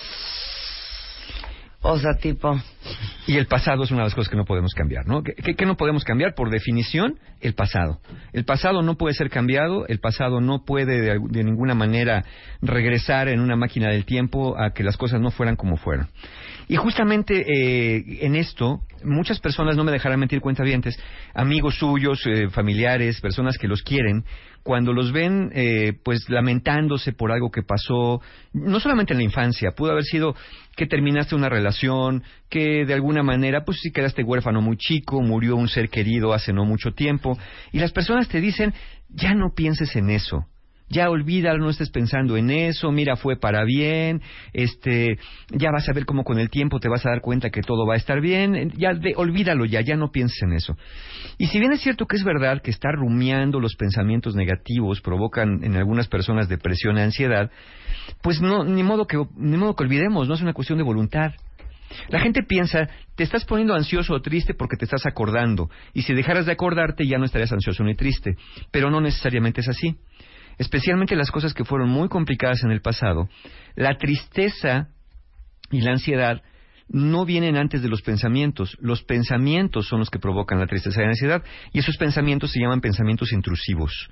O sea, tipo... Y el pasado es una de las cosas que no podemos cambiar, ¿no? ¿Qué no podemos cambiar? Por definición, el pasado. El pasado no puede ser cambiado, el pasado no puede de ninguna manera regresar en una máquina del tiempo a que las cosas no fueran como fueron. Y justamente en esto, muchas personas, no me dejarán mentir cuentavientes, amigos suyos, familiares, personas que los quieren, cuando los ven pues lamentándose por algo que pasó, no solamente en la infancia, pudo haber sido que terminaste una relación, que de alguna manera pues sí quedaste huérfano muy chico, murió un ser querido hace no mucho tiempo, y las personas te dicen, ya no pienses en eso. Ya olvídalo, no estés pensando en eso, mira, fue para bien, ya vas a ver cómo con el tiempo te vas a dar cuenta que todo va a estar bien, olvídalo ya no pienses en eso. Y si bien es cierto que es verdad que estar rumiando los pensamientos negativos provocan en algunas personas depresión y ansiedad, pues no, ni modo que olvidemos, no es una cuestión de voluntad. La gente piensa, te estás poniendo ansioso o triste porque te estás acordando, y si dejaras de acordarte ya no estarías ansioso ni triste, pero no necesariamente es así. Especialmente las cosas que fueron muy complicadas en el pasado, la tristeza y la ansiedad no vienen antes de los pensamientos son los que provocan la tristeza y la ansiedad, y esos pensamientos se llaman pensamientos intrusivos.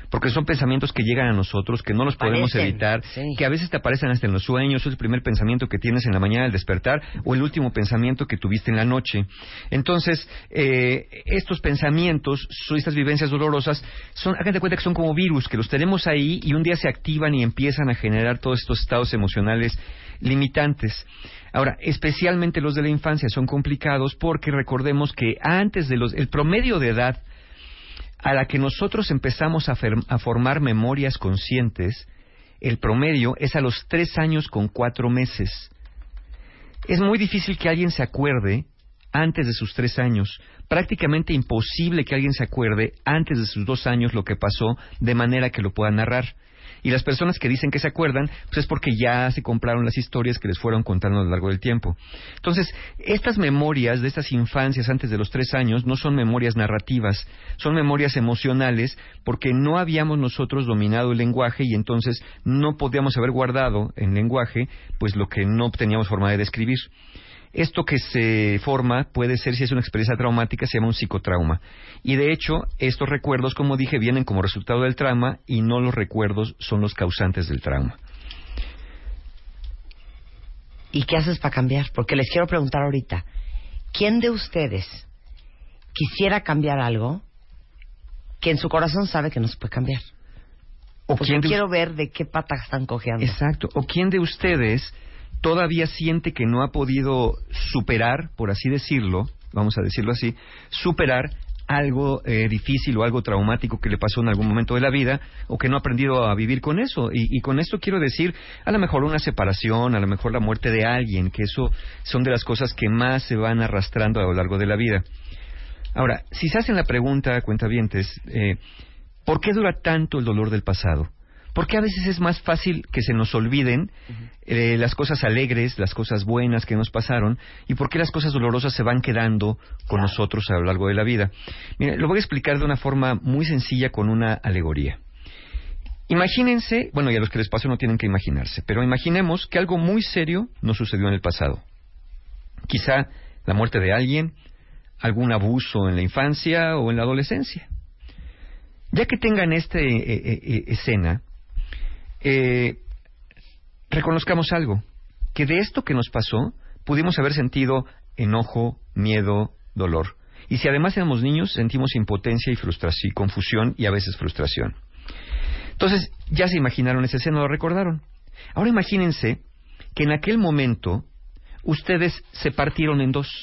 porque son pensamientos que llegan a nosotros, que no los podemos evitar, que a veces te aparecen hasta en los sueños, es el primer pensamiento que tienes en la mañana al despertar, o el último pensamiento que tuviste en la noche. Entonces, estos pensamientos, estas vivencias dolorosas, hagan de cuenta que son como virus, que los tenemos ahí y un día se activan y empiezan a generar todos estos estados emocionales limitantes. Ahora, especialmente los de la infancia son complicados porque recordemos que antes de el promedio de edad a la que nosotros empezamos a formar memorias conscientes, el promedio es a los 3 años con 4 meses. Es muy difícil que alguien se acuerde antes de sus 3 años. Prácticamente imposible que alguien se acuerde antes de sus 2 años lo que pasó de manera que lo pueda narrar. Y las personas que dicen que se acuerdan, pues es porque ya se compraron las historias que les fueron contando a lo largo del tiempo. Entonces, estas memorias de estas infancias antes de los 3 años no son memorias narrativas, son memorias emocionales, porque no habíamos nosotros dominado el lenguaje y entonces no podíamos haber guardado en lenguaje pues lo que no teníamos forma de describir. Esto que se forma puede ser, si es una experiencia traumática, se llama un psicotrauma. Y de hecho, estos recuerdos, como dije, vienen como resultado del trauma y no los recuerdos son los causantes del trauma. ¿Y qué haces para cambiar? Porque les quiero preguntar ahorita, ¿quién de ustedes quisiera cambiar algo que en su corazón sabe que no se puede cambiar? Porque quiero ver de qué patas están cojeando. Exacto. ¿O quién de ustedes todavía siente que no ha podido superar, por así decirlo, vamos a decirlo así, superar algo difícil o algo traumático que le pasó en algún momento de la vida, o que no ha aprendido a vivir con eso? Y con esto quiero decir, a lo mejor una separación, a lo mejor la muerte de alguien, que eso son de las cosas que más se van arrastrando a lo largo de la vida. Ahora, si se hacen la pregunta, cuentavientes, ¿por qué dura tanto el dolor del pasado? Porque a veces es más fácil que se nos olviden las cosas alegres, las cosas buenas que nos pasaron, y por qué las cosas dolorosas se van quedando con nosotros a lo largo de la vida. Mira, lo voy a explicar de una forma muy sencilla con una alegoría. Imagínense, bueno, y a los que les pasó no tienen que imaginarse, pero imaginemos que algo muy serio nos sucedió en el pasado. Quizá la muerte de alguien, algún abuso en la infancia o en la adolescencia. Ya que tengan esta escena, reconozcamos algo, que de esto que nos pasó pudimos haber sentido enojo, miedo, dolor. Y si además éramos niños, sentimos impotencia y frustración, confusión y a veces frustración. Entonces, ya se imaginaron esa escena, lo recordaron. Ahora imagínense que en aquel momento ustedes se partieron en dos.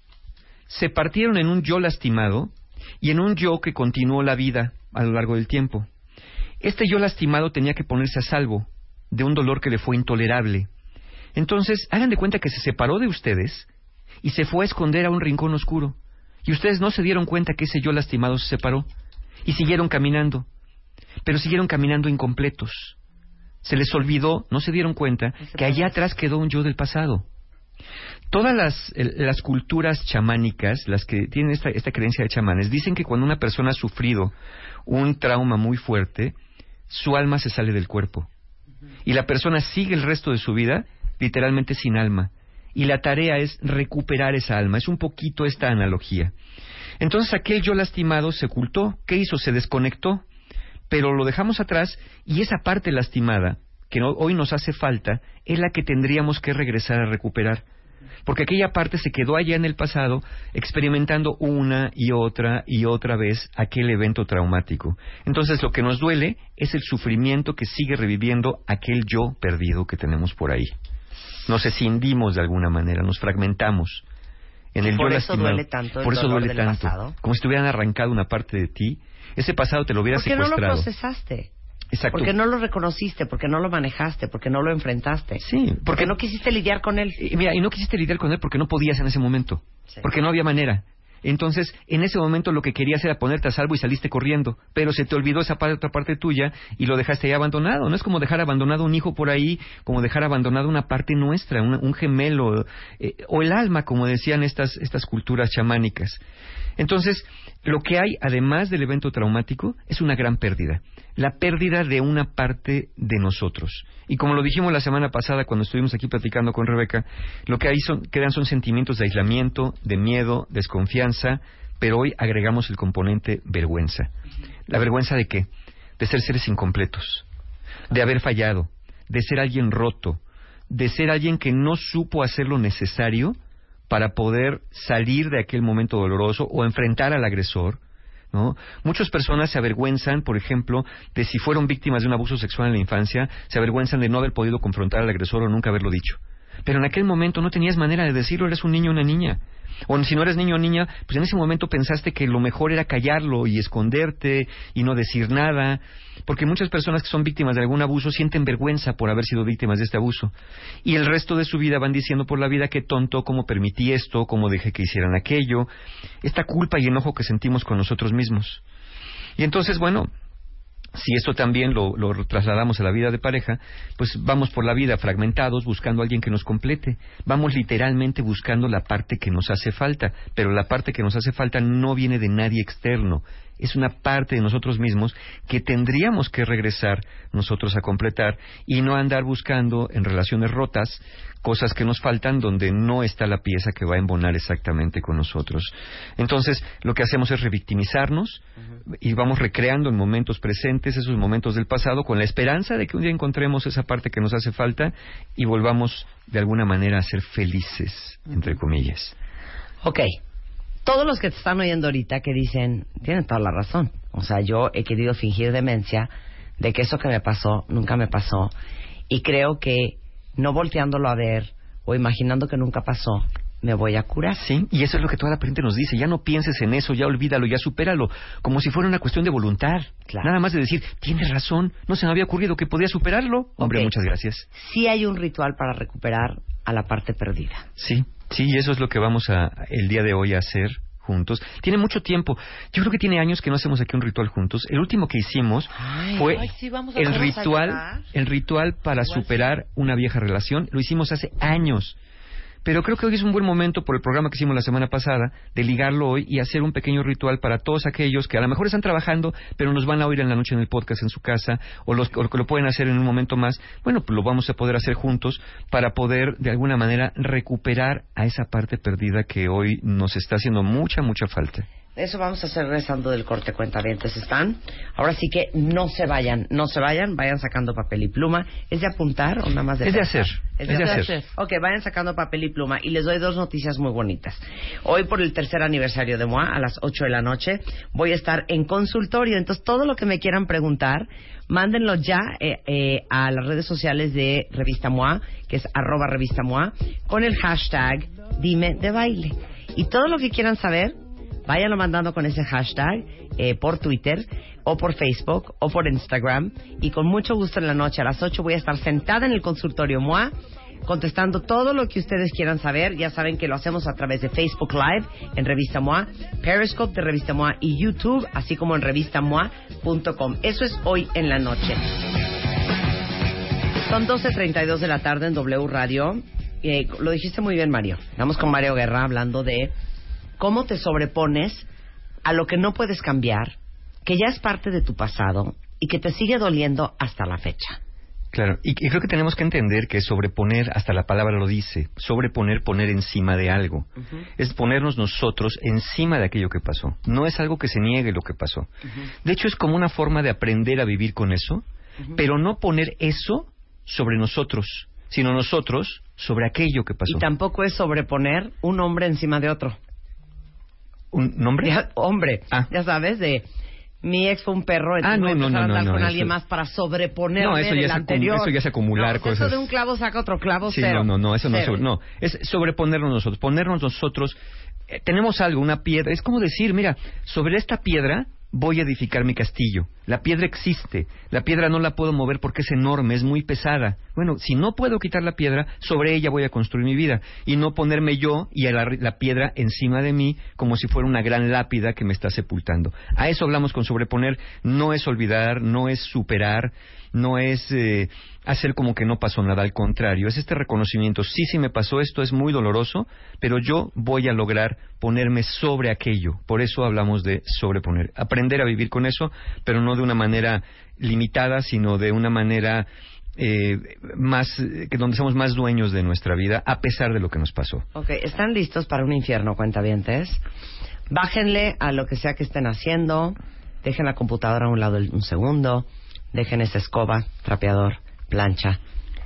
Se partieron en un yo lastimado y en un yo que continuó la vida a lo largo del tiempo. Este yo lastimado tenía que ponerse a salvo de un dolor que le fue intolerable. Entonces, hagan de cuenta que se separó de ustedes y se fue a esconder a un rincón oscuro. Y ustedes no se dieron cuenta que ese yo lastimado se separó y siguieron caminando. Pero siguieron caminando incompletos. Se les olvidó, no se dieron cuenta, que allá atrás quedó un yo del pasado. Todas las culturas chamánicas, las que tienen esta creencia de chamanes, dicen que cuando una persona ha sufrido un trauma muy fuerte, su alma se sale del cuerpo. Y la persona sigue el resto de su vida literalmente sin alma. Y la tarea es recuperar esa alma. Es un poquito esta analogía. Entonces aquel yo lastimado se ocultó. ¿Qué hizo? Se desconectó. Pero lo dejamos atrás y esa parte lastimada, que hoy nos hace falta, es la que tendríamos que regresar a recuperar. Porque aquella parte se quedó allá en el pasado experimentando una y otra vez aquel evento traumático. Entonces lo que nos duele es el sufrimiento que sigue reviviendo aquel yo perdido que tenemos por ahí. Nos escindimos de alguna manera, nos fragmentamos. En el por yo eso lastimado. Duele tanto por el eso dolor duele del tanto. Pasado. Como si te hubieran arrancado una parte de ti. Ese pasado te lo hubiera secuestrado. ¿Por qué no lo procesaste? Exacto. Porque no lo reconociste, porque no lo manejaste, porque no lo enfrentaste. Sí. Porque no quisiste lidiar con él. Y no quisiste lidiar con él porque no podías en ese momento. Sí. Porque no había manera. Entonces, en ese momento lo que querías era ponerte a salvo y saliste corriendo. Pero se te olvidó esa otra parte tuya y lo dejaste ahí abandonado. No es como dejar abandonado un hijo por ahí, como dejar abandonado una parte nuestra, un gemelo, o el alma, como decían estas culturas chamánicas. Entonces, lo que hay, además del evento traumático, es una gran pérdida. La pérdida de una parte de nosotros. Y como lo dijimos la semana pasada cuando estuvimos aquí platicando con Rebeca, lo que ahí quedan son sentimientos de aislamiento, de miedo, desconfianza, pero hoy agregamos el componente vergüenza. ¿La vergüenza de qué? de ser seres incompletos, de haber fallado, de ser alguien roto, de ser alguien que no supo hacer lo necesario para poder salir de aquel momento doloroso o enfrentar al agresor, ¿no? Muchas personas se avergüenzan, por ejemplo, de si fueron víctimas de un abuso sexual en la infancia, se avergüenzan de no haber podido confrontar al agresor o nunca haberlo dicho. Pero en aquel momento no tenías manera de decirlo, eres un niño o una niña. O si no eres niño o niña, pues en ese momento pensaste que lo mejor era callarlo y esconderte y no decir nada. Porque muchas personas que son víctimas de algún abuso sienten vergüenza por haber sido víctimas de este abuso. Y el resto de su vida van diciendo por la vida qué tonto, cómo permití esto, cómo dejé que hicieran aquello. Esta culpa y enojo que sentimos con nosotros mismos. Y entonces, bueno, si esto también lo trasladamos a la vida de pareja, pues vamos por la vida fragmentados buscando a alguien que nos complete. Vamos literalmente buscando la parte que nos hace falta, pero la parte que nos hace falta no viene de nadie externo. Es una parte de nosotros mismos que tendríamos que regresar nosotros a completar y no andar buscando en relaciones rotas cosas que nos faltan donde no está la pieza que va a embonar exactamente con nosotros. Entonces, lo que hacemos es revictimizarnos y vamos recreando en momentos presentes esos momentos del pasado con la esperanza de que un día encontremos esa parte que nos hace falta y volvamos de alguna manera a ser felices, entre comillas. Ok. Todos los que te están oyendo ahorita que dicen, tienen toda la razón. O sea, yo he querido fingir demencia de que eso que me pasó nunca me pasó. Y creo que no volteándolo a ver o imaginando que nunca pasó, me voy a curar. Sí, y eso es lo que toda la gente nos dice. Ya no pienses en eso, ya olvídalo, ya supéralo. Como si fuera una cuestión de voluntad. Claro. Nada más de decir, tienes razón, no se me había ocurrido que podía superarlo. Hombre, muchas gracias. Sí hay un ritual para recuperar a la parte perdida. Sí, y eso es lo que vamos el día de hoy a hacer juntos. Tiene mucho tiempo. Yo creo que tiene años que no hacemos aquí un ritual juntos. El último que hicimos fue el ritual para superar una vieja relación. Lo hicimos hace años. Pero creo que hoy es un buen momento, por el programa que hicimos la semana pasada, de ligarlo hoy y hacer un pequeño ritual para todos aquellos que a lo mejor están trabajando, pero nos van a oír en la noche en el podcast en su casa, o los que lo pueden hacer en un momento más. Bueno, pues lo vamos a poder hacer juntos para poder, de alguna manera, recuperar a esa parte perdida que hoy nos está haciendo mucha falta. Eso vamos a hacer regresando del corte, cuentavientes. ¿Están? Ahora sí que no se vayan, vayan sacando papel y pluma. ¿Es de apuntar o nada más de pensar? Es de hacer. Ok, vayan sacando papel y pluma. Y les doy dos noticias muy bonitas. Hoy, por el tercer aniversario de MOA, a las 8 de la noche, voy a estar en consultorio. Entonces, todo lo que me quieran preguntar, mándenlo ya a las redes sociales de Revista MOA, que es @Revista MOA, con el hashtag Dime de Baile. Y todo lo que quieran saber, váyanlo mandando con ese hashtag por Twitter o por Facebook o por Instagram, y con mucho gusto en la noche a las 8 voy a estar sentada en el consultorio MOA contestando todo lo que ustedes quieran saber. Ya saben que lo hacemos a través de Facebook Live en Revista MOA, Periscope de Revista MOA y YouTube, así como en revistamoa.com. Eso es hoy en la noche. Son 12:32 de la tarde en W Radio. Lo dijiste muy bien, Mario. Estamos con Mario Guerra hablando de cómo te sobrepones a lo que no puedes cambiar, que ya es parte de tu pasado y que te sigue doliendo hasta la fecha. Claro, y creo que tenemos que entender que sobreponer, hasta la palabra lo dice, sobreponer, poner encima de algo. Es ponernos nosotros encima de aquello que pasó. No es algo que se niegue lo que pasó. De hecho, es como una forma de aprender a vivir con eso, pero no poner eso sobre nosotros, sino nosotros sobre aquello que pasó. Y tampoco es sobreponer un hombre encima de otro. ¿Un nombre? Hombre, ya sabes, de mi ex fue un perro, entonces voy a empezar a andar con alguien más para sobreponerme del anterior. Eso ya es acumular cosas. Eso de un clavo saca otro clavo, sí, cero. No, eso no es sobreponernos nosotros, ponernos nosotros. Tenemos algo, una piedra, es como decir, mira, sobre esta piedra voy a edificar mi castillo. La piedra existe. La piedra no la puedo mover porque es enorme, es muy pesada. Bueno, si no puedo quitar la piedra, sobre ella voy a construir mi vida. Y no ponerme yo y la piedra encima de mí como si fuera una gran lápida que me está sepultando. A eso hablamos con sobreponer. No es olvidar, no es superar, no es hacer como que no pasó nada. Al contrario, es este reconocimiento. Sí me pasó esto, es muy doloroso, pero yo voy a lograr ponerme sobre aquello. Por eso hablamos de sobreponer. Aprender a vivir con eso, pero no de una manera limitada, sino de una manera donde somos más dueños de nuestra vida, a pesar de lo que nos pasó. Ok, ¿están listos para un infierno, cuentavientes? Bájenle a lo que sea que estén haciendo, dejen la computadora a un lado un segundo, dejen esa escoba, trapeador, plancha.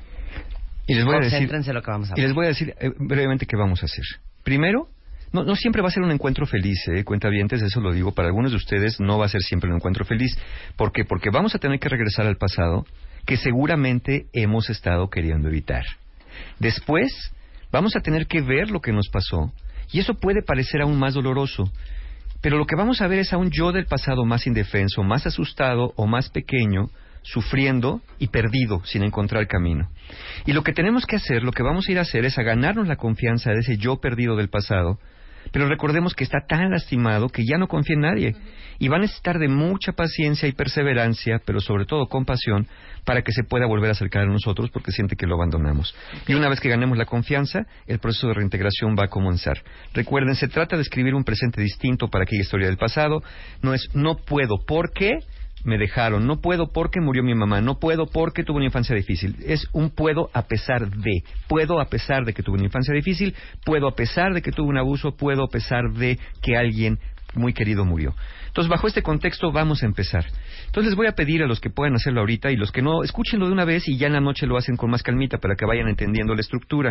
Y les voy a decir, concéntrense en lo que vamos a hacer. Y les voy a decir brevemente qué vamos a hacer. Primero, no siempre va a ser un encuentro feliz, cuentavientes, eso lo digo. Para algunos de ustedes no va a ser siempre un encuentro feliz. ¿Por qué? Porque vamos a tener que regresar al pasado que seguramente hemos estado queriendo evitar. Después, vamos a tener que ver lo que nos pasó, y eso puede parecer aún más doloroso. Pero lo que vamos a ver es a un yo del pasado más indefenso, más asustado o más pequeño, sufriendo y perdido, sin encontrar camino. Y lo que tenemos que hacer, lo que vamos a ir a hacer es a ganarnos la confianza de ese yo perdido del pasado, pero recordemos que está tan lastimado que ya no confía en nadie. Y va a necesitar de mucha paciencia y perseverancia, pero sobre todo compasión, para que se pueda volver a acercar a nosotros porque siente que lo abandonamos. Y una vez que ganemos la confianza, el proceso de reintegración va a comenzar. Recuerden, se trata de escribir un presente distinto para aquella historia del pasado. No es no puedo porque me dejaron, no puedo porque murió mi mamá, no puedo porque tuve una infancia difícil. Es un puedo a pesar de. Puedo a pesar de que tuve una infancia difícil, puedo a pesar de que tuve un abuso, puedo a pesar de que alguien muy querido murió. Entonces, bajo este contexto vamos a empezar. Entonces, les voy a pedir a los que puedan hacerlo ahorita y los que no, escúchenlo de una vez y ya en la noche lo hacen con más calmita para que vayan entendiendo la estructura.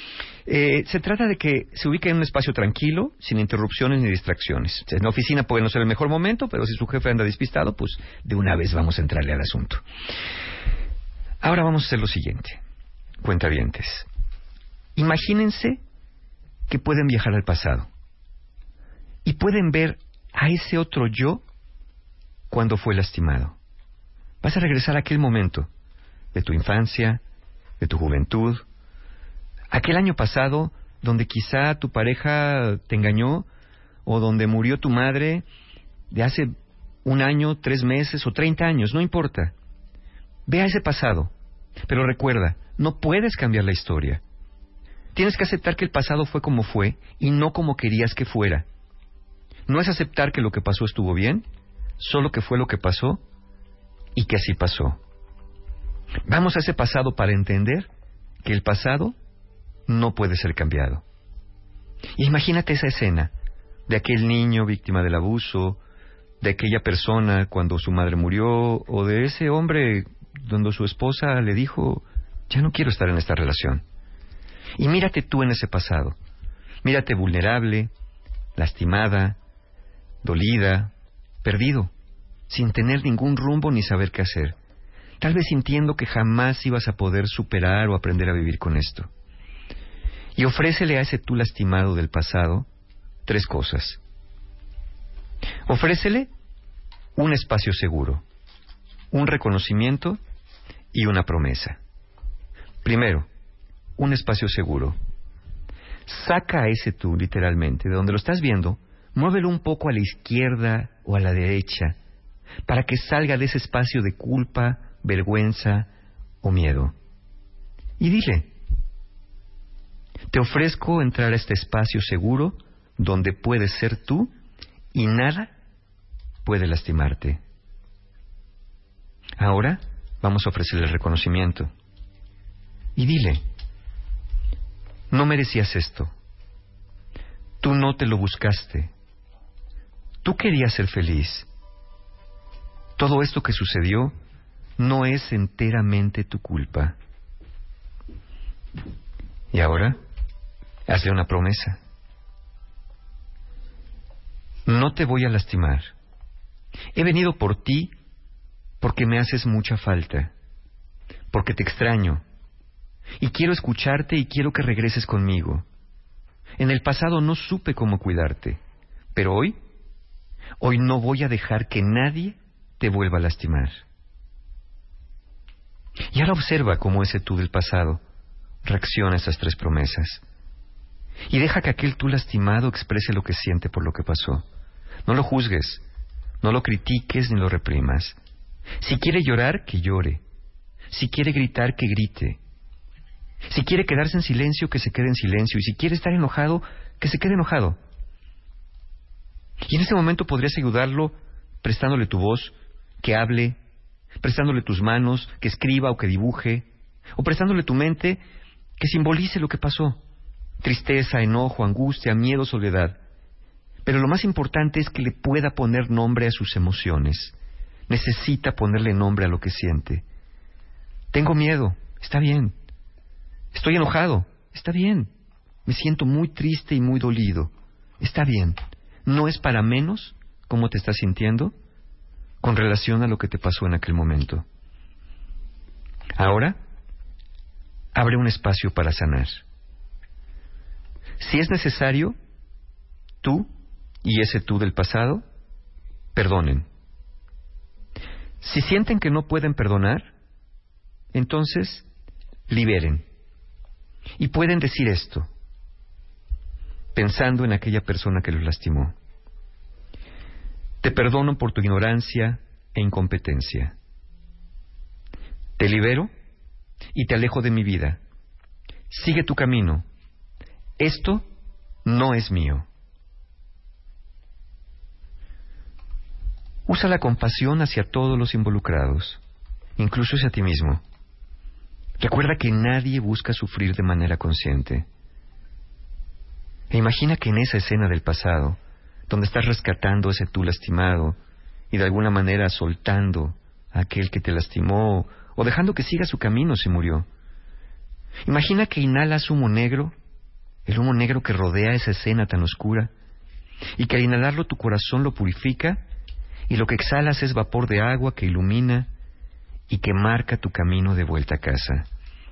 Se trata de que se ubique en un espacio tranquilo, sin interrupciones ni distracciones. En la oficina puede no ser el mejor momento, pero si su jefe anda despistado, pues de una vez vamos a entrarle al asunto. Ahora vamos a hacer lo siguiente, cuentavientes. Imagínense que pueden viajar al pasado y pueden ver a ese otro yo cuando fue lastimado. Vas a regresar a aquel momento de tu infancia, de tu juventud, aquel año pasado donde quizá tu pareja te engañó o donde murió tu madre de hace 1 año, 3 meses o 30 años, no importa. Ve a ese pasado, pero recuerda, no puedes cambiar la historia. Tienes que aceptar que el pasado fue como fue y no como querías que fuera. No es aceptar que lo que pasó estuvo bien, solo que fue lo que pasó y que así pasó. Vamos a ese pasado para entender que el pasado no puede ser cambiado. Y imagínate esa escena de aquel niño víctima del abuso, de aquella persona cuando su madre murió, o de ese hombre donde su esposa le dijo, ya no quiero estar en esta relación. Y mírate tú en ese pasado. Mírate vulnerable, lastimada, dolida, perdido, sin tener ningún rumbo ni saber qué hacer. Tal vez sintiendo que jamás ibas a poder superar o aprender a vivir con esto. Y ofrécele a ese tú lastimado del pasado 3 cosas. Ofrécele un espacio seguro, un reconocimiento y una promesa. Primero, un espacio seguro. Saca a ese tú, literalmente, de donde lo estás viendo, muévelo un poco a la izquierda o a la derecha, para que salga de ese espacio de culpa, vergüenza o miedo. Y dile, te ofrezco entrar a este espacio seguro donde puedes ser tú y nada puede lastimarte. Ahora vamos a ofrecerle el reconocimiento. Y dile, no merecías esto. Tú no te lo buscaste. Tú querías ser feliz. Todo esto que sucedió no es enteramente tu culpa. Y ahora, hazle una promesa. No te voy a lastimar. He venido por ti porque me haces mucha falta, porque te extraño, y quiero escucharte y quiero que regreses conmigo. En el pasado no supe cómo cuidarte, pero hoy no voy a dejar que nadie te vuelva a lastimar. Y ahora observa cómo ese tú del pasado reacciona a esas 3 promesas. Y deja que aquel tú lastimado exprese lo que siente por lo que pasó. No lo juzgues, no lo critiques ni lo reprimas. Si quiere llorar, que llore. Si quiere gritar, que grite. Si quiere quedarse en silencio, que se quede en silencio. Y si quiere estar enojado, que se quede enojado. Y en ese momento podrías ayudarlo prestándole tu voz, que hable, prestándole tus manos, que escriba o que dibuje, o prestándole tu mente, que simbolice lo que pasó. Tristeza, enojo, angustia, miedo, soledad. Pero lo más importante es que le pueda poner nombre a sus emociones. Necesita ponerle nombre a lo que siente. Tengo miedo, está bien. Estoy enojado, está bien. Me siento muy triste y muy dolido, está bien. No es para menos cómo te estás sintiendo con relación a lo que te pasó en aquel momento. Ahora, abre un espacio para sanar. Si es necesario, tú y ese tú del pasado, perdonen. Si sienten que no pueden perdonar, entonces liberen. Y pueden decir esto, pensando en aquella persona que los lastimó. Te perdono por tu ignorancia e incompetencia. Te libero y te alejo de mi vida. Sigue tu camino. Esto no es mío. Usa la compasión hacia todos los involucrados, incluso hacia ti mismo. Recuerda que nadie busca sufrir de manera consciente. E imagina que en esa escena del pasado, donde estás rescatando ese tú lastimado y de alguna manera soltando a aquel que te lastimó o dejando que siga su camino si murió. Imagina que inhalas humo negro, el humo negro que rodea esa escena tan oscura, y que al inhalarlo tu corazón lo purifica y lo que exhalas es vapor de agua que ilumina y que marca tu camino de vuelta a casa.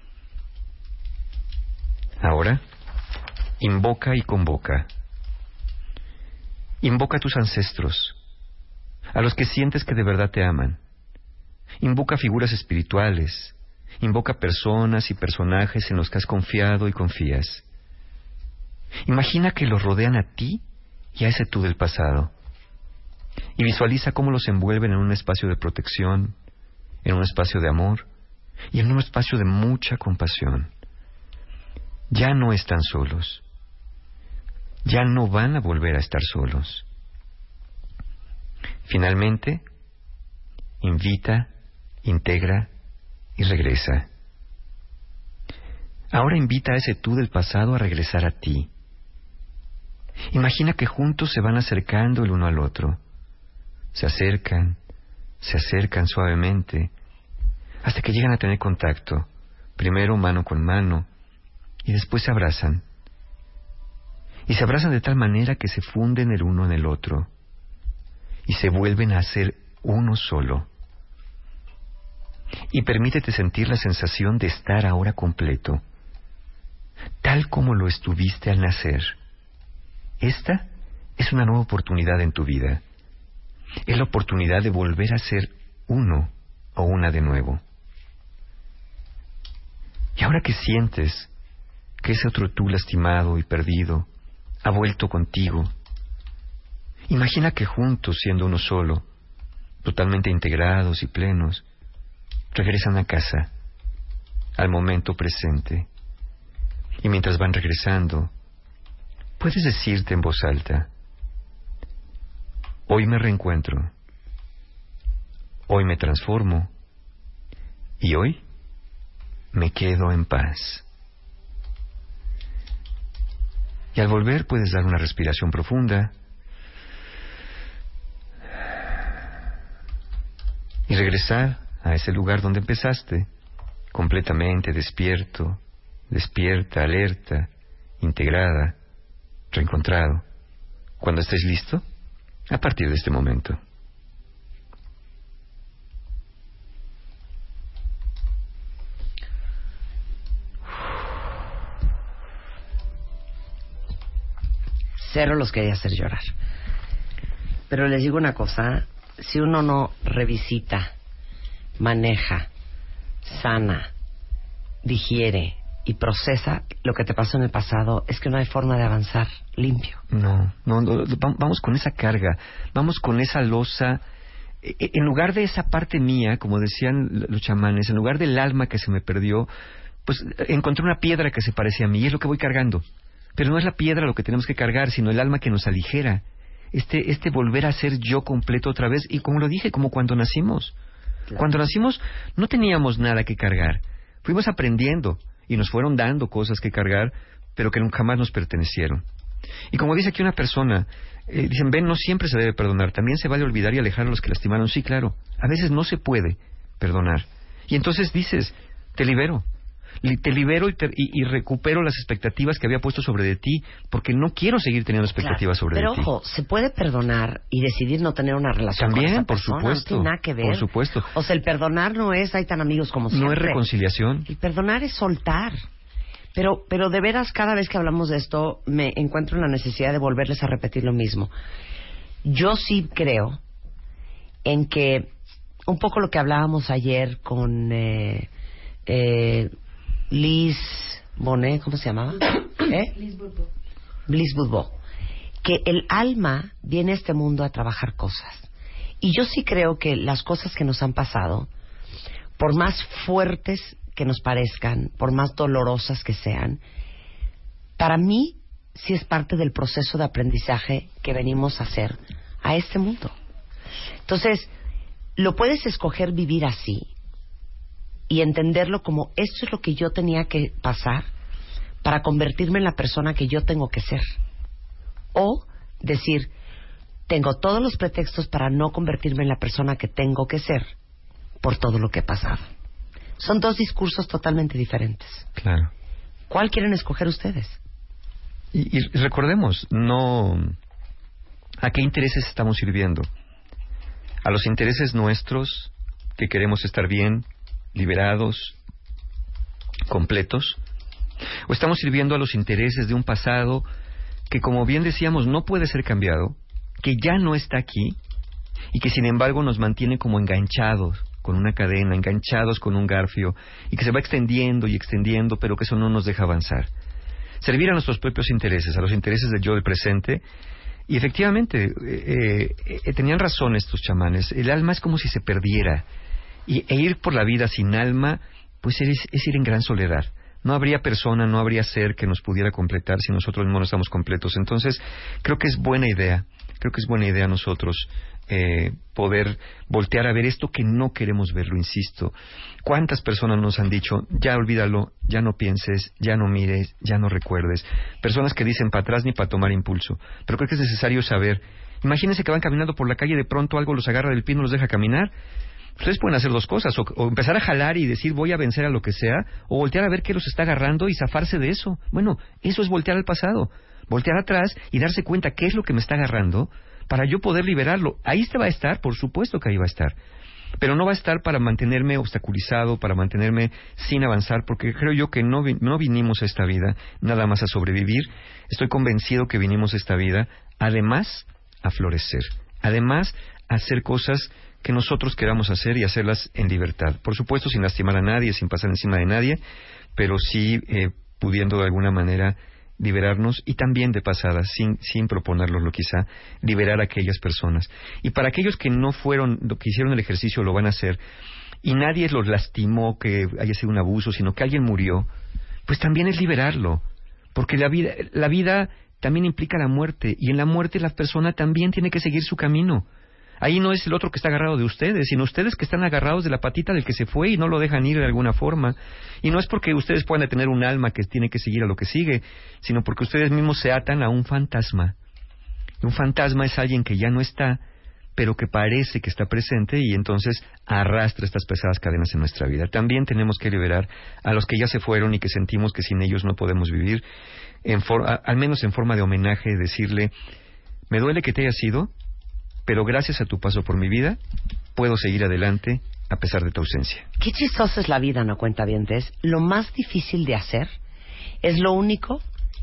Ahora, invoca y convoca. Invoca a tus ancestros, a los que sientes que de verdad te aman. Invoca figuras espirituales, invoca personas y personajes en los que has confiado y confías. Imagina que los rodean a ti y a ese tú del pasado. Y visualiza cómo los envuelven en un espacio de protección, en un espacio de amor y en un espacio de mucha compasión. Ya no están solos. Ya no van a volver a estar solos. Finalmente, invita, integra y regresa. Ahora invita a ese tú del pasado a regresar a ti. Imagina que juntos se van acercando el uno al otro. Se acercan suavemente, hasta que llegan a tener contacto, primero mano con mano, y después se abrazan. Y se abrazan de tal manera que se funden el uno en el otro, y se vuelven a ser uno solo. Y permítete sentir la sensación de estar ahora completo, tal como lo estuviste al nacer. Esta es una nueva oportunidad en tu vida. Es la oportunidad de volver a ser uno o una de nuevo. Y ahora que sientes que ese otro tú lastimado y perdido ha vuelto contigo, imagina que juntos, siendo uno solo, totalmente integrados y plenos, regresan a casa, al momento presente. Y mientras van regresando, puedes decirte en voz alta: hoy me reencuentro, hoy me transformo y hoy me quedo en paz. Y al volver puedes dar una respiración profunda y regresar a ese lugar donde empezaste, completamente despierto, despierta, alerta, integrada, reencontrado. Cuando estés listo, a partir de este momento. Cero los quería hacer llorar. Pero les digo una cosa, si uno no revisita, maneja, sana, digiere y procesa lo que te pasó en el pasado, es que no hay forma de avanzar limpio. No, vamos con esa carga, vamos con esa losa. En lugar de esa parte mía, como decían los chamanes, en lugar del alma que se me perdió, pues encontré una piedra que se parecía a mí y es lo que voy cargando. Pero no es la piedra lo que tenemos que cargar, sino el alma que nos aligera. Este volver a ser yo completo otra vez. Y como lo dije, como cuando nacimos. Claro. Cuando nacimos no teníamos nada que cargar. Fuimos aprendiendo y nos fueron dando cosas que cargar, pero que nunca más nos pertenecieron. Y como dice aquí una persona, Dicen, no siempre se debe perdonar, también se vale olvidar y alejar a los que lastimaron. Sí, claro, a veces no se puede perdonar. Y entonces dices, te libero y recupero las expectativas que había puesto sobre de ti, porque no quiero seguir teniendo expectativas sobre de ti. Pero ojo, se puede perdonar y decidir no tener una relación también, con esa por persona, supuesto, no tiene nada que ver. Por supuesto. O sea, el perdonar no es, hay tan amigos como siempre. No es reconciliación. El perdonar es soltar. Pero de veras, cada vez que hablamos de esto, me encuentro en la necesidad de volverles a repetir lo mismo. Yo sí creo en que un poco lo que hablábamos ayer con Liz Bonet, ¿cómo se llamaba? Liz Bourbeau. Que el alma viene a este mundo a trabajar cosas. Y yo sí creo que las cosas que nos han pasado, por más fuertes que nos parezcan, por más dolorosas que sean, para mí sí es parte del proceso de aprendizaje que venimos a hacer a este mundo. Entonces, lo puedes escoger vivir así y entenderlo como esto es lo que yo tenía que pasar para convertirme en la persona que yo tengo que ser. O decir, tengo todos los pretextos para no convertirme en la persona que tengo que ser por todo lo que he pasado. Son dos discursos totalmente diferentes. Claro. ¿Cuál quieren escoger ustedes? Y recordemos, no, ¿a qué intereses estamos sirviendo? ¿A los intereses nuestros, que queremos estar bien, liberados, completos? ¿O estamos sirviendo a los intereses de un pasado que, como bien decíamos, no puede ser cambiado, que ya no está aquí y que sin embargo nos mantiene como enganchados con una cadena, enganchados con un garfio, y que se va extendiendo y extendiendo, pero que eso no nos deja avanzar? Servir a nuestros propios intereses, a los intereses del yo del presente. Y efectivamente, tenían razón estos chamanes. El alma es como si se perdiera. E ir por la vida sin alma, pues es ir en gran soledad. No habría persona, no habría ser que nos pudiera completar si nosotros mismos no estamos completos. Entonces, creo que es buena idea nosotros poder voltear a ver esto que no queremos verlo, insisto. ¿Cuántas personas nos han dicho, ya olvídalo, ya no pienses, ya no mires, ya no recuerdes? Personas que dicen para atrás ni para tomar impulso. Pero creo que es necesario saber. Imagínense que van caminando por la calle y de pronto algo los agarra del pie y no los deja caminar. Ustedes pueden hacer dos cosas, o empezar a jalar y decir voy a vencer a lo que sea, o voltear a ver qué los está agarrando y zafarse de eso. Bueno, eso es voltear al pasado, voltear atrás y darse cuenta qué es lo que me está agarrando para yo poder liberarlo. Ahí va a estar, por supuesto que ahí va a estar, pero no va a estar para mantenerme obstaculizado, para mantenerme sin avanzar, porque creo yo que no vinimos a esta vida nada más a sobrevivir. Estoy convencido que vinimos a esta vida además a florecer, además a hacer cosas que nosotros queramos hacer y hacerlas en libertad. Por supuesto, sin lastimar a nadie, sin pasar encima de nadie, pero sí pudiendo de alguna manera liberarnos, y también de pasada, sin proponerlo quizá, liberar a aquellas personas. Y para aquellos que no fueron, que hicieron el ejercicio, lo van a hacer, y nadie los lastimó, que haya sido un abuso, sino que alguien murió, pues también es liberarlo. Porque la vida también implica la muerte, y en la muerte la persona también tiene que seguir su camino. Ahí no es el otro que está agarrado de ustedes, sino ustedes que están agarrados de la patita del que se fue y no lo dejan ir de alguna forma. Y no es porque ustedes puedan tener un alma que tiene que seguir a lo que sigue, sino porque ustedes mismos se atan a un fantasma. Y un fantasma es alguien que ya no está, pero que parece que está presente, y entonces arrastra estas pesadas cadenas en nuestra vida. También tenemos que liberar a los que ya se fueron y que sentimos que sin ellos no podemos vivir, al menos en forma de homenaje, decirle, me duele que te hayas ido, pero gracias a tu paso por mi vida, puedo seguir adelante a pesar de tu ausencia. Qué chistosa es la vida, ¿no, cuentavientes? Lo más difícil de hacer es lo único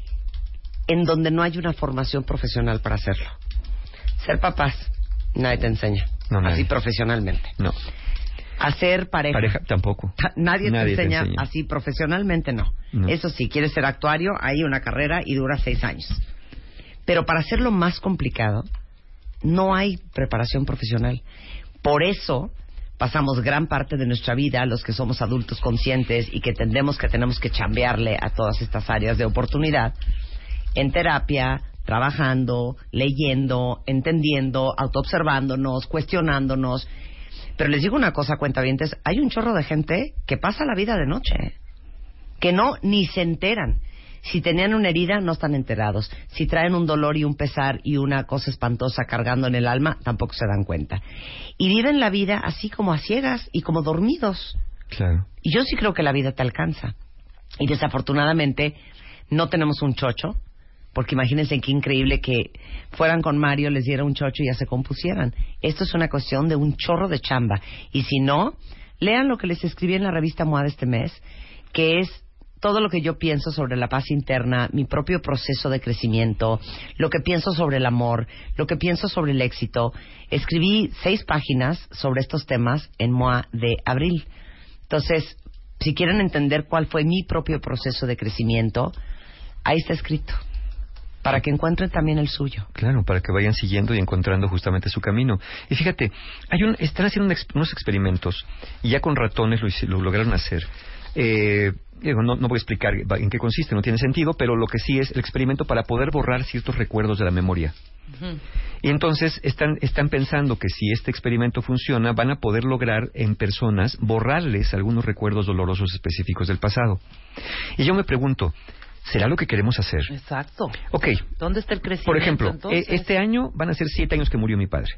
en donde no hay una formación profesional para hacerlo. Ser papás, nadie te enseña. No, nadie. Así profesionalmente. No. Hacer pareja tampoco. Nadie te enseña así profesionalmente, no. Eso sí, quieres ser actuario, hay una carrera y dura 6 años. Pero para hacerlo más complicado, no hay preparación profesional. Por eso pasamos gran parte de nuestra vida, los que somos adultos conscientes y que entendemos que tenemos que chambearle a todas estas áreas de oportunidad, en terapia, trabajando, leyendo, entendiendo, autoobservándonos, cuestionándonos. Pero les digo una cosa, cuentavientes, hay un chorro de gente que pasa la vida de noche, que ni se enteran. Si tenían una herida, no están enterados. Si traen un dolor y un pesar y una cosa espantosa cargando en el alma, tampoco se dan cuenta. Y viven la vida así como a ciegas y como dormidos. Claro. Y yo sí creo que la vida te alcanza. Y desafortunadamente no tenemos un chocho, porque imagínense qué increíble que fueran con Mario, les diera un chocho y ya se compusieran. Esto es una cuestión de un chorro de chamba. Y si no, lean lo que les escribí en la revista MOA de este mes, que es todo lo que yo pienso sobre la paz interna, mi propio proceso de crecimiento, lo que pienso sobre el amor, lo que pienso sobre el éxito. Escribí 6 páginas sobre estos temas en MOA de abril. Entonces, si quieren entender cuál fue mi propio proceso de crecimiento, ahí está escrito, para que encuentren también el suyo. Claro, para que vayan siguiendo y encontrando justamente su camino. Y fíjate, están haciendo unos experimentos, y ya con ratones lo lograron hacer. No voy a explicar en qué consiste, no tiene sentido, pero lo que sí es el experimento para poder borrar ciertos recuerdos de la memoria. Y entonces están pensando que si este experimento funciona, van a poder lograr en personas borrarles algunos recuerdos dolorosos específicos del pasado. Y yo me pregunto, ¿será lo que queremos hacer? Exacto. Ok. ¿Dónde está el crecimiento? Por ejemplo, entonces? Este año van a ser 7 años que murió mi padre.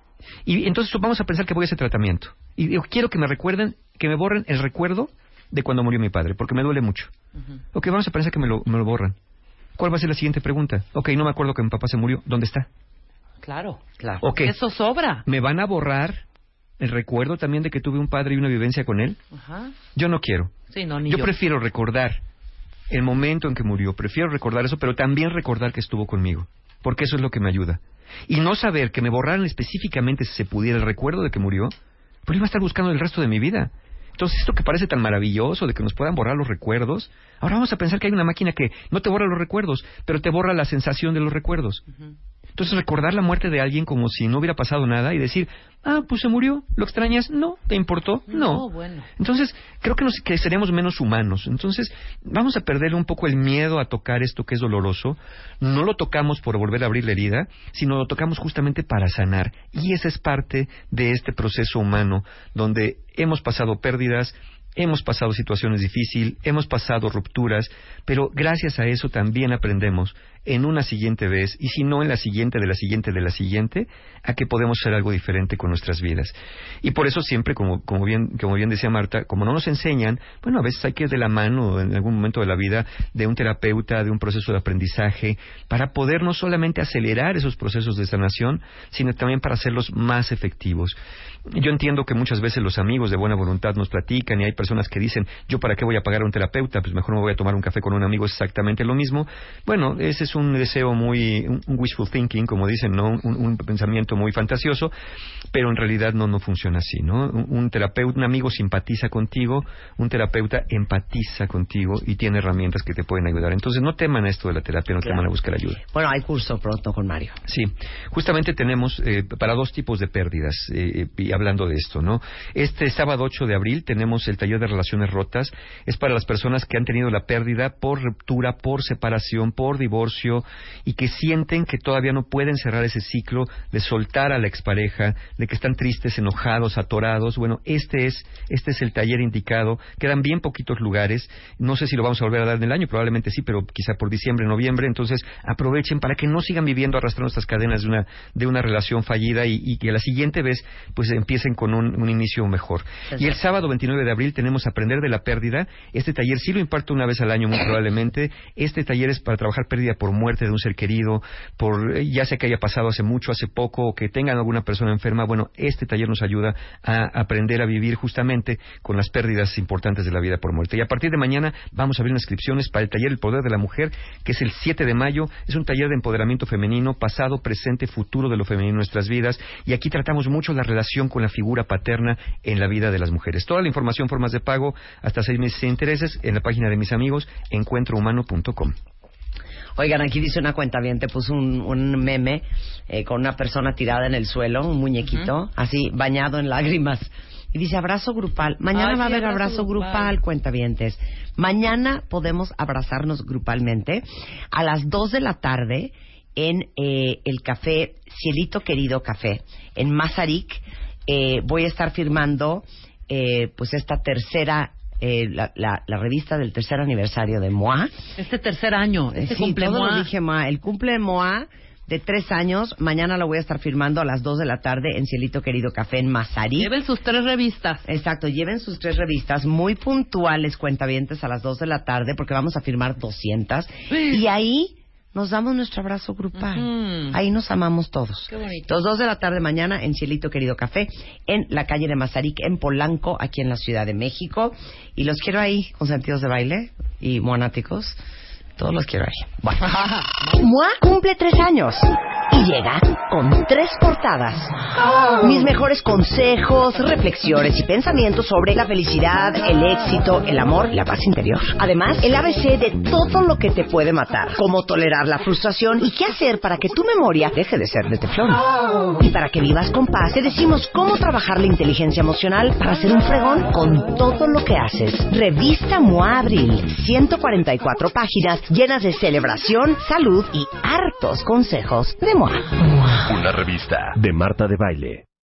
Y entonces vamos a pensar que voy a ese tratamiento. Y yo quiero que me recuerden, que me borren el recuerdo de cuando murió mi padre, porque me duele mucho. Ok, vamos a pensar que me lo borran. ¿Cuál va a ser la siguiente pregunta? Ok, no me acuerdo que mi papá se murió. ¿Dónde está? Claro. Okay. Eso sobra. ¿Me van a borrar el recuerdo también de que tuve un padre y una vivencia con él? Ajá. Yo no quiero. Sí, no, ni yo prefiero recordar el momento en que murió. Prefiero recordar eso, pero también recordar que estuvo conmigo, porque eso es lo que me ayuda. Y no saber que me borraran específicamente, si se pudiera, el recuerdo de que murió, pues iba a estar buscando el resto de mi vida. Entonces, esto que parece tan maravilloso de que nos puedan borrar los recuerdos, ahora vamos a pensar que hay una máquina que no te borra los recuerdos, pero te borra la sensación de los recuerdos. Entonces, recordar la muerte de alguien como si no hubiera pasado nada y decir, pues se murió, ¿lo extrañas? No. ¿Te importó? No. Bueno. Entonces, creo que seremos menos humanos. Entonces, vamos a perderle un poco el miedo a tocar esto que es doloroso. No lo tocamos por volver a abrir la herida, sino lo tocamos justamente para sanar. Y esa es parte de este proceso humano, donde hemos pasado pérdidas, hemos pasado situaciones difíciles, hemos pasado rupturas, pero gracias a eso también aprendemos en una siguiente vez, y si no en la siguiente, de la siguiente, de la siguiente, a que podemos hacer algo diferente con nuestras vidas. Y por eso siempre, como bien decía Marta, como no nos enseñan, bueno, a veces hay que ir de la mano en algún momento de la vida de un terapeuta, de un proceso de aprendizaje, para poder no solamente acelerar esos procesos de sanación, sino también para hacerlos más efectivos. Yo entiendo que muchas veces los amigos de buena voluntad nos platican, y hay personas que dicen, yo para qué voy a pagar a un terapeuta, pues mejor me voy a tomar un café con un amigo, es exactamente lo mismo. Bueno, ese es un deseo un wishful thinking, como dicen, ¿no? Un pensamiento muy fantasioso, pero en realidad no funciona así, ¿no? Un terapeuta, un amigo simpatiza contigo, un terapeuta empatiza contigo y tiene herramientas que te pueden ayudar. Entonces no teman esto de la terapia, no teman a buscar ayuda. Bueno, hay curso pronto con Mario. Sí, justamente tenemos para 2 tipos de pérdidas, y hablando de esto, ¿no? Este sábado 8 de abril tenemos el taller de relaciones rotas. Es para las personas que han tenido la pérdida por ruptura, por separación, por divorcio, y que sienten que todavía no pueden cerrar ese ciclo de soltar a la expareja, de que están tristes, enojados, atorados. Bueno, este es el taller indicado. Quedan bien poquitos lugares. No sé si lo vamos a volver a dar en el año, probablemente sí, pero quizá por diciembre, noviembre. Entonces, aprovechen para que no sigan viviendo arrastrando estas cadenas de una relación fallida, y que la siguiente vez pues empiecen con un inicio mejor. Y el sábado 29 de abril tenemos Aprender de la Pérdida. Este taller sí lo imparto una vez al año, muy probablemente. Este taller es para trabajar pérdida por muerte de un ser querido, ya sea que haya pasado hace mucho, hace poco, o que tengan alguna persona enferma. Bueno, este taller nos ayuda a aprender a vivir justamente con las pérdidas importantes de la vida por muerte. Y a partir de mañana vamos a abrir inscripciones para el taller El Poder de la Mujer, que es el 7 de mayo. Es un taller de empoderamiento femenino, pasado, presente, futuro de lo femenino en nuestras vidas, y aquí tratamos mucho la relación con la figura paterna en la vida de las mujeres. Toda la información, formas de pago, hasta 6 meses sin intereses, en la página de mis amigos, encuentrohumano.com. Oigan, aquí dice una cuentaviente, puso un meme con una persona tirada en el suelo, un muñequito, así, bañado en lágrimas. Y dice, abrazo grupal. Mañana va a haber abrazo grupal, cuentavientes. Mañana podemos abrazarnos grupalmente a las 2 de la tarde en el café Cielito Querido Café, en Mazarik. Voy a estar firmando pues esta tercera la revista del tercer aniversario de MOA. Este tercer año, cumple todo MOA. lo dije MOA. El cumple MOA de 3 años. Mañana lo voy a estar firmando a las 2 de la tarde en Cielito Querido Café en Mazarik. Lleven sus 3 revistas. Exacto, lleven sus 3 revistas muy puntuales, cuentavientes, a las 2 de la tarde, porque vamos a firmar 200. Y ahí nos damos nuestro abrazo grupal. Ahí nos amamos todos. Qué bonito. Los 2 de la tarde mañana en Cielito Querido Café, en la calle de Mazarik, en Polanco, aquí en la Ciudad de México. Y los quiero ahí, con sentidos de baile y monáticos. Todos los quiero ahí. Bueno. MOA cumple 3 años y llega con 3 portadas. Mis mejores consejos, reflexiones y pensamientos sobre la felicidad, el éxito, el amor y la paz interior. Además, el ABC de todo lo que te puede matar. Cómo tolerar la frustración y qué hacer para que tu memoria deje de ser de teflón. Y para que vivas con paz, te decimos cómo trabajar la inteligencia emocional para ser un fregón con todo lo que haces. Revista MOA Abril. 144 páginas llenas de celebración, salud y hartos consejos de MOA. Una revista de Marta de Baile.